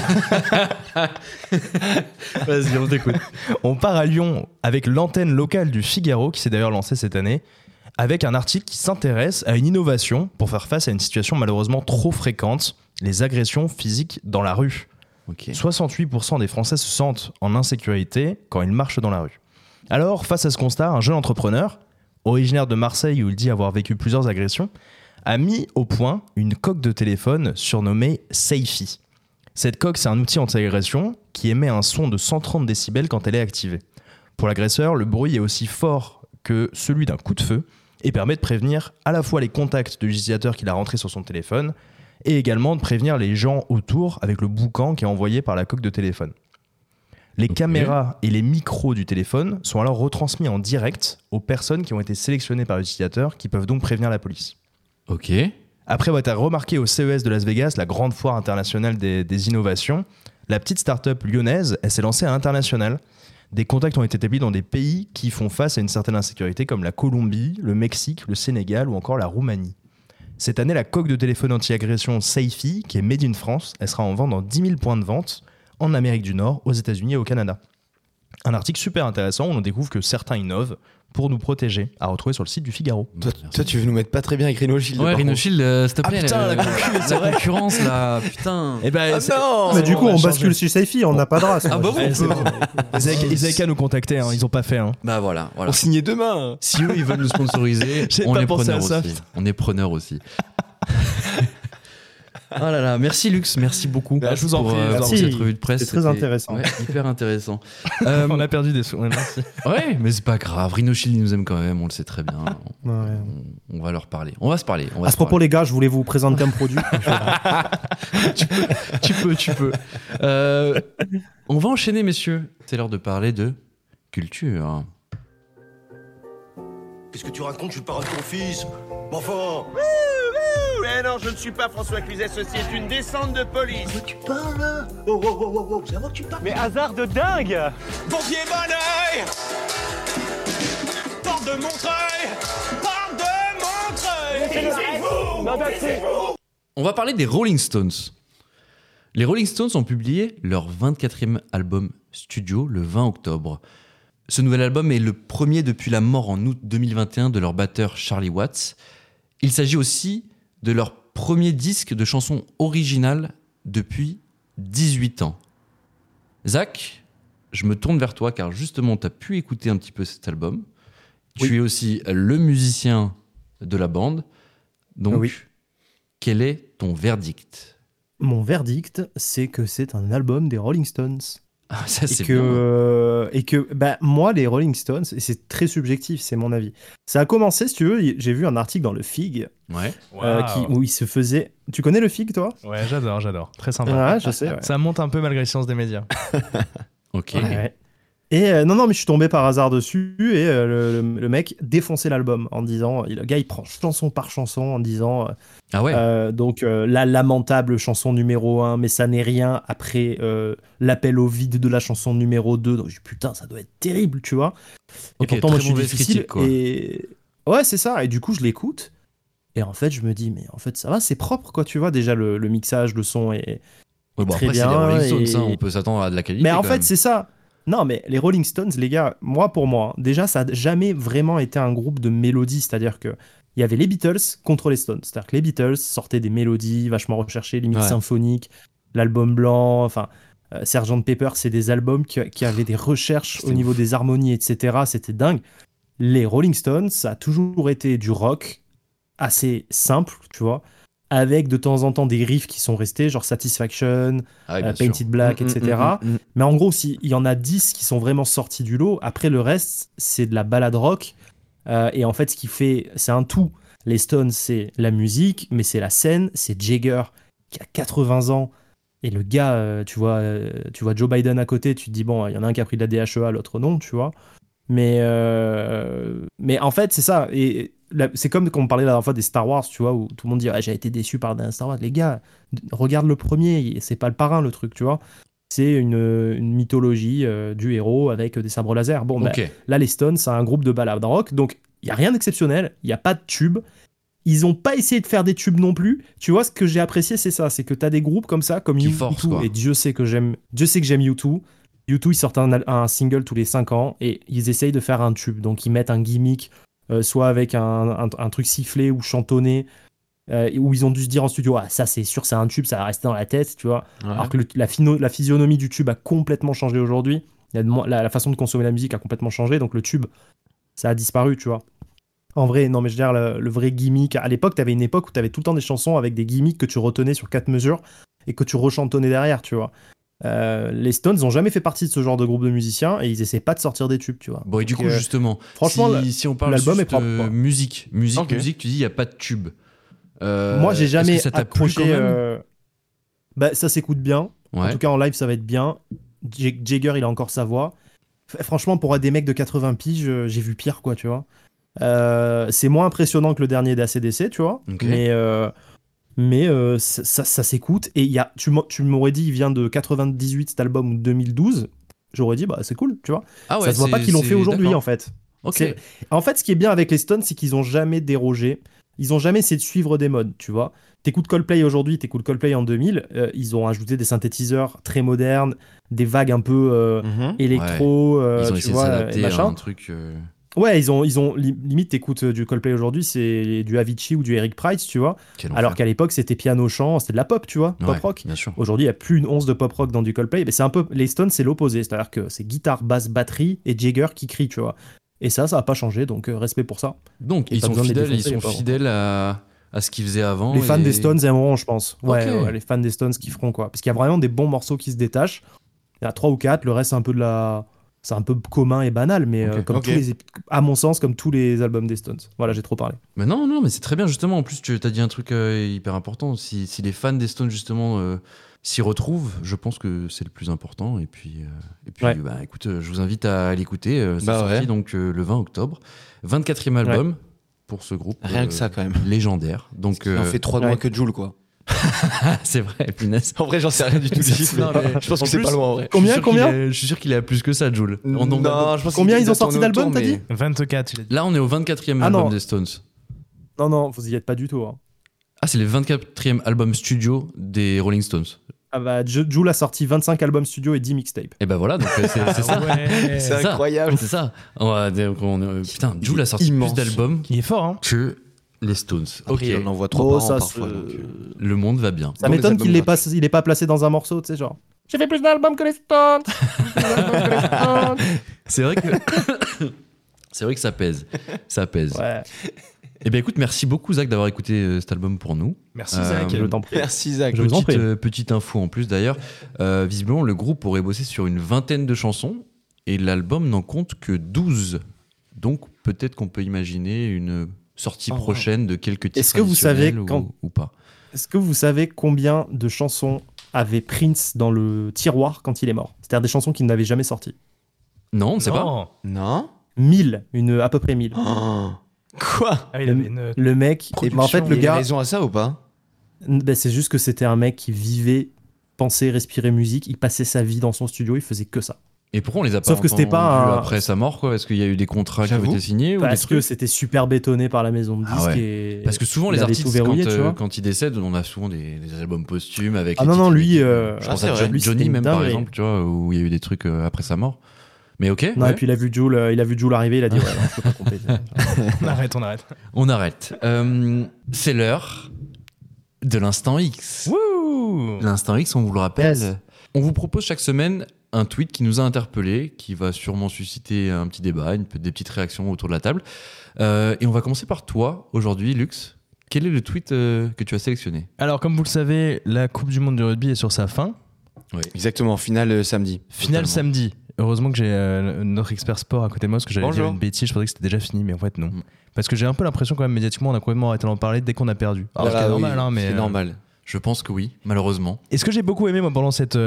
Vas-y, on t'écoute. On part à Lyon avec l'antenne locale du Figaro qui s'est d'ailleurs lancée cette année, avec un article qui s'intéresse à une innovation pour faire face à une situation malheureusement trop fréquente, les agressions physiques dans la rue. Ok. 68% des Français se sentent en insécurité quand ils marchent dans la rue. Alors, face à ce constat, un jeune entrepreneur, originaire de Marseille où il dit avoir vécu plusieurs agressions, a mis au point une coque de téléphone surnommée Safety. Cette coque, c'est un outil anti-agression qui émet un son de 130 décibels quand elle est activée. Pour l'agresseur, le bruit est aussi fort que celui d'un coup de feu et permet de prévenir à la fois les contacts de l'utilisateur qu'il a rentré sur son téléphone et également de prévenir les gens autour avec le boucan qui est envoyé par la coque de téléphone. Les caméras et les micros du téléphone sont alors retransmis en direct aux personnes qui ont été sélectionnées par l'utilisateur qui peuvent donc prévenir la police. Ok. Après avoir été remarqué au CES de Las Vegas, la grande foire internationale des innovations, la petite start-up lyonnaise, elle s'est lancée à l'international. Des contacts ont été établis dans des pays qui font face à une certaine insécurité comme la Colombie, le Mexique, le Sénégal ou encore la Roumanie. Cette année, la coque de téléphone anti-agression Safety, qui est made in France, elle sera en vente dans 10 000 points de vente en Amérique du Nord, aux États-Unis et au Canada. Un article super intéressant où on découvre que certains innovent pour nous protéger, à retrouver sur le site du Figaro. Toi, tu veux nous mettre pas très bien avec Rhino Shield. Ouais, par Rhino contre. Shield, s'il te plaît. putain, la concurrence, là, putain. Eh ben, non Mais du coup, va on changer. bascule sur Safety, on n'a pas de race. Ah bah oui, on peut. Ils avaient qu'à nous contacter, hein, ils ont pas fait. Hein. Bah voilà, voilà. On signait demain. Si eux, ils veulent nous sponsoriser, J'ai on pas est pensé preneurs à ça, aussi. putain. On est preneurs aussi. Oh là là, merci Lux, merci beaucoup Bah, je vous en pour, prie, pour merci. cette revue de presse. C'était très intéressant. Ouais, hyper intéressant. On a perdu des sous. Ouais, merci. Ouais, mais c'est pas grave. Rhino Shield, ils nous aiment quand même, on le sait très bien. Ouais. On va leur parler. On va se parler. On va À se ce propos, parler. les gars, je voulais vous présenter un produit. Tu peux. On va enchaîner, messieurs. C'est l'heure de parler de culture. Qu'est-ce que tu racontes? Je suis le parrain de ton fils. Mais enfin. Mais non, je ne suis pas François Cluzet, ceci est une descente de police. Tu parles là? Oh, c'est à moi que tu parles. Mais hasard de dingue. Pompier Bonneuil. Porte de Montreuil. Porte de Montreuil. On va parler des Rolling Stones. Les Rolling Stones ont publié leur 24e album studio le 20 octobre. Ce nouvel album est le premier depuis la mort en août 2021 de leur batteur Charlie Watts. Il s'agit aussi de leur premier disque de chansons originales depuis 18 ans. Zach, je me tourne vers toi car justement tu as pu écouter un petit peu cet album. Oui. Tu es aussi le musicien de la bande. Donc, Oui. quel est ton verdict? Mon verdict, c'est que c'est un album des Rolling Stones. Ah, ça Et c'est bien. que bah, moi, les Rolling Stones, et c'est très subjectif, c'est mon avis. Ça a commencé, si tu veux, j'ai vu un article dans le Fig Ouais. où il se faisait. Tu connais le Fig, toi? Ouais, j'adore. Très sympa. Ouais, je sais. Ouais. Ça monte un peu malgré le silence des médias. Ok. Ouais. Et non, mais je suis tombé par hasard dessus et le mec défonçait l'album en disant, le gars il prend chanson par chanson en disant, Ah ouais. donc la lamentable chanson numéro 1, mais ça n'est rien après l'appel au vide de la chanson numéro 2. Donc putain, ça doit être terrible, tu vois. Et Ok, pourtant moi très je suis mauvaise difficile critique, quoi. et ouais c'est ça. Et du coup je l'écoute et en fait je me dis mais en fait ça va, c'est propre quoi, tu vois. Déjà le mixage, le son est Ouais, bon, très après, c'est les bien. Rolling Stones, hein, Et... on peut s'attendre à de la qualité. Mais en quand fait, même. c'est ça. Non, mais les Rolling Stones, les gars, pour moi, déjà, ça n'a jamais vraiment été un groupe de mélodies. C'est-à-dire que il y avait les Beatles contre les Stones. C'est-à-dire que les Beatles sortaient des mélodies vachement recherchées, limite Ouais. symphoniques, l'album blanc, enfin, Sgt Pepper, c'est des albums qui avaient des recherches C'était au niveau ouf. des harmonies, etc. C'était dingue. Les Rolling Stones, ça a toujours été du rock assez simple, tu vois, avec de temps en temps des riffs qui sont restés, genre Satisfaction, Ah ouais, bien sûr. Painted Black, etc. Mais en gros, s'il y en a 10 qui sont vraiment sortis du lot, après le reste, c'est de la balade rock. Et en fait, ce qui fait, c'est un tout. Les Stones, c'est la musique, mais c'est la scène, c'est Jagger qui a 80 ans. Et le gars, tu vois Joe Biden à côté, tu te dis, bon, il y en a un qui a pris de la DHEA, l'autre non, tu vois. Mais en fait, c'est ça. Et c'est comme quand on parlait la dernière fois des Star Wars, tu vois, où tout le monde dit ah, j'ai été déçu par un Star Wars. Les gars, regarde le premier, c'est pas le parrain le truc, tu vois. C'est une mythologie du héros avec des sabres laser. Bon, Ok. là, les Stones, c'est un groupe de ballade rock, donc il y a rien d'exceptionnel, il y a pas de tube. Ils ont pas essayé de faire des tubes non plus. Tu vois, ce que j'ai apprécié, c'est ça, c'est que t'as des groupes comme ça, comme Qui U2, forcent, quoi. et Dieu sait que j'aime U2. U2, ils sortent un single tous les 5 ans et ils essayent de faire un tube. Donc ils mettent un gimmick, soit avec un truc sifflé ou chantonné, où ils ont dû se dire en studio, ah ça c'est sûr, c'est un tube, ça va rester dans la tête, tu vois. Ouais. Alors que la physionomie du tube a complètement changé aujourd'hui. La façon de consommer la musique a complètement changé, donc le tube, ça a disparu, tu vois. En vrai, non mais je veux dire, le vrai gimmick, à l'époque, t'avais une époque où t'avais tout le temps des chansons avec des gimmicks que tu retenais sur 4 mesures et que tu rechantonnais derrière, tu vois. Les Stones n'ont jamais fait partie de ce genre de groupe de musiciens et ils essaient pas de sortir des tubes, tu vois. Bon, et du Donc, coup, justement, franchement, si on parle l'album juste est propre, quoi. musique, Ok. tu dis, il n'y a pas de tube. moi, j'ai est-ce jamais que ça t'a plu accroché. quand même Bah, ça s'écoute bien. En Ouais. tout cas, en live, ça va être bien. Jagger, il a encore sa voix. Franchement, pour des mecs de 80 piges, j'ai vu pire, quoi, tu vois. C'est moins impressionnant que le dernier d'ACDC, tu vois. Ok. Mais ça s'écoute. Et tu m'aurais dit, il vient de 98, cet album, ou 2012. J'aurais dit, bah, c'est cool, tu vois. Ah ouais, Ça se voit pas qu'ils l'ont fait aujourd'hui, d'accord. en fait. Ok. En fait, ce qui est bien avec les Stones, c'est qu'ils ont jamais dérogé. Ils ont jamais essayé de suivre des modes, tu vois. T'écoutes Coldplay aujourd'hui, t'écoutes Coldplay en 2000, ils ont ajouté des synthétiseurs très modernes, des vagues un peu électro, Ils ont tu essayé de vois, et s'adapter à machin. un truc. Ouais, limite, t'écoutes du Coldplay aujourd'hui, c'est du Avicii ou du Eric Price, tu vois. Quel Alors enfer. qu'à l'époque, c'était piano-chant, c'était de la pop, tu vois, pop Ouais, rock. bien sûr. Aujourd'hui, il n'y a plus une once de pop rock dans du Coldplay. Mais c'est un peu, les Stones, c'est l'opposé. C'est-à-dire que c'est guitare, basse, batterie et Jagger qui crie, tu vois. Et ça n'a pas changé, donc respect pour ça. Donc, Et ils pas sont besoin de les fidèles, défoncer, y a pas fidèles à ce qu'ils faisaient avant. Les fans et- des Stones aimeront, je pense. Ouais, Ok. ouais, les fans des Stones kifferont, quoi. Parce qu'il y a vraiment des bons morceaux qui se détachent. Il y en a 3 ou 4, le reste, c'est un peu c'est un peu commun et banal, mais Ok. comme Ok. à mon sens, comme tous les albums des Stones. Voilà, j'ai trop parlé. Mais non, mais c'est très bien, justement. En plus, tu as dit un truc hyper important. Si les fans des Stones, justement, s'y retrouvent, je pense que c'est le plus important. Et puis Ouais. bah, écoute, je vous invite à l'écouter. C'est Bah sorti ouais. donc le 20 octobre. 24e album pour ce groupe. Rien que ça, quand même. Légendaire. Donc, Il en fait 3 de moins ouais. que Joule, quoi. c'est vrai, punaise. En vrai, j'en sais rien du tout. Non, mais Je pense en que c'est plus, pas loin, en vrai. Combien, Je suis sûr combien qu'il est- Je suis sûr qu'il est à plus que ça, Jules. En nombre d'albums. je pense Combien qu'il ils ont a sorti tourné d'albums, autour, t'as dit 24, il a dit. Là, on est au 24e Ah album non. des Stones. Non, vous y êtes pas du tout. Hein. Ah, c'est le 24e album studio des Rolling Stones. Ah bah, Jul a sorti 25 albums studio et 10 mixtapes. Et ben voilà, donc c'est ça. Ouais. C'est ça. incroyable. C'est ça. Putain, Jules a sorti immense. plus d'albums Il est fort, hein. que les Stones. Après, Ok, on en voit 3 Oh, par an, ça, parfois. c'est- donc, le monde va bien. Ça Bon, m'étonne les qu'il albums il est pas placé dans un morceau, tu sais, genre. J'ai fait plus d'albums que les Stones. C'est vrai que c'est vrai que ça pèse. Ça pèse. Ouais, Eh bien écoute, merci beaucoup Zach d'avoir écouté cet album pour nous. Merci, Euh, Zach. je t'en prie. Merci, Zach. Je vous en prie. Petite info en plus d'ailleurs. Visiblement, le groupe aurait bossé sur une vingtaine de chansons et l'album n'en compte que 12. Donc peut-être qu'on peut imaginer une sortie Oh, prochaine de quelques titres Est-ce que vous savez traditionnels ou pas. Est-ce que vous savez combien de chansons avait Prince dans le tiroir quand il est mort? C'est-à-dire des chansons qu'il n'avait jamais sorties. Non, on ne sait pas. Non. 1000, à peu près 1000. Oh. Quoi? Ah, il avait une Le mec, et ben, en fait, le Il y a une gars, raison à ça ou pas? ben, c'est juste que c'était un mec qui vivait, pensait, respirait musique. Il passait sa vie dans son studio, il faisait que ça. Et pourquoi on les a pas Sauf que c'était entendus pas un- après sa mort, quoi? Est-ce qu'il y a eu des contrats qui ont J'avoue. été signés ou des Parce que trucs? c'était super bétonné par la maison de Ah disques. ouais. Et Parce que souvent, il les avait artistes, tout verrouillé, tu vois. quand ils décèdent, on a souvent des albums posthumes avec. Ah les non, non, titres lui, d'équipe. ah, Je pense c'est à vrai. Lui, Johnny, c'était une même par dinguerie. exemple, tu vois, où il y a eu des trucs après sa mort. Mais ok, Non, ouais. et puis il a vu Jul arriver, il a dit ouais, non, je peux pas compléter. On arrête. On arrête. C'est l'heure de l'instant X. Wouh. L'instant X, on vous le rappelle. Yes. On vous propose chaque semaine un tweet qui nous a interpellés, qui va sûrement susciter un petit débat, des petites réactions autour de la table. Et on va commencer par toi aujourd'hui, Lux. Quel est le tweet que tu as sélectionné? Alors, comme vous le savez, la Coupe du Monde du rugby est sur sa fin. Exactement, finale samedi. Finale Totalement. samedi. Heureusement que j'ai notre expert sport à côté de moi, parce que j'allais dire Bonjour. une bêtise, je pensais que c'était déjà fini, mais en fait non. Mm. Parce que j'ai un peu l'impression quand même médiatiquement, on a complètement arrêté d'en parler dès qu'on a perdu. Alors, Ah c'est oui, normal, hein, mais... C'est normal. Je pense que oui, malheureusement. Et ce que j'ai beaucoup aimé moi pendant cette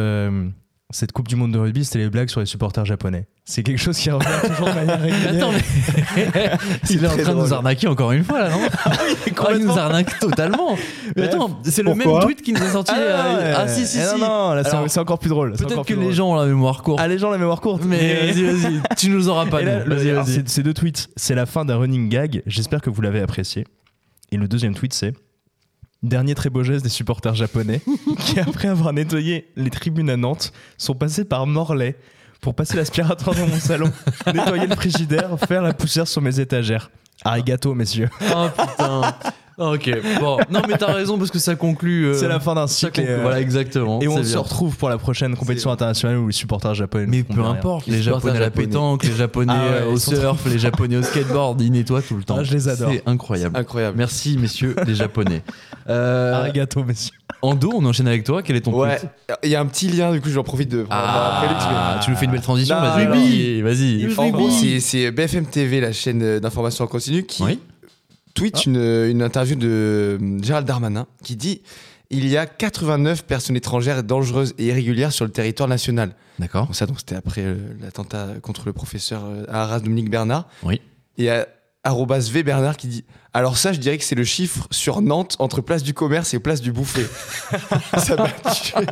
Coupe du Monde de rugby, c'était les blagues sur les supporters japonais. C'est quelque chose qui revient toujours de manière régulière. Attends, mais il est en train de nous arnaquer encore une fois là, non? Il nous arnaque totalement. Mais attends, c'est le même Pourquoi tweet qui nous a sorti. Ah si, si, Eh si. non, là, Alors, c'est encore plus drôle. c'est Peut-être encore que plus les drôle. gens ont la mémoire courte. Ah, les gens ont la mémoire courte. Mais vas-y, tu nous auras pas. Et là, nous. Vas-y, alors, vas-y. ces deux tweets, c'est la fin d'un running gag. J'espère que vous l'avez apprécié. Et le deuxième tweet, c'est dernier très beau geste des supporters japonais qui, après avoir nettoyé les tribunes à Nantes, sont passés par Morlaix pour passer l'aspirateur dans mon salon, nettoyer le frigidaire, faire la poussière sur mes étagères. Arigato, messieurs. Oh putain. Ok, bon. Non, mais t'as raison parce que ça conclut. C'est la fin d'un ça cycle. conclut. Voilà, exactement. Et on c'est se bien. retrouve pour la prochaine compétition internationale où les supporters japonais. ne Mais font peu rien. importe, Les les Japonais à la supporters pétanque, les Japonais Ah ouais, au ils sont surf, les Japonais au skateboard, ils nettoient tout le temps. Ah, je les adore. C'est incroyable. Incroyable. Merci, messieurs les Japonais. Arigato, messieurs. Ando, on enchaîne avec toi. Quel est ton Ouais, tweet? il y a un petit lien, du coup, j'en profite de. Ah, tu nous fais une belle transition. Non, Vas-y, non. vas-y, vas-y. En gros, c'est BFM TV, la chaîne d'information en continu, qui Oui. tweet une interview de Gérald Darmanin qui dit il y a 89 personnes étrangères dangereuses et irrégulières sur le territoire national. D'accord. Bon, ça, donc, c'était après l'attentat contre le professeur à Arras, Dominique Bernard. Oui. Et il y a @V Bernard qui dit alors ça, je dirais que c'est le chiffre sur Nantes entre place du commerce et place du bouffet. Ça m'a tué.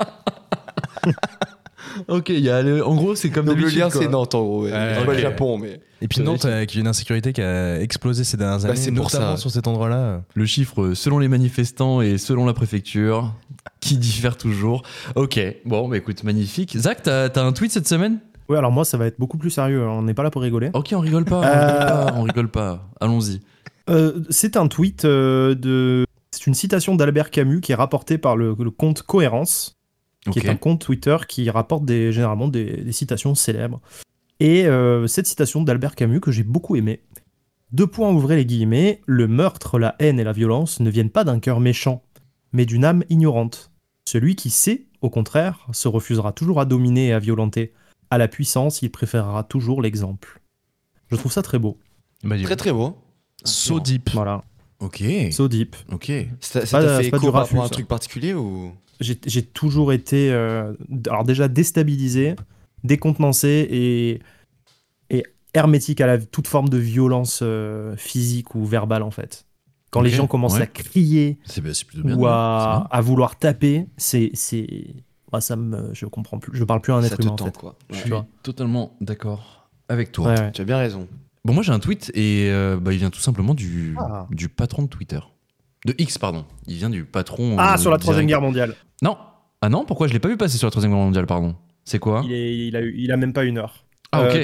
Ok, en gros, c'est comme Donc le d'habitude, lien, quoi. c'est Nantes en gros. Ouais. C'est pas ok. le Japon, mais. Et puis Nantes, avec une insécurité qui a explosé ces dernières années, c'est pour notamment ça. sur cet endroit-là. Le chiffre selon les manifestants et selon la préfecture, qui diffère toujours. Ok, bon, bah écoute, magnifique. Zach, t'as un tweet cette semaine? Ouais, alors moi, ça va être beaucoup plus sérieux. On n'est pas là pour rigoler. Ok, on rigole pas, on rigole pas. Allons-y. C'est un tweet c'est une citation d'Albert Camus qui est rapportée par le compte Cohérence, qui Ok. est un compte Twitter qui rapporte généralement des citations célèbres. Et cette citation d'Albert Camus que j'ai beaucoup aimée. 2 points, ouvrez les guillemets. Le meurtre, la haine et la violence ne viennent pas d'un cœur méchant, mais d'une âme ignorante. Celui qui sait, au contraire, se refusera toujours à dominer et à violenter. À la puissance, il préférera toujours l'exemple. Je trouve ça très beau. Bah, Très très beau. So deep. Voilà. Ok. So deep. Ok. Ça pas- t'a fait c'est pas écho du par rapport à un Rafus, ça. truc particulier ou J'ai toujours été alors déjà déstabilisé, décontenancé et hermétique à toute forme de violence physique ou verbale en fait. Quand les Ok, gens commencent ouais. à crier C'est plutôt bien. ou c'est à vouloir taper, moi, je comprends plus, je parle plus à un ça être te humain en tente fait. quoi. bien. Je Tu suis vois. totalement d'accord avec toi. Ouais, ouais. Tu as bien raison. Bon, moi j'ai un tweet et il vient tout simplement du Ah. patron de Twitter. De X, pardon. Il vient du patron. Sur la Troisième direct. Guerre mondiale. Non. Ah non, pourquoi je l'ai pas vu passer sur la Troisième Guerre mondiale, pardon. C'est quoi? Il a même pas 1 heure. Ah, ok.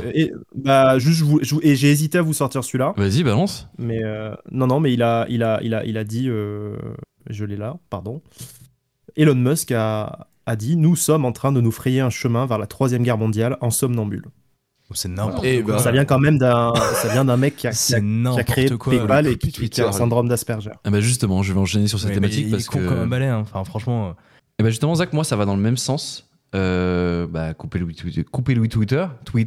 Et j'ai hésité à vous sortir celui-là. Vas-y, balance. Mais non, mais il a dit, je l'ai là, pardon. Elon Musk a dit, nous sommes en train de nous frayer un chemin vers la Troisième Guerre mondiale en somnambule. C'est n'importe Et quoi. bah, Ça vient quand même d'un mec qui a créé n'importe quoi. PayPal et qui Twitter, a un syndrome d'Asperger. Ah bah justement, je vais enchaîner sur cette Ouais, thématique mais parce il est con que. comme un balai, hein. Enfin, franchement. Et bah justement, Zach, moi ça va dans le même sens. Coupez Louis Twitter. Coupez le Twitter.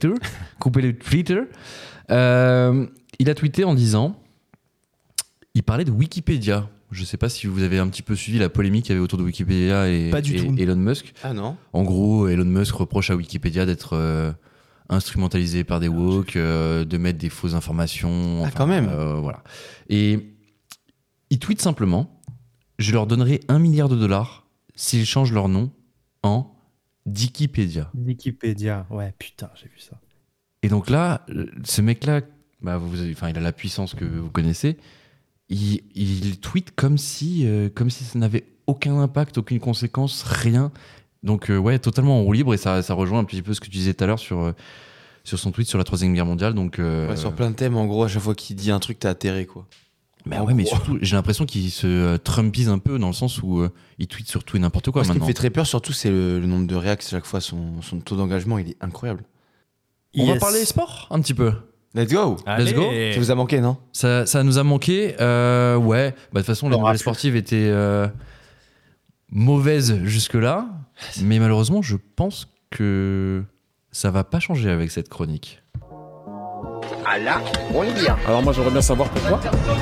Il a tweeté en disant. Il parlait de Wikipédia. Je sais pas si vous avez un petit peu suivi la polémique qu'il y avait autour de Wikipédia et Pas du tout. Elon Musk. Ah non. En gros, Elon Musk reproche à Wikipédia d'être instrumentalisé par des woke, de mettre des fausses informations. Quand même. Voilà. Et ils tweetent simplement, je leur donnerai $1 milliard s'ils changent leur nom en Dikipédia. Wikipédia, ouais, putain, j'ai vu ça. Et donc là, ce mec-là, il a la puissance que vous connaissez. Il tweet comme si ça n'avait aucun impact, aucune conséquence, rien. Donc totalement en roue libre, et ça rejoint un petit peu ce que tu disais tout à l'heure sur son tweet sur la Troisième Guerre mondiale. Donc, sur plein de thèmes, en gros, à chaque fois qu'il dit un truc, t'as atterré, quoi. Mais surtout, j'ai l'impression qu'il se trumpise un peu dans le sens où il tweet sur tout et n'importe quoi. Ce qui me maintenant. fait très peur, surtout, c'est le nombre de réacts. Chaque fois, son taux d'engagement, il est incroyable. On va parler sport un petit peu. Let's go. Let's go. Ça vous a manqué, non? Ça nous a manqué. Ouais. De toute façon, les nouvelles sportives étaient mauvaises jusque-là. Mais malheureusement, je pense que ça va pas changer avec cette chronique. Ah là, on est bien. Alors moi, j'aimerais bien savoir pourquoi.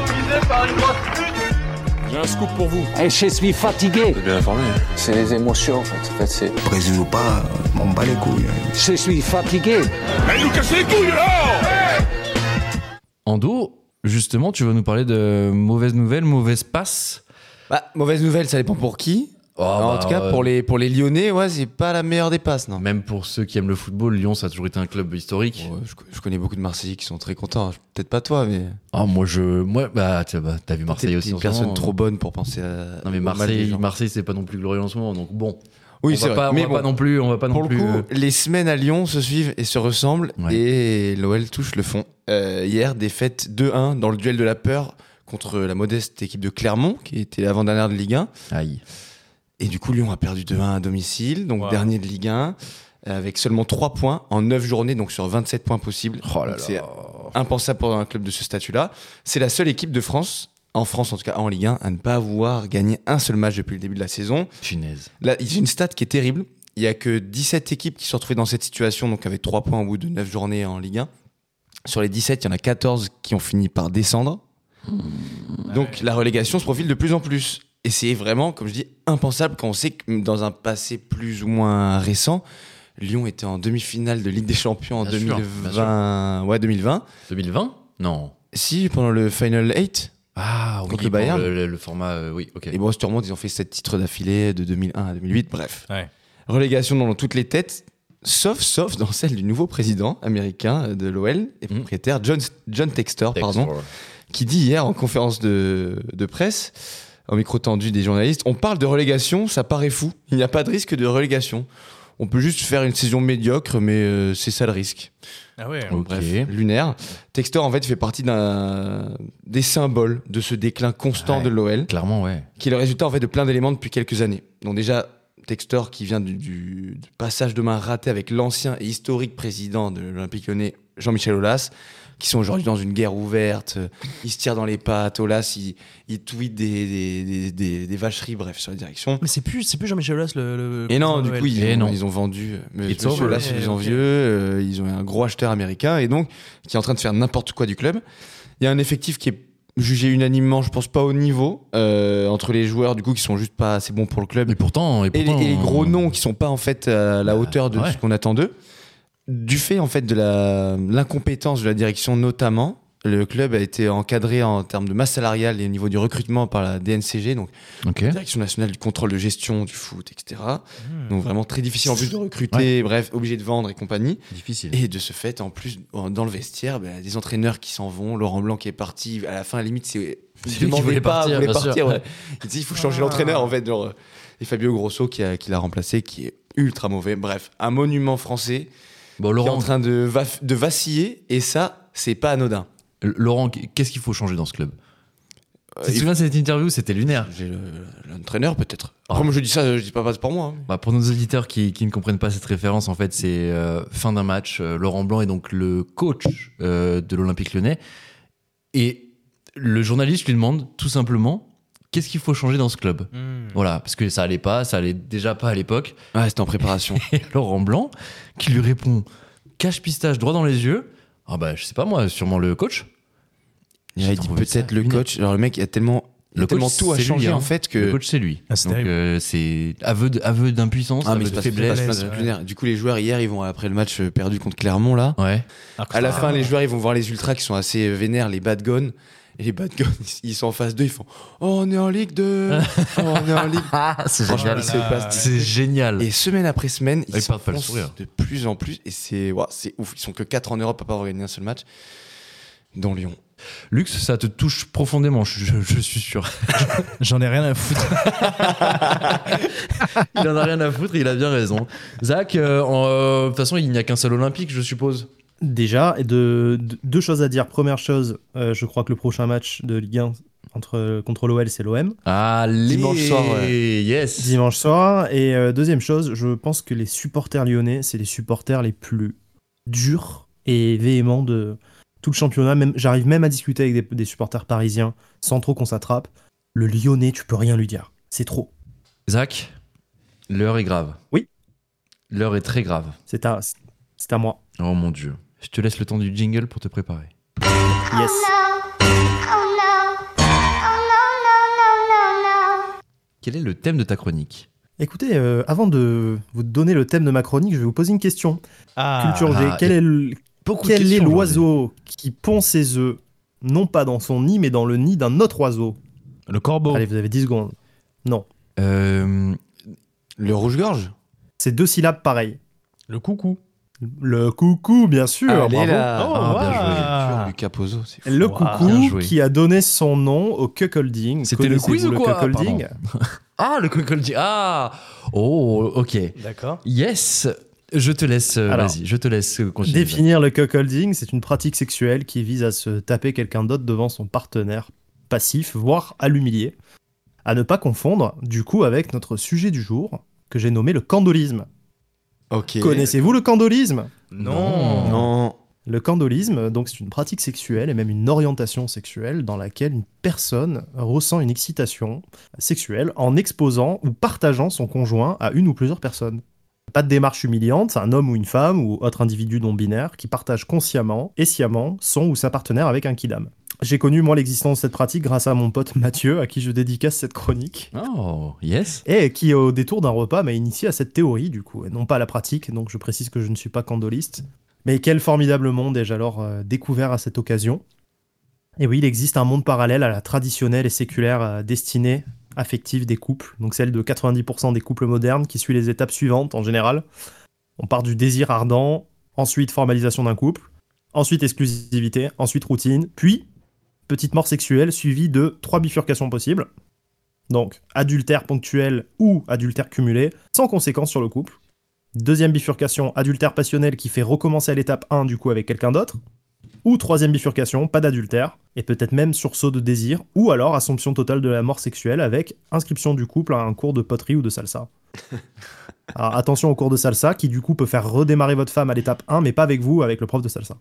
J'ai un scoop pour vous. Et je suis fatigué. T'es bien informé. C'est les émotions, en fait. C'est... Brésil ou pas, m'en bats les couilles. Je suis fatigué. Allez nous casser les couilles là. Ando, justement, tu vas nous parler de mauvaises nouvelles, mauvaises passes. Mauvaise nouvelle, ça dépend pour qui. En tout cas, pour les Lyonnais, c'est pas la meilleure des passes, non. Même pour ceux qui aiment le football, Lyon, ça a toujours été un club historique. Je connais beaucoup de Marseillais qui sont très contents. Peut-être pas toi, mais. T'as vu Marseille aussi. T'es une personne trop bonne pour penser à. Non, mais Marseille, c'est pas non plus glorieux en ce moment, donc bon. Oui, on va pas non plus. Pour le coup, les semaines à Lyon se suivent et se ressemblent, et l'OL touche le fond. Hier, défaite 2-1 dans le duel de la peur contre la modeste équipe de Clermont, qui était l'avant-dernière de Ligue 1. Aïe. Et du coup, Lyon a perdu 2-1 à domicile, donc dernier de Ligue 1, avec seulement 3 points en 9 journées, donc sur 27 points possibles. C'est impensable pour un club de ce statut-là. C'est la seule équipe de France, en France en tout cas en Ligue 1, à ne pas avoir gagné un seul match depuis le début de la saison. Punaise. Là, il y a une stat qui est terrible. Il n'y a que 17 équipes qui se sont retrouvées dans cette situation, donc avec 3 points au bout de 9 journées en Ligue 1. Sur les 17, il y en a 14 qui ont fini par descendre. Donc la relégation se profile de plus en plus. Et c'est vraiment, comme je dis, impensable quand on sait que dans un passé plus ou moins récent, Lyon était en demi-finale de Ligue des Champions en 2020. Ouais, 2020. 2020 ? Non. Si, pendant le Final 8. Ah, contre le Bayern. Le format, oui, ok. Et bon, si tu remontes, ils ont fait 7 titres d'affilée de 2001 à 2008. Bref. Ouais. Relégation dans toutes les têtes, sauf dans celle du nouveau président américain de l'OL et propriétaire, John Textor, qui dit hier en conférence de presse, au micro tendu des journalistes, on parle de relégation, ça paraît fou. Il n'y a pas de risque de relégation. On peut juste faire une saison médiocre, mais c'est ça le risque. Ah ouais. Bref, lunaire. Textor, en fait, fait partie des symboles de ce déclin constant de l'OL. Clairement, ouais. Qui est le résultat, en fait, de plein d'éléments depuis quelques années. Donc déjà, Textor, qui vient du passage de main raté avec l'ancien et historique président de l'Olympique Lyonnais, Jean-Michel Aulas, qui sont aujourd'hui dans une guerre ouverte, ils se tirent dans les pattes. Aulas, il tweet des vacheries, bref, sur la direction. Mais c'est plus Jean-Michel Aulas le et non, du coup, ils ont vendu. Monsieur Aulas, ils ont vieux, ils ont un gros acheteur américain, et donc, qui est en train de faire n'importe quoi du club. Il y a un effectif qui est jugé unanimement, je pense pas au niveau, entre les joueurs, du coup, qui sont juste pas assez bons pour le club. Et pourtant, et les gros noms qui sont pas, en fait, à la hauteur de ce qu'on attend d'eux. Du fait en fait de l'incompétence de la direction notamment, le club a été encadré en termes de masse salariale et au niveau du recrutement par la DNCG, donc la Direction nationale du contrôle de gestion du foot, etc. Donc vraiment très difficile en plus de recruter, bref, obligé de vendre et compagnie. Difficile. Et de ce fait, en plus, dans le vestiaire, des entraîneurs qui s'en vont, Laurent Blanc qui est parti, à la fin, à la limite, il voulait partir. Ouais. Il dit il faut changer l'entraîneur en fait, genre, et Fabio Grosso qui l'a remplacé, qui est ultra mauvais. Bref, un monument français. Bon, Laurent, qui est en train de vaciller, et ça, c'est pas anodin. Laurent, qu'est-ce qu'il faut changer dans ce club ? Tu te souviens de cette interview ? C'était lunaire. J'ai l'entraîneur, peut-être. Après, moi, je dis ça, je dis pas pour moi. Pour nos auditeurs qui ne comprennent pas cette référence, en fait, c'est fin d'un match. Laurent Blanc est donc le coach de l'Olympique Lyonnais. Et le journaliste lui demande tout simplement qu'est-ce qu'il faut changer dans ce club ? Voilà, parce que ça allait déjà pas à l'époque. Ouais, c'était en préparation. Et Laurent Blanc qui lui répond cache-pistache droit dans les yeux. Ah bah je sais pas moi, sûrement le coach. Il dit peut-être le coach. Alors le mec a tellement Le tellement coach, tout a c'est changé lui, hein. en fait que. Le coach, c'est lui. Ah, c'est Donc, terrible. c'est aveu d'impuissance, Ah, mais aveu c'est de parce que faiblesse. c'est pas disciplinaire. Du coup, les joueurs hier, ils vont après le match perdu contre Clermont là. Ouais. À la fin, les joueurs, ils vont voir les ultras qui sont assez vénères, les bad guns. Et les bad guns, ils sont en phase 2, ils font Oh, on est en Ligue 2 Oh, on est en Ligue. Ah, c'est Franchement, génial. ils se passent- C'est génial. Et semaine après semaine, ils Ils perdent pas le s'enfoncent sourire. de plus en plus. Et c'est ouf. Ils sont que 4 en Europe à pas avoir gagné un seul match, dont Lyon. Lux, ça te touche profondément, je suis sûr. J'en ai rien à foutre. Il en a rien à foutre, il a bien raison. Zach, de toute façon, il n'y a qu'un seul Olympique, je suppose. Déjà, et deux choses à dire. Première chose, je crois que le prochain match de Ligue 1 contre l'OL, c'est l'OM. Allez, Dimanche soir, ouais. Yes. Dimanche soir. Et deuxième chose, je pense que les supporters lyonnais, c'est les supporters les plus durs et véhéments de tout le championnat. J'arrive même à discuter avec des supporters parisiens sans trop qu'on s'attrape. Le lyonnais, tu peux rien lui dire. C'est trop. Zach, l'heure est grave. Oui. L'heure est très grave. C'est à moi. Oh mon Dieu. Je te laisse le temps du jingle pour te préparer. Yes. Quel est le thème de ta chronique? Écoutez, avant de vous donner le thème de ma chronique, je vais vous poser une question. Culture G, quel est l'oiseau qui pond ses œufs, non pas dans son nid, mais dans le nid d'un autre oiseau? Le corbeau. Allez, vous avez 10 secondes. Non. Le rouge-gorge. C'est 2 syllabes pareilles. Le coucou. Le coucou, bien sûr. Allez bravo. là. Oh, bien wow. joué. Lucas Pozzo, c'est fou. Le bien coucou joué. qui a donné son nom au cuckolding. C'était le quiz Connaissez-vous ou quoi? le cuckolding? Ah, le cuckolding. Ah. Oh, ok. D'accord. Yes. Je te laisse, Alors, vas-y, je te laisse continuer. Définir le cuckolding, c'est une pratique sexuelle qui vise à se taper quelqu'un d'autre devant son partenaire passif, voire à l'humilier. À ne pas confondre, du coup, avec notre sujet du jour, que j'ai nommé le candolisme. Ok. Connaissez-vous le candolisme? Non. Non. Le candolisme, donc, c'est une pratique sexuelle et même une orientation sexuelle dans laquelle une personne ressent une excitation sexuelle en exposant ou partageant son conjoint à une ou plusieurs personnes. Pas de démarche humiliante, c'est un homme ou une femme ou autre individu non binaire qui partage consciemment et sciemment son ou sa partenaire avec un kidam. J'ai connu, moi, l'existence de cette pratique grâce à mon pote Mathieu, à qui je dédicace cette chronique. Oh, yes. Et qui, au détour d'un repas, m'a initié à cette théorie, du coup, et non pas à la pratique, donc je précise que je ne suis pas candoliste. Mais quel formidable monde ai-je alors découvert à cette occasion. Et oui, il existe un monde parallèle à la traditionnelle et séculaire destinée affective des couples, donc celle de 90% des couples modernes, qui suit les étapes suivantes en général. On part du désir ardent, ensuite formalisation d'un couple, ensuite exclusivité, ensuite routine, puis petite mort sexuelle suivie de 3 bifurcations possibles. Donc adultère ponctuel ou adultère cumulé, sans conséquence sur le couple. Deuxième bifurcation, adultère passionnel qui fait recommencer à l'étape 1 du coup avec quelqu'un d'autre. Ou troisième bifurcation, pas d'adultère, et peut-être même sursaut de désir, ou alors assomption totale de la mort sexuelle avec inscription du couple à un cours de poterie ou de salsa. Alors attention au cours de salsa qui du coup peut faire redémarrer votre femme à l'étape 1, mais pas avec vous, avec le prof de salsa.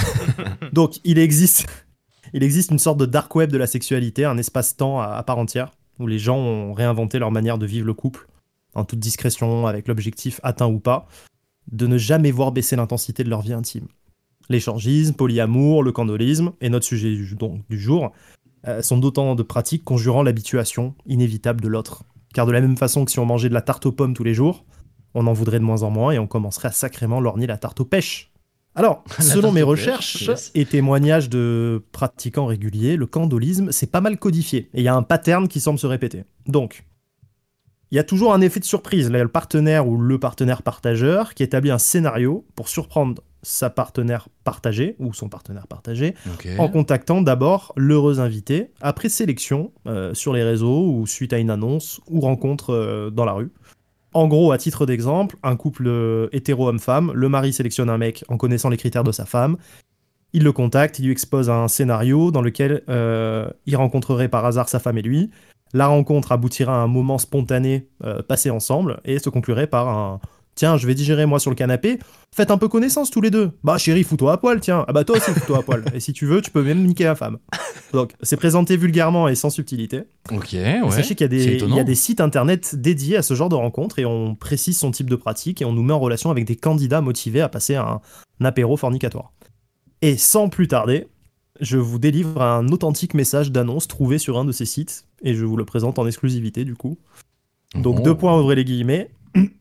Donc il existe une sorte de dark web de la sexualité, un espace-temps à part entière, où les gens ont réinventé leur manière de vivre le couple, en toute discrétion, avec l'objectif atteint ou pas, de ne jamais voir baisser l'intensité de leur vie intime. L'échangisme, polyamour, le candolisme, et notre sujet du jour, sont d'autant de pratiques conjurant l'habituation inévitable de l'autre. Car de la même façon que si on mangeait de la tarte aux pommes tous les jours, on en voudrait de moins en moins et on commencerait à sacrément lorgner la tarte aux pêches. Alors, selon mes recherches et témoignages de pratiquants réguliers, le candolisme, c'est pas mal codifié. Et il y a un pattern qui semble se répéter. Donc, il y a toujours un effet de surprise. Là, le partenaire ou le partenaire partageur qui établit un scénario pour surprendre sa partenaire partagée ou son partenaire partagé en contactant d'abord l'heureux invité après sélection sur les réseaux ou suite à une annonce ou rencontre dans la rue. En gros, à titre d'exemple, un couple hétéro homme-femme, le mari sélectionne un mec en connaissant les critères de sa femme, il le contacte, il lui expose un scénario dans lequel il rencontrerait par hasard sa femme et lui. La rencontre aboutira à un moment spontané passé ensemble et se conclurait par un « Tiens, je vais digérer moi sur le canapé, faites un peu connaissance tous les deux. Bah chérie, fous-toi à poil, tiens. Ah bah toi aussi, fous-toi à poil. Et si tu veux, tu peux même niquer la femme. » Donc, c'est présenté vulgairement et sans subtilité. Ok, ouais. Sachez qu'il y a des sites internet dédiés à ce genre de rencontres et on précise son type de pratique et on nous met en relation avec des candidats motivés à passer un apéro fornicatoire. Et sans plus tarder, je vous délivre un authentique message d'annonce trouvé sur un de ces sites et je vous le présente en exclusivité du coup. Donc 2 points, ouvrez les guillemets.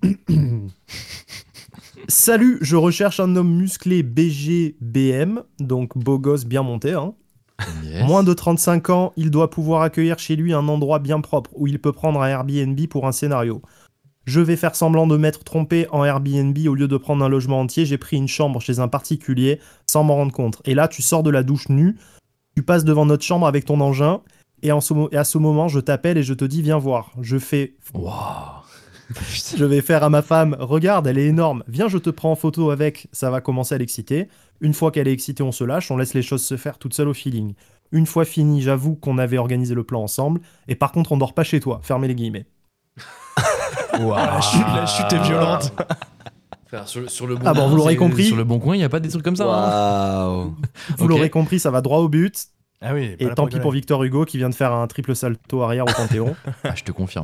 Salut, je recherche un homme musclé BGBM, donc beau gosse bien monté. Hein. Yes. Moins de 35 ans, il doit pouvoir accueillir chez lui un endroit bien propre où il peut prendre un Airbnb pour un scénario. Je vais faire semblant de m'être trompé en Airbnb au lieu de prendre un logement entier. J'ai pris une chambre chez un particulier sans m'en rendre compte. Et là, tu sors de la douche nue, tu passes devant notre chambre avec ton engin et à ce moment, je t'appelle et je te dis viens voir. Je vais faire à ma femme, regarde, elle est énorme. Viens, je te prends en photo avec, ça va commencer à l'exciter. Une fois qu'elle est excitée, on se lâche, on laisse les choses se faire toutes seules au feeling. Une fois fini, j'avoue qu'on avait organisé le plan ensemble. Et par contre, on dort pas chez toi. Fermez les guillemets. Wow. La chute est violente. Sur le bon Ah bon, vous l'aurez compris. Sur le bon coin, il n'y a pas des trucs comme ça. Waouh. Vous l'aurez compris, ça va droit au but. Ah oui. Et tant pis pour Victor Hugo qui vient de faire un triple salto arrière au Panthéon. Ah, je te confirme.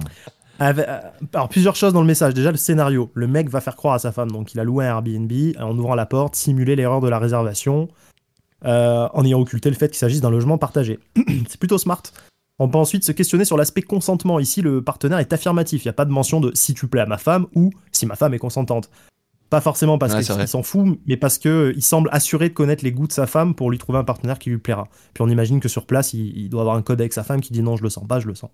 Alors, plusieurs choses dans le message. Déjà, le scénario. Le mec va faire croire à sa femme. Donc, il a loué un Airbnb en ouvrant la porte, simuler l'erreur de la réservation, en ayant occulté le fait qu'il s'agisse d'un logement partagé. C'est plutôt smart. On peut ensuite se questionner sur l'aspect consentement. Ici, le partenaire est affirmatif. Il n'y a pas de mention de si tu plais à ma femme ou si ma femme est consentante. Pas forcément parce qu'il s'en fout, mais parce qu'il semble assuré de connaître les goûts de sa femme pour lui trouver un partenaire qui lui plaira. Puis on imagine que sur place, il doit avoir un code avec sa femme qui dit non, je le sens pas, je le sens.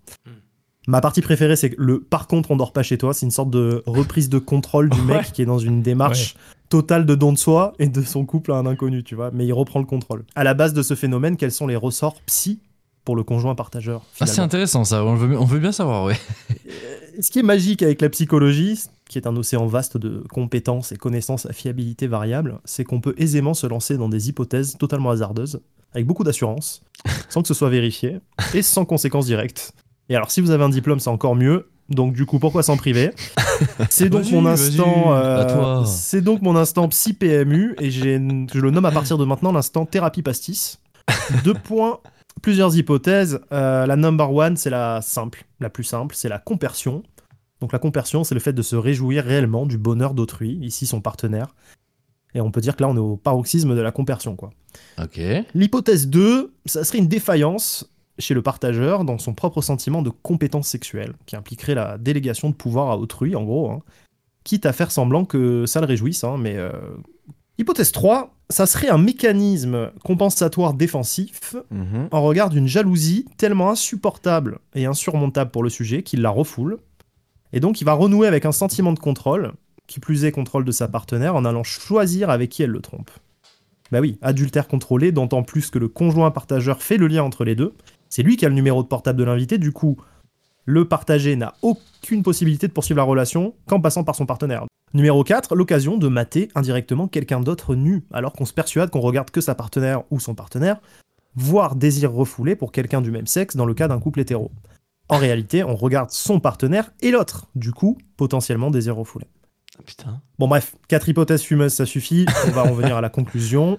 Ma partie préférée, c'est que par contre, on dort pas chez toi. C'est une sorte de reprise de contrôle du mec qui est dans une démarche totale de don de soi et de son couple à un inconnu, tu vois. Mais il reprend le contrôle. À la base de ce phénomène, quels sont les ressorts psy pour le conjoint partageur finalement. C'est intéressant ça, on veut bien savoir, ouais. Ce qui est magique avec la psychologie, qui est un océan vaste de compétences et connaissances à fiabilité variable, c'est qu'on peut aisément se lancer dans des hypothèses totalement hasardeuses, avec beaucoup d'assurance, sans que ce soit vérifié, et sans conséquences directes. Et alors, si vous avez un diplôme, c'est encore mieux. Donc, du coup, pourquoi s'en priver ? C'est donc mon instant. C'est donc mon instant psy PMU, et je le nomme à partir de maintenant l'instant thérapie pastis. 2 points, plusieurs hypothèses. La number one, c'est la plus simple, c'est la compersion. Donc, la compersion, c'est le fait de se réjouir réellement du bonheur d'autrui, ici son partenaire. Et on peut dire que là, on est au paroxysme de la compersion, quoi. Ok. L'hypothèse 2, ça serait une défaillance chez le partageur dans son propre sentiment de compétence sexuelle, qui impliquerait la délégation de pouvoir à autrui, en gros, hein, quitte à faire semblant que ça le réjouisse, hein, mais... Hypothèse 3, ça serait un mécanisme compensatoire défensif en regard d'une jalousie tellement insupportable et insurmontable pour le sujet qu'il la refoule, et donc il va renouer avec un sentiment de contrôle, qui plus est contrôle de sa partenaire, en allant choisir avec qui elle le trompe. Bah oui, adultère contrôlé, d'autant plus que le conjoint partageur fait le lien entre les deux. C'est lui qui a le numéro de portable de l'invité, du coup, le partagé n'a aucune possibilité de poursuivre la relation qu'en passant par son partenaire. Numéro 4, l'occasion de mater indirectement quelqu'un d'autre nu, alors qu'on se persuade qu'on regarde que sa partenaire ou son partenaire, voire désir refoulé pour quelqu'un du même sexe dans le cas d'un couple hétéro. En réalité, on regarde son partenaire et l'autre, du coup, potentiellement désir refoulé. Putain. Bon bref, 4 hypothèses fumeuses, ça suffit, on va en venir à la conclusion.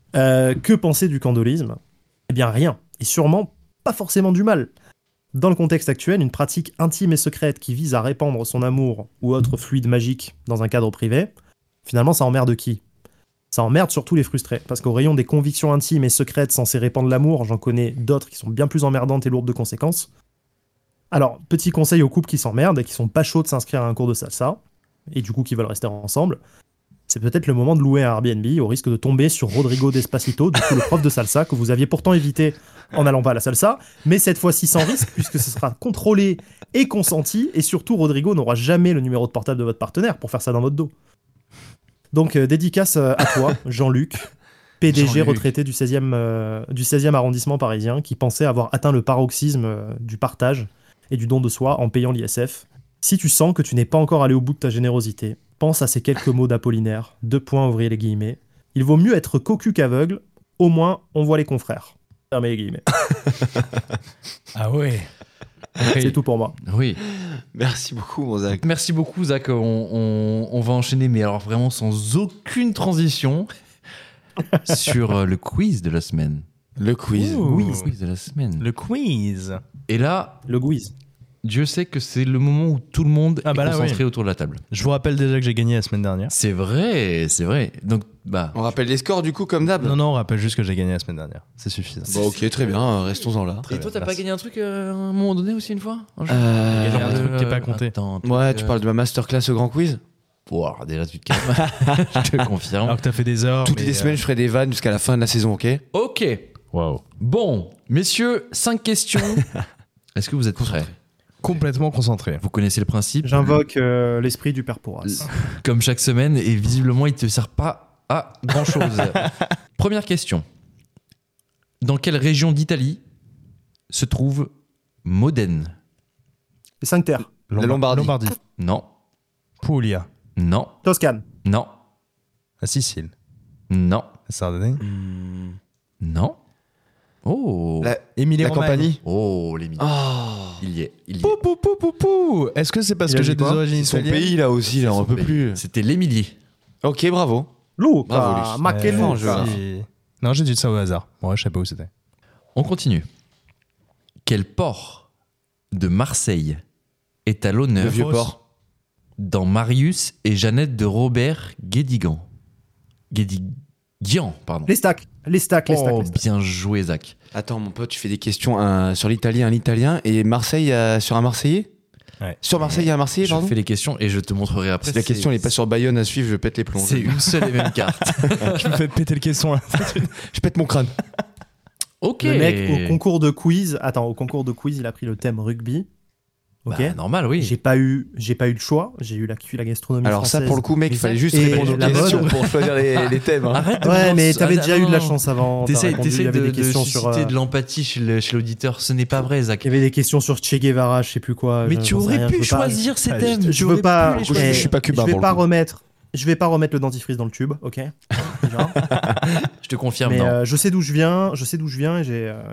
Que penser du candolisme ? Eh bien rien, et sûrement pas forcément du mal. Dans le contexte actuel, une pratique intime et secrète qui vise à répandre son amour ou autre fluide magique dans un cadre privé, finalement ça emmerde qui ? Ça emmerde surtout les frustrés, parce qu'au rayon des convictions intimes et secrètes censées répandre l'amour, j'en connais d'autres qui sont bien plus emmerdantes et lourdes de conséquences. Alors, petit conseil aux couples qui s'emmerdent et qui sont pas chauds de s'inscrire à un cours de salsa, et du coup qui veulent rester ensemble, c'est peut-être le moment de louer un Airbnb au risque de tomber sur Rodrigo Despacito, du coup le prof de salsa que vous aviez pourtant évité en n'allant pas à la salsa, mais cette fois-ci sans risque puisque ce sera contrôlé et consenti, et surtout Rodrigo n'aura jamais le numéro de portable de votre partenaire pour faire ça dans votre dos. Donc dédicace à toi, Jean-Luc, PDG retraité du 16e arrondissement parisien, qui pensait avoir atteint le paroxysme du partage et du don de soi en payant l'ISF. Si tu sens que tu n'es pas encore allé au bout de ta générosité, pense à ces quelques mots d'Apollinaire, 2 points, ouvrez les guillemets. Il vaut mieux être cocu qu'aveugle, au moins on voit les confrères. Fermez les guillemets. Ah ouais. C'est tout pour moi. Oui. Merci beaucoup, mon Zach. Merci beaucoup, Zach. On va enchaîner, mais alors vraiment sans aucune transition, sur le quiz de la semaine. Le quiz. Le quiz de la semaine. Le quiz. Et là, le quiz. Dieu sait que c'est le moment où tout le monde est concentré autour de la table. Je vous rappelle déjà que j'ai gagné la semaine dernière. C'est vrai, c'est vrai. Donc Bah, On rappelle les scores du coup comme d'hab. Non, on rappelle juste que j'ai gagné la semaine dernière. C'est suffisant. Bon, ok, très bien, restons-en là. et toi, t'as pas merci. gagné un truc à un moment donné aussi une fois Il y a un truc qui est pas compté. Attends, Ouais, tu parles de ma masterclass au grand quiz. Bon, déjà, tu te calmes. Je te confirme. Alors que t'as fait des heures. Toutes mais, les semaines, je ferai des vannes jusqu'à la fin de la saison, ok? Ok. Waouh. Bon, messieurs, 5 questions. Est-ce que vous êtes prêts? Complètement concentré. Vous connaissez le principe. J'invoque l'esprit du père Porras. Comme chaque semaine, et visiblement, il te sert pas à grand chose. Première question. Dans quelle région d'Italie se trouve Modène? Les 5 terres. La Lombardie. Non. Puglia. Non. Toscane. Non. La Sicile. Non. La Sardaigne. Non. Oh. La Émilie-Romagne. compagnie. Oh, les mini. Oh. Il y est. Il y est. Pou, pou, pou, pou, pou. Est-ce que c'est parce Il a que dit j'ai des quoi origines Son italiennes pays là aussi, là, on peut plus. C'était l'Émilie. Ok, bravo. Luca. Bravo, Ma che fort, Luca. jeu. Non, j'ai dit ça au hasard. Ouais, je sais pas où c'était. On continue. Quel port de Marseille est à Le l'honneur vieux port. dans Marius et Jeannette de Robert Guédigan? Guédigan, pardon. Les stacks. Les stacks. Oh, bien joué, Zach. Attends, mon pote, tu fais des questions sur l'Italie, un Italien, et Marseille sur un Marseillais? Ouais. Sur Marseille, il y a un Marseillais, Je pardon? fais les questions et je te montrerai après. Si la question n'est pas sur Bayonne à suivre, je pète les plombs. C'est une seule et même carte. Je me fais péter le caisson là. Je pète mon crâne. Ok. Le mec, au concours de quiz, il a pris le thème rugby. Ok. Bah, normal, oui. J'ai pas eu le choix. J'ai eu la gastronomie Alors ça, française. pour le coup, mec, il fallait juste Et répondre aux la questions mode. pour choisir les thèmes. Hein. Arrête de Ouais, mais lancer- t'avais Ah, déjà non, eu de la non. chance avant. T'as T'essayes répondu, il y avait des questions sur. susciter de l'empathie chez l'auditeur. Ce n'est pas vrai, Zach. Il y avait des questions sur Che Guevara, je sais plus quoi. Mais j'en tu sais aurais rien, pu je veux pas- choisir ces Ah, thèmes. Je Tu veux aurais pas. pu les choisir. Je suis pas cubain, Je vais pour le pas coup. remettre. Je vais pas remettre le dentifrice dans le tube, ok. Déjà. Je te confirme, Mais non. je sais d'où je viens. Je sais d'où je viens et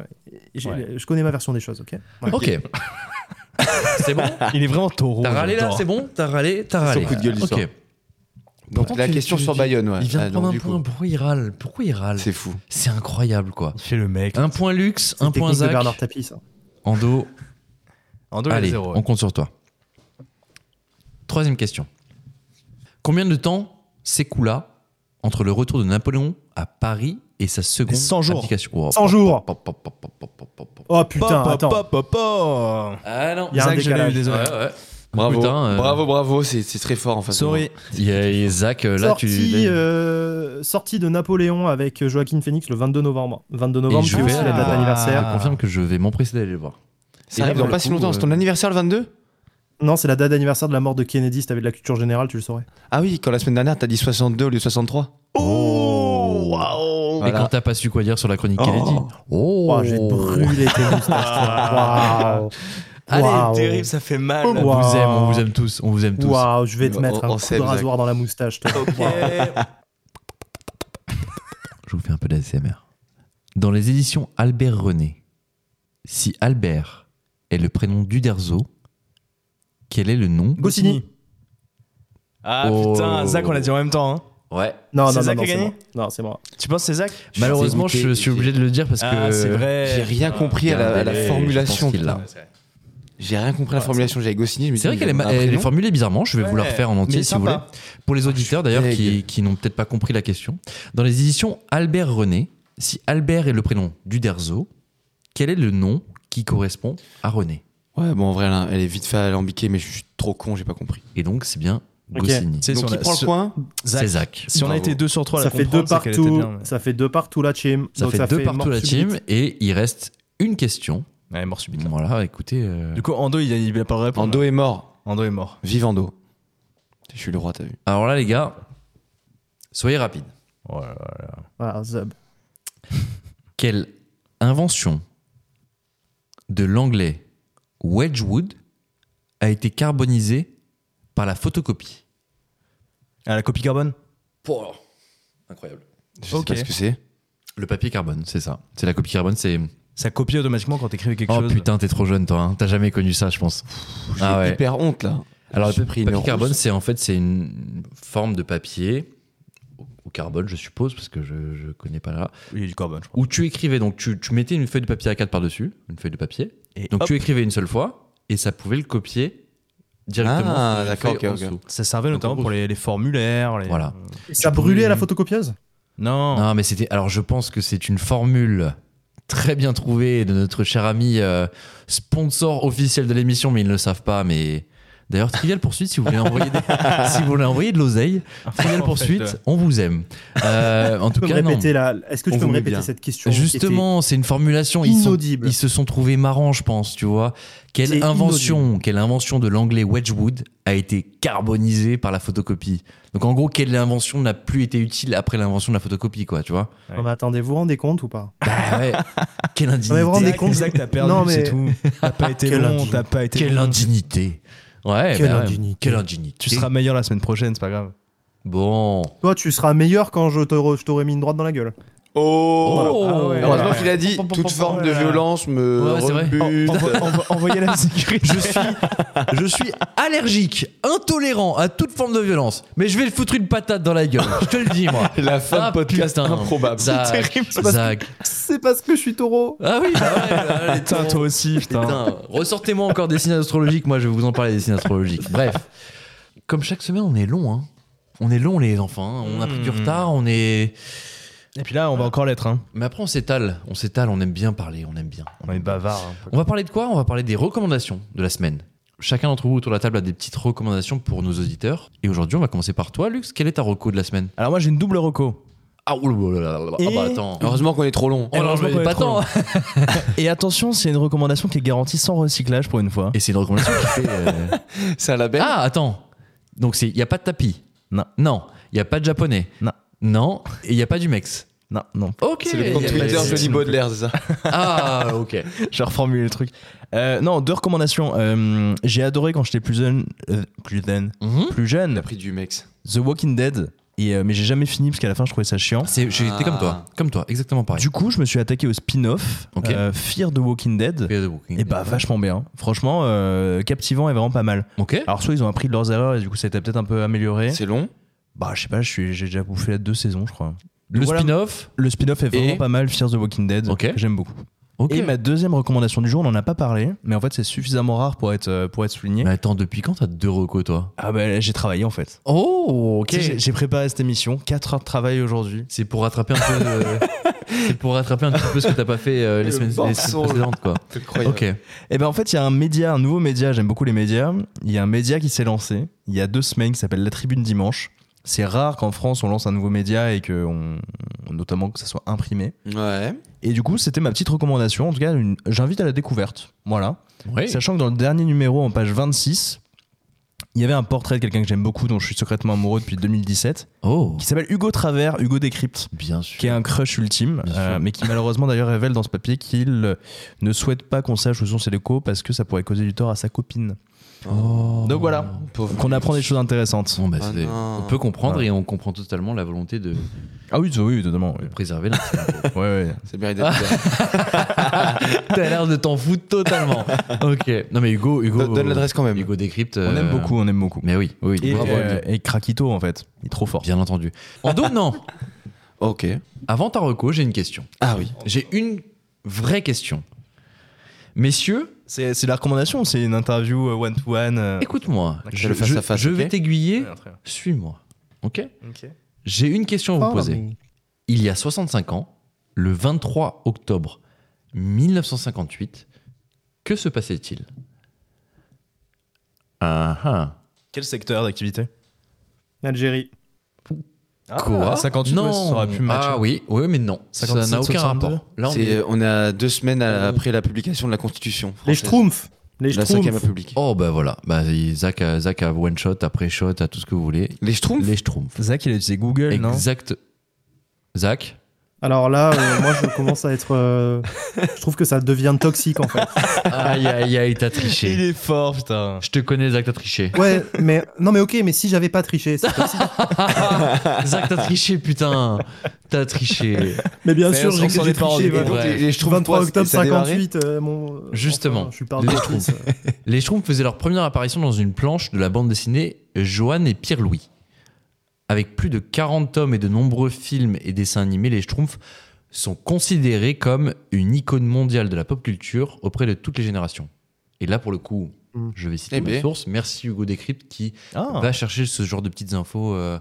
je connais ma version des choses, ok. Voilà. Ok. C'est bon. Il est vraiment taureau. T'as râlé là, j'adore. c'est bon. T'as râlé. Son coup de gueule, l'histoire. Ok. Donc Pourtant, la question sur Bayonne, ouais. Il vient de Ah, prendre donc, un du point. coup, Pourquoi il râle? c'est fou. C'est incroyable, quoi. Il fait le mec. Un point luxe, C'est un une point technique de Zach. Bernard Tapie, ça. Ando. En deux, Allez, 0. on compte sur toi. Troisième question. Combien de temps s'écoula entre le retour de Napoléon à Paris et sa seconde 100 jours. abdication? Oh, 100 jours. pop. Oh putain, attends. Ah non. Il y a un Zach, je l'ai eu, décalage. désolé. Ouais. Bravo, Putain, bravo, c'est très fort en fait. Sorry. Il y a Zach, là, Sortie de Napoléon avec Joaquin Phoenix le 22 novembre. 22 Et novembre, je c'est vais aussi la date d'anniversaire. Je confirme que je vais m'empresser d'aller le voir. Ça arrive dans pas si longtemps, c'est ton anniversaire le 22? Non, c'est la date d'anniversaire de la mort de Kennedy. Si t'avais de la culture générale, tu le saurais. Ah oui, quand la semaine dernière t'as dit 62 au lieu de 63. Oh, waouh. Et Voilà. quand t'as pas su quoi dire sur la chronique Kennedy. Oh, je vais te brûler tes moustaches. toi. Waouh. Allez, Waouh. terrible, ça fait mal. On Waouh. vous aime, on vous aime tous. On vous aime tous. Waouh, je vais te mettre On un coup s'aime, de rasoir dans la moustache. toi. Je vous fais un peu d'ASMR. Dans les éditions Albert René, si Albert est le prénom d'Uderzo, quel est le nom? Goscinny. Ah Oh. putain, Zach, on l'a dit en même temps. Hein. Ouais. Non, C'est non, Zach non, qui a c'est gagné moi. Non, c'est moi. Tu penses que c'est Zach? Malheureusement, dégoûté. je suis obligé de le dire parce que Ah, c'est vrai. J'ai rien compris à la Regardez, formulation. je pense qu'il l'a. J'ai rien compris à la formulation. J'avais Goscinny. je me C'est vrai dis, qu'elle mais est, un elle est prénom. formulée bizarrement. Je vais vous la Ouais, refaire en entier mais si vous voulez. sympa. Pour les auditeurs d'ailleurs deg. qui n'ont peut-être pas compris la question. Dans les éditions Albert René, si Albert est le prénom d'Uderzo, quel est le nom qui correspond à René? Ouais, bon, en vrai, elle est vite fait alambiquée, mais je suis trop con, j'ai pas compris. Et donc c'est bien Ok. Goscinny. C'est Donc, si on qui a- prend le point? C'est Zach. Si on a Bravo. été 2 sur 3 à la Ça fait comprendre, deux c'est qu'elle était partout. bien, mais- Ça fait deux partout la team. Ça Donc fait deux partout mort la subite. team et il reste une question. Ouais, mort subite. là. Voilà, écoutez. Du coup, Ando, il a pas de réponse. Ando est mort. Ando est mort. Vive Ando. Je suis le roi, t'as vu. Alors là les gars, soyez rapides. Oh là là. Voilà, Zub. Quelle invention de l'anglais Wedgwood a été carbonisée par la photocopie? Ah, la copie carbone? Incroyable. Je sais Ok. pas ce que c'est. Le papier carbone, c'est ça. C'est la copie carbone, c'est... Ça copie automatiquement quand t'écrivais quelque Oh chose. putain, t'es trop jeune toi, hein. T'as jamais connu ça je pense. Ah J'ai ouais. hyper honte là. Alors J'ai le pris une papier rousse. carbone, c'est une forme de papier au carbone, je suppose, parce que je connais pas là. Il y a du carbone, je crois. Où tu écrivais, donc tu mettais une feuille de papier A4 par-dessus, une feuille de papier. Et Donc hop, tu écrivais une seule fois et ça pouvait le copier directement. Ah, sur une d'accord, feuille en ok, ok. dessous. ça servait notamment pour les formulaires. Voilà. Ça brûlait à la photocopieuse? Non. Non, mais c'était. Alors, je pense que c'est une formule très bien trouvée de notre cher ami sponsor officiel de l'émission, mais ils ne le savent pas. Mais d'ailleurs, Trivial Poursuite, si vous voulez envoyer, si vous voulez envoyer de l'oseille, Trivial Poursuite, on vous aime. En tout cas, non. Est-ce que tu peux me répéter cette question? Justement, c'est une formulation. Inaudible. Ils se sont trouvés marrants, je pense, tu vois. Quelle invention de l'anglais Wedgwood a été carbonisée par la photocopie. Donc en gros, quelle invention n'a plus été utile après l'invention de la photocopie, quoi, tu vois. Ouais. Mais attendez, vous vous rendez compte ou pas? Bah ouais. Quelle indignité. Mais vous vous rendez compte? Exact, t'as perdu, c'est tout. T'as pas été long, t'as pas été Quelle bon. indignité. Ouais, quelle indignité. Quelle indignité. Tu seras meilleur la semaine prochaine, c'est pas grave. Bon. Toi, tu seras meilleur quand je t'aurai mis une droite dans la gueule. Ah ouais. Heureusement qu'il a dit toute forme de violence me rebute. Envoyez la sécurité. Je suis allergique, intolérant à toute forme de violence. Mais je vais le foutre une patate dans la gueule. Je te le dis, moi. La fin de podcast improbable. Zach. C'est parce que je suis taureau. Ah oui, bah ouais. Putain, toi aussi, putain. Ressortez-moi encore des signes astrologiques. Moi, je vais vous en parler des signes astrologiques. Bref. Comme chaque semaine, on est long, hein. On est long, les enfants. Hein. On a pris du retard. On est. Et puis là, on va encore l'être. Hein. Mais après, on s'étale, on aime bien parler, on aime bien. On est bavard. On va parler de quoi? On va parler des recommandations de la semaine. Chacun d'entre vous autour de la table a des petites recommandations pour nos auditeurs. Et aujourd'hui, on va commencer par toi, Lux. Quelle est ta reco de la semaine? Alors moi, j'ai une double reco. Ah, bah attends. Heureusement qu'on est trop long. Heureusement qu'on est pas tant. Et attention, c'est une recommandation qui est garantie sans recyclage pour une fois. Et c'est une recommandation qui fait... C'est un label. Ah, attends. Donc, il n'y a pas de tapis. Non. Il n'y a pas de japonais. Non. Et il n'y a pas du mex. Non. Ok. C'est le compte Twitter Joli Baudelaire, c'est ça? Ah, ok. J'ai reformulé le truc. Non, deux recommandations. J'ai adoré quand j'étais plus jeune. Plus jeune. T'as pris du mex. The Walking Dead. Mais j'ai jamais fini parce qu'à la fin je trouvais ça chiant. J'étais comme toi, exactement pareil. Du coup, je me suis attaqué au spin-off Fear the Walking Dead. Et bah vachement bien. Franchement, captivant et vraiment pas mal. Ok. Alors soit ils ont appris de leurs erreurs et du coup ça a été peut-être un peu amélioré. C'est long? Bah je sais pas, j'ai déjà bouffé la 2 saisons je crois. Le spin-off? Le spin-off est vraiment pas mal, Fear the Walking Dead. Ok. J'aime beaucoup. Okay. Et ma deuxième recommandation du jour, on n'en a pas parlé, mais en fait c'est suffisamment rare pour être souligné. Mais attends, depuis quand t'as 2 recos, toi? Ah bah j'ai travaillé en fait. Oh, ok. J'ai préparé cette émission, 4 heures de travail aujourd'hui. C'est pour rattraper un peu c'est pour rattraper un petit peu ce que t'as pas fait les semaines précédentes, quoi. Ok. Et ben en fait il y a un nouveau média, j'aime beaucoup les médias. Il y a un média qui s'est lancé il y a 2 semaines qui s'appelle La Tribune Dimanche. C'est rare qu'en France on lance un nouveau média et notamment que ça soit imprimé. Ouais. Et du coup, c'était ma petite recommandation. En tout cas, j'invite à la découverte. Voilà. Oui. Sachant que dans le dernier numéro, en page 26, il y avait un portrait de quelqu'un que j'aime beaucoup, dont je suis secrètement amoureux depuis 2017, qui s'appelle Hugo Travers, Hugo Décrypte. Bien sûr. Qui est un crush ultime, mais qui malheureusement d'ailleurs révèle dans ce papier qu'il ne souhaite pas qu'on sache où sont ses locaux parce que ça pourrait causer du tort à sa copine. Donc voilà, qu'on apprend des choses intéressantes. Bon, bah, on peut comprendre et on comprend totalement la volonté de. Ah oui, totalement. De préserver l'intimité. ouais. C'est bien d'être T'as l'air de t'en foutre totalement. Ok. Non mais Hugo donne l'adresse quand même. Hugo Décrypte. On aime beaucoup. Mais oui. Et Krakito en fait, il est trop fort. Bien entendu. En double, non. Ok. Avant ta reco, j'ai une question. Ah oui. J'ai une vraie question. Messieurs, c'est la recommandation ou c'est une interview one-to-one Écoute-moi, je vais t'aiguiller, suis-moi. Ok. J'ai une question à vous poser. Il y a 65 ans, le 23 octobre 1958, que se passait-il? Quel secteur d'activité? Algérie. Quoi? 58, non. Ça aurait pu matcher. Ah oui, mais non. 57, ça n'a aucun 62. rapport. Là, on a 2 semaines après la publication de la Constitution française. Les Schtroumpfs. La 5e République. Oh bah voilà, Zach a one shot, après shot, à tout ce que vous voulez. Les Schtroumpfs. Les Schtroumpfs. Zach il a utilisé Google, non? Exact. Zach. Alors là, moi je commence à être. Je trouve que ça devient toxique en fait. Aïe, t'as triché. Il est fort, putain. Je te connais, Zach, t'as triché. Ouais, mais non, mais ok, mais si j'avais pas triché, c'est toxique. Zach, t'as triché, putain. T'as triché. Mais bien sûr, j'ai triché. Les Schtroumpfs, 23 octobre 58. Justement, les Schtroumpfs faisaient leur première apparition dans une planche de la bande dessinée Joanne et Pierre-Louis. Avec plus de 40 tomes et de nombreux films et dessins animés, les Schtroumpfs sont considérés comme une icône mondiale de la pop culture auprès de toutes les générations. Et là, pour le coup, je vais citer mes sources. Merci Hugo Décrypte qui va chercher ce genre de petites infos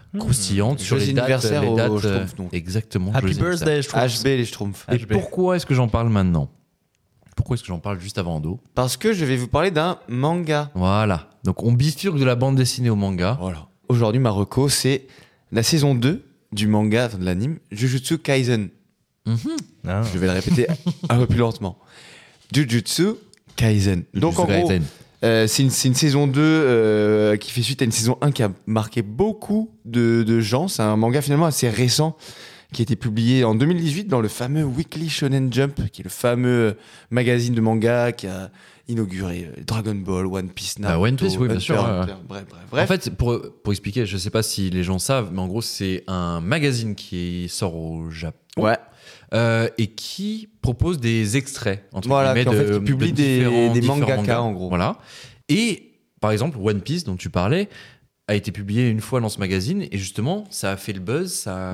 croustillantes sur Joyeux les dates. anniversaire Les aux dates Schtroumpfs, donc. exactement. Happy joyeux anniversaire. birthday, je trouve. HB les Schtroumpfs. Et pourquoi est-ce que j'en parle maintenant? Pourquoi est-ce que j'en parle juste avant Ando? Parce que je vais vous parler d'un manga. Voilà. Donc on bifurque de la bande dessinée au manga. Voilà. Aujourd'hui, ma reco, c'est la saison 2 du manga, de l'anime, Jujutsu Kaisen. Ah. Je vais le répéter un peu plus lentement. Jujutsu Kaisen. Donc en gros, c'est une saison 2 qui fait suite à une saison 1 qui a marqué beaucoup de gens. C'est un manga finalement assez récent qui a été publié en 2018 dans le fameux Weekly Shonen Jump, qui est le fameux magazine de manga qui a inauguré Dragon Ball, One Piece, Naruto, One Piece, oui, bien Hunter, sûr. Hunter, bref. En fait, pour expliquer, je sais pas si les gens savent, mais en gros, c'est un magazine qui sort au Japon. Ouais. Et qui propose des extraits entre Voilà, guillemets, en fait, qui publie des différents mangaka, mangas. en gros. Voilà. Et par exemple, One Piece, dont tu parlais, a été publié une fois dans ce magazine et justement, ça a fait le buzz. Ça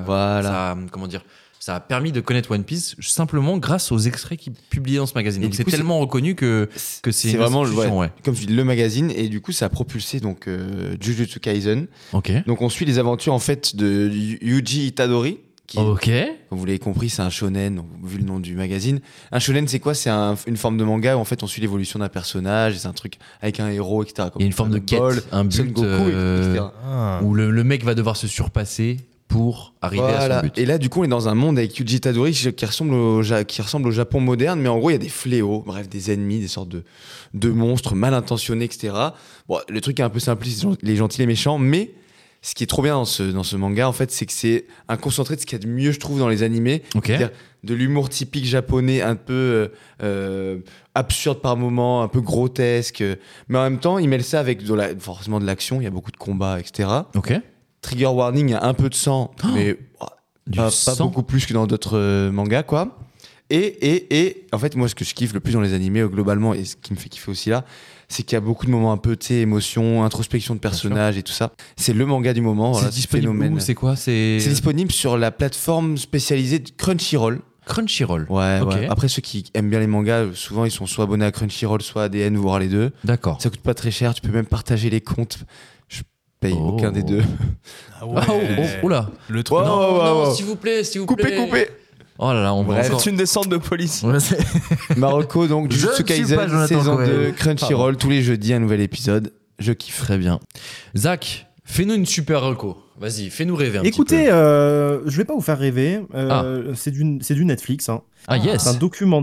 a permis de connaître One Piece simplement grâce aux extraits qu'il publiait dans ce magazine. Et donc du c'est coup, tellement reconnu que c'est une vraiment institution, comme tu dis, le magazine, et du coup ça a propulsé donc Jujutsu Kaisen. Ok. Donc on suit les aventures en fait de Yuji Itadori, qui, Ok. comme vous l'avez compris, c'est un shonen, vu le nom du magazine. Un shonen, c'est quoi? C'est une forme de manga où en fait on suit l'évolution d'un personnage, et c'est un truc avec un héros, etc. Il y a une forme de quête, un Son but Goku, etc. où le mec va devoir se surpasser pour arriver à son but. Et là, du coup, on est dans un monde avec Yuji Itadori qui ressemble au Japon moderne, mais en gros, il y a des fléaux, bref, des ennemis, des sortes de monstres mal intentionnés, etc. Bon, le truc est un peu simpliste, les gentils, les méchants, mais ce qui est trop bien dans ce manga, en fait, c'est que c'est un concentré de ce qu'il y a de mieux, je trouve, dans les animés. Ok. C'est-à-dire de l'humour typique japonais, un peu absurde par moments, un peu grotesque, mais en même temps, il mêle ça avec forcément de l'action, il y a beaucoup de combats, etc. Ok. Trigger warning, il y a un peu de sang, mais pas beaucoup plus que dans d'autres mangas, quoi. Et en fait, moi, ce que je kiffe le plus dans les animés, globalement, et ce qui me fait kiffer aussi là, c'est qu'il y a beaucoup de moments un peu, tu sais, émotion, introspection de personnages et tout ça. C'est le manga du moment. C'est voilà, disponible phénomène. où? C'est quoi? C'est disponible sur la plateforme spécialisée de Crunchyroll. Crunchyroll. Ouais, Ok. ouais. Après, ceux qui aiment bien les mangas, souvent, ils sont soit abonnés à Crunchyroll, soit à ADN, voire les deux. D'accord. Ça coûte pas très cher. Tu peux même partager les comptes. Je paye aucun des deux. Ah ouais. Oula. Le truc. Non, s'il vous plaît, s'il vous plaît. Coupé. Oh là là, on va Bref. encore... C'est une descente de police. Ouais, c'est- Marocco, donc, Je Jujutsu ne suis Kaisen, pas Jonathan saison Cohen. 2, Crunchyroll, tous les jeudis, un nouvel épisode. Je kiffe. Très bien. Zach, fais-nous une super reco. Vas-y, fais-nous rêver un Écoutez, petit peu. je vais pas vous faire rêver. C'est du Netflix. Hein. Ah yes. C'est un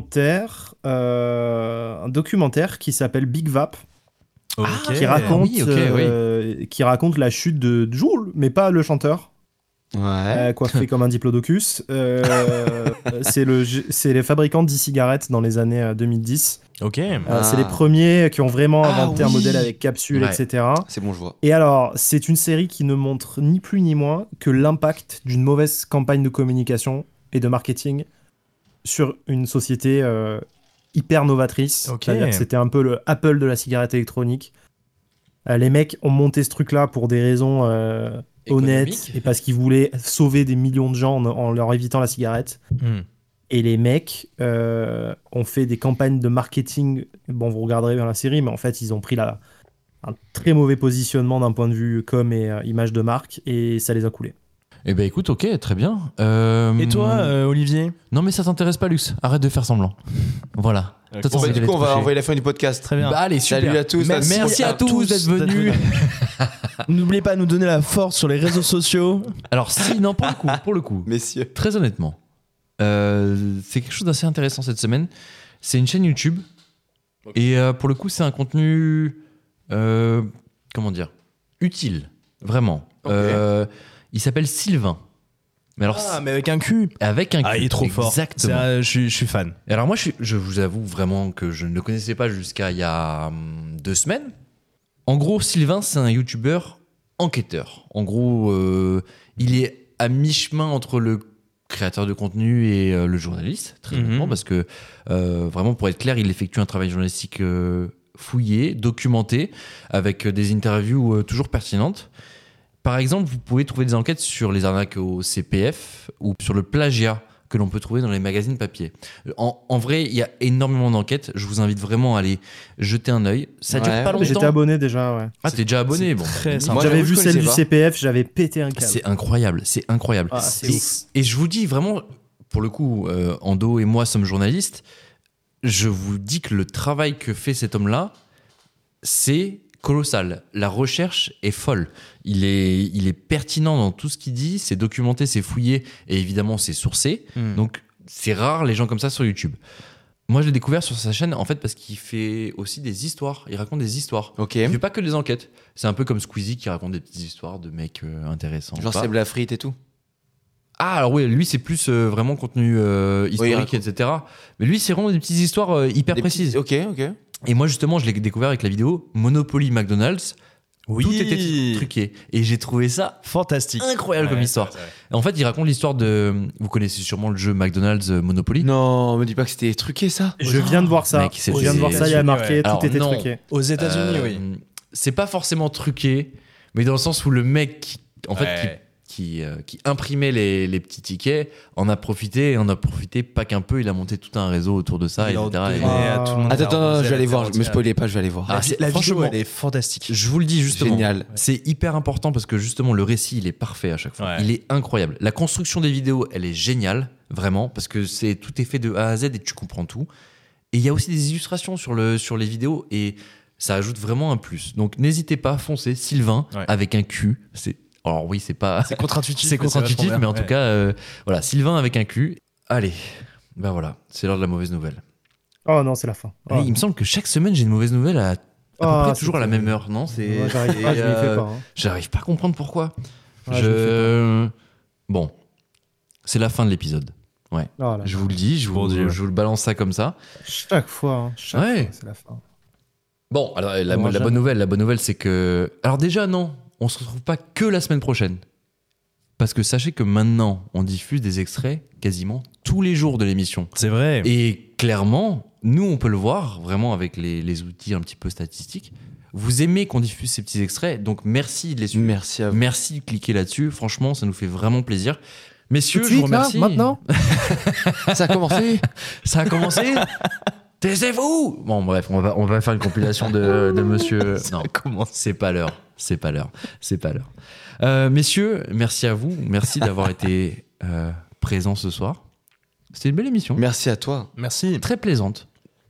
documentaire qui s'appelle Big Vap, qui raconte, qui raconte la chute de Jul, mais pas le chanteur. Ouais. Coiffé comme un diplodocus. C'est les fabricants d'e-cigarettes dans les années 2010. Ok. C'est les premiers qui ont vraiment inventé un oui. modèle avec capsule, Ouais. etc. C'est bon, je vois. Et alors, c'est une série qui ne montre ni plus ni moins que l'impact d'une mauvaise campagne de communication et de marketing sur une société hyper novatrice. Ok. C'est-à-dire que c'était un peu le Apple de la cigarette électronique. Les mecs ont monté ce truc-là pour des raisons honnêtes Économiques. et parce qu'ils voulaient sauver des millions de gens en leur évitant la cigarette. Et les mecs ont fait des campagnes de marketing. Bon, vous regarderez bien la série, mais en fait, ils ont pris un très mauvais positionnement d'un point de vue com et image de marque, et ça les a coulés. Eh ben écoute, ok, très bien. Et toi, Olivier? Non mais ça t'intéresse pas, Lux. Arrête de faire semblant. Voilà. Toi, t'es Bon, censé du coup, être on va touché. envoyer la fin du podcast. Très bien. Bah allez, super. Salut à tous. Merci à tous d'être venus. N'oubliez pas de nous donner la force sur les réseaux sociaux. Alors si, non, pour le coup, Messieurs. très honnêtement, c'est quelque chose d'assez intéressant cette semaine. C'est une chaîne YouTube. Et pour le coup, c'est un contenu, comment dire, utile, vraiment. Il s'appelle Sylvain. Mais alors, Mais avec un cul. avec un Ah, cul. il est trop fort. Exactement. Je suis fan. Et alors moi, je vous avoue vraiment que je ne le connaissais pas jusqu'à il y a 2 semaines. En gros, Sylvain, c'est un YouTuber enquêteur. En gros, il est à mi-chemin entre le créateur de contenu et le journaliste, très honnêtement, parce que vraiment, pour être clair, il effectue un travail journalistique fouillé, documenté, avec des interviews toujours pertinentes. Par exemple, vous pouvez trouver des enquêtes sur les arnaques au CPF ou sur le plagiat que l'on peut trouver dans les magazines papier. En vrai, il y a énormément d'enquêtes. Je vous invite vraiment à aller jeter un œil. Ça dure pas longtemps. J'étais abonné déjà, ouais. Ah, t'es déjà abonné? Bon, très moi, j'avais vu celle du CPF, j'avais pété un câble. C'est incroyable, c'est incroyable. Ah, et je vous dis vraiment, pour le coup, Ando et moi sommes journalistes. Je vous dis que le travail que fait cet homme-là, c'est colossal. La recherche est folle. Il est pertinent dans tout ce qu'il dit, c'est documenté, c'est fouillé et évidemment c'est sourcé. Donc c'est rare les gens comme ça sur YouTube. Moi je l'ai découvert sur sa chaîne en fait parce qu'il fait aussi des histoires. Il raconte des histoires. Ok. Il fait pas que des enquêtes. C'est un peu comme Squeezie qui raconte des petites histoires de mecs intéressants. Genre Seb Lafrite et tout. Ah alors oui, lui c'est plus vraiment contenu historique, etc. Mais lui c'est vraiment des petites histoires hyper précises. Ok. Et moi justement je l'ai découvert avec la vidéo Monopoly McDonald's. Oui. Tout était truqué. Et j'ai trouvé ça fantastique. Incroyable comme histoire. En fait, il raconte l'histoire de... Vous connaissez sûrement le jeu McDonald's Monopoly? Non, me dis pas que c'était truqué ça. Je viens de voir ça. Mec, je viens de voir ça, il y a marqué, Alors, tout était non. truqué. Aux États-Unis, oui. C'est pas forcément truqué, mais dans le sens où le mec qui imprimait les petits tickets en a profité, et en a profité pas qu'un peu, il a monté tout un réseau autour de ça, etc. Attends, je vais aller voir, me spoilez pas, je vais aller voir. La vidéo, franchement, elle est fantastique. Je vous le dis justement, génial. C'est hyper important parce que justement le récit il est parfait à chaque fois. Ouais. Il est incroyable. La construction des vidéos elle est géniale, vraiment, parce que tout est fait de A à Z et tu comprends tout. Et il y a aussi des illustrations sur les vidéos et ça ajoute vraiment un plus. Donc n'hésitez pas, foncez, Sylvain avec un Q. Alors oui, c'est contre-intuitif. C'est contre-intuitif, mais en tout cas, voilà, Sylvain avec un Q. Allez, ben voilà, c'est l'heure de la mauvaise nouvelle. Oh non, c'est la fin. Oh. Il me semble que chaque semaine j'ai une mauvaise nouvelle à peu près toujours à la même heure, non? Moi, j'arrive pas, je m'y fais pas. J'arrive pas à comprendre pourquoi. Ouais, Bon, c'est la fin de l'épisode. Ouais. Oh je vous le dis, je vous le balance ça comme ça. Chaque fois, chaque fois, c'est la fin. Bon, alors la bonne nouvelle, c'est que... Alors déjà, non, on se retrouve pas que la semaine prochaine. Parce que sachez que maintenant, on diffuse des extraits quasiment tous les jours de l'émission. C'est vrai. Et clairement, nous, on peut le voir vraiment avec les outils un petit peu statistiques. Vous aimez qu'on diffuse ces petits extraits, donc merci de les suivre. Merci à vous. Merci de cliquer là-dessus. Franchement, ça nous fait vraiment plaisir. Messieurs, Tout de suite, je vous remercie. là, maintenant Ça a commencé. Ça a commencé. Taisez-vous. Bon, bref, on va faire une compilation de monsieur. Non, comment? C'est pas l'heure. C'est pas l'heure. Messieurs, merci à vous. Merci d'avoir été présents ce soir. C'était une belle émission. Merci à toi. Merci. Très plaisante.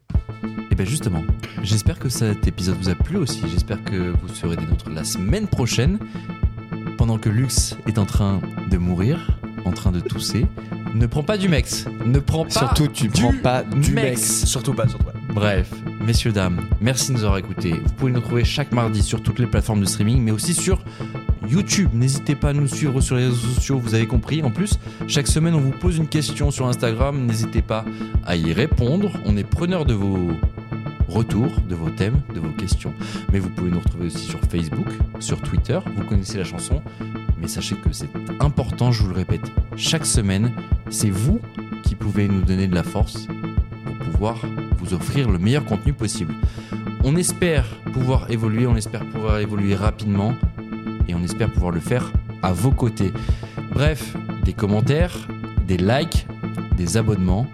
Et bien justement, j'espère que cet épisode vous a plu aussi. J'espère que vous serez des nôtres la semaine prochaine. Pendant que Lux est en train de mourir, en train de tousser. Ne prends pas du Mex. Ne prends pas surtout, tu prends pas du Mex. Surtout pas. Bref, messieurs, dames, merci de nous avoir écoutés. Vous pouvez nous trouver chaque mardi sur toutes les plateformes de streaming, mais aussi sur YouTube. N'hésitez pas à nous suivre sur les réseaux sociaux, vous avez compris. En plus, chaque semaine, on vous pose une question sur Instagram. N'hésitez pas à y répondre. On est preneur de vos retours, de vos thèmes, de vos questions. Mais vous pouvez nous retrouver aussi sur Facebook, sur Twitter. Vous connaissez la chanson. Mais sachez que c'est important, je vous le répète, chaque semaine, c'est vous qui pouvez nous donner de la force pour pouvoir vous offrir le meilleur contenu possible. On espère pouvoir évoluer rapidement et on espère pouvoir le faire à vos côtés. Bref, des commentaires, des likes, des abonnements.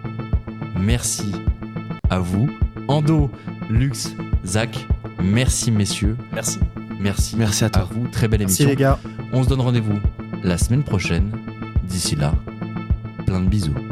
Merci à vous. Ando, Lux, Zach, merci messieurs. Merci à toi. vous. Très belle émission. Merci les gars. On se donne rendez-vous la semaine prochaine. D'ici là, plein de bisous.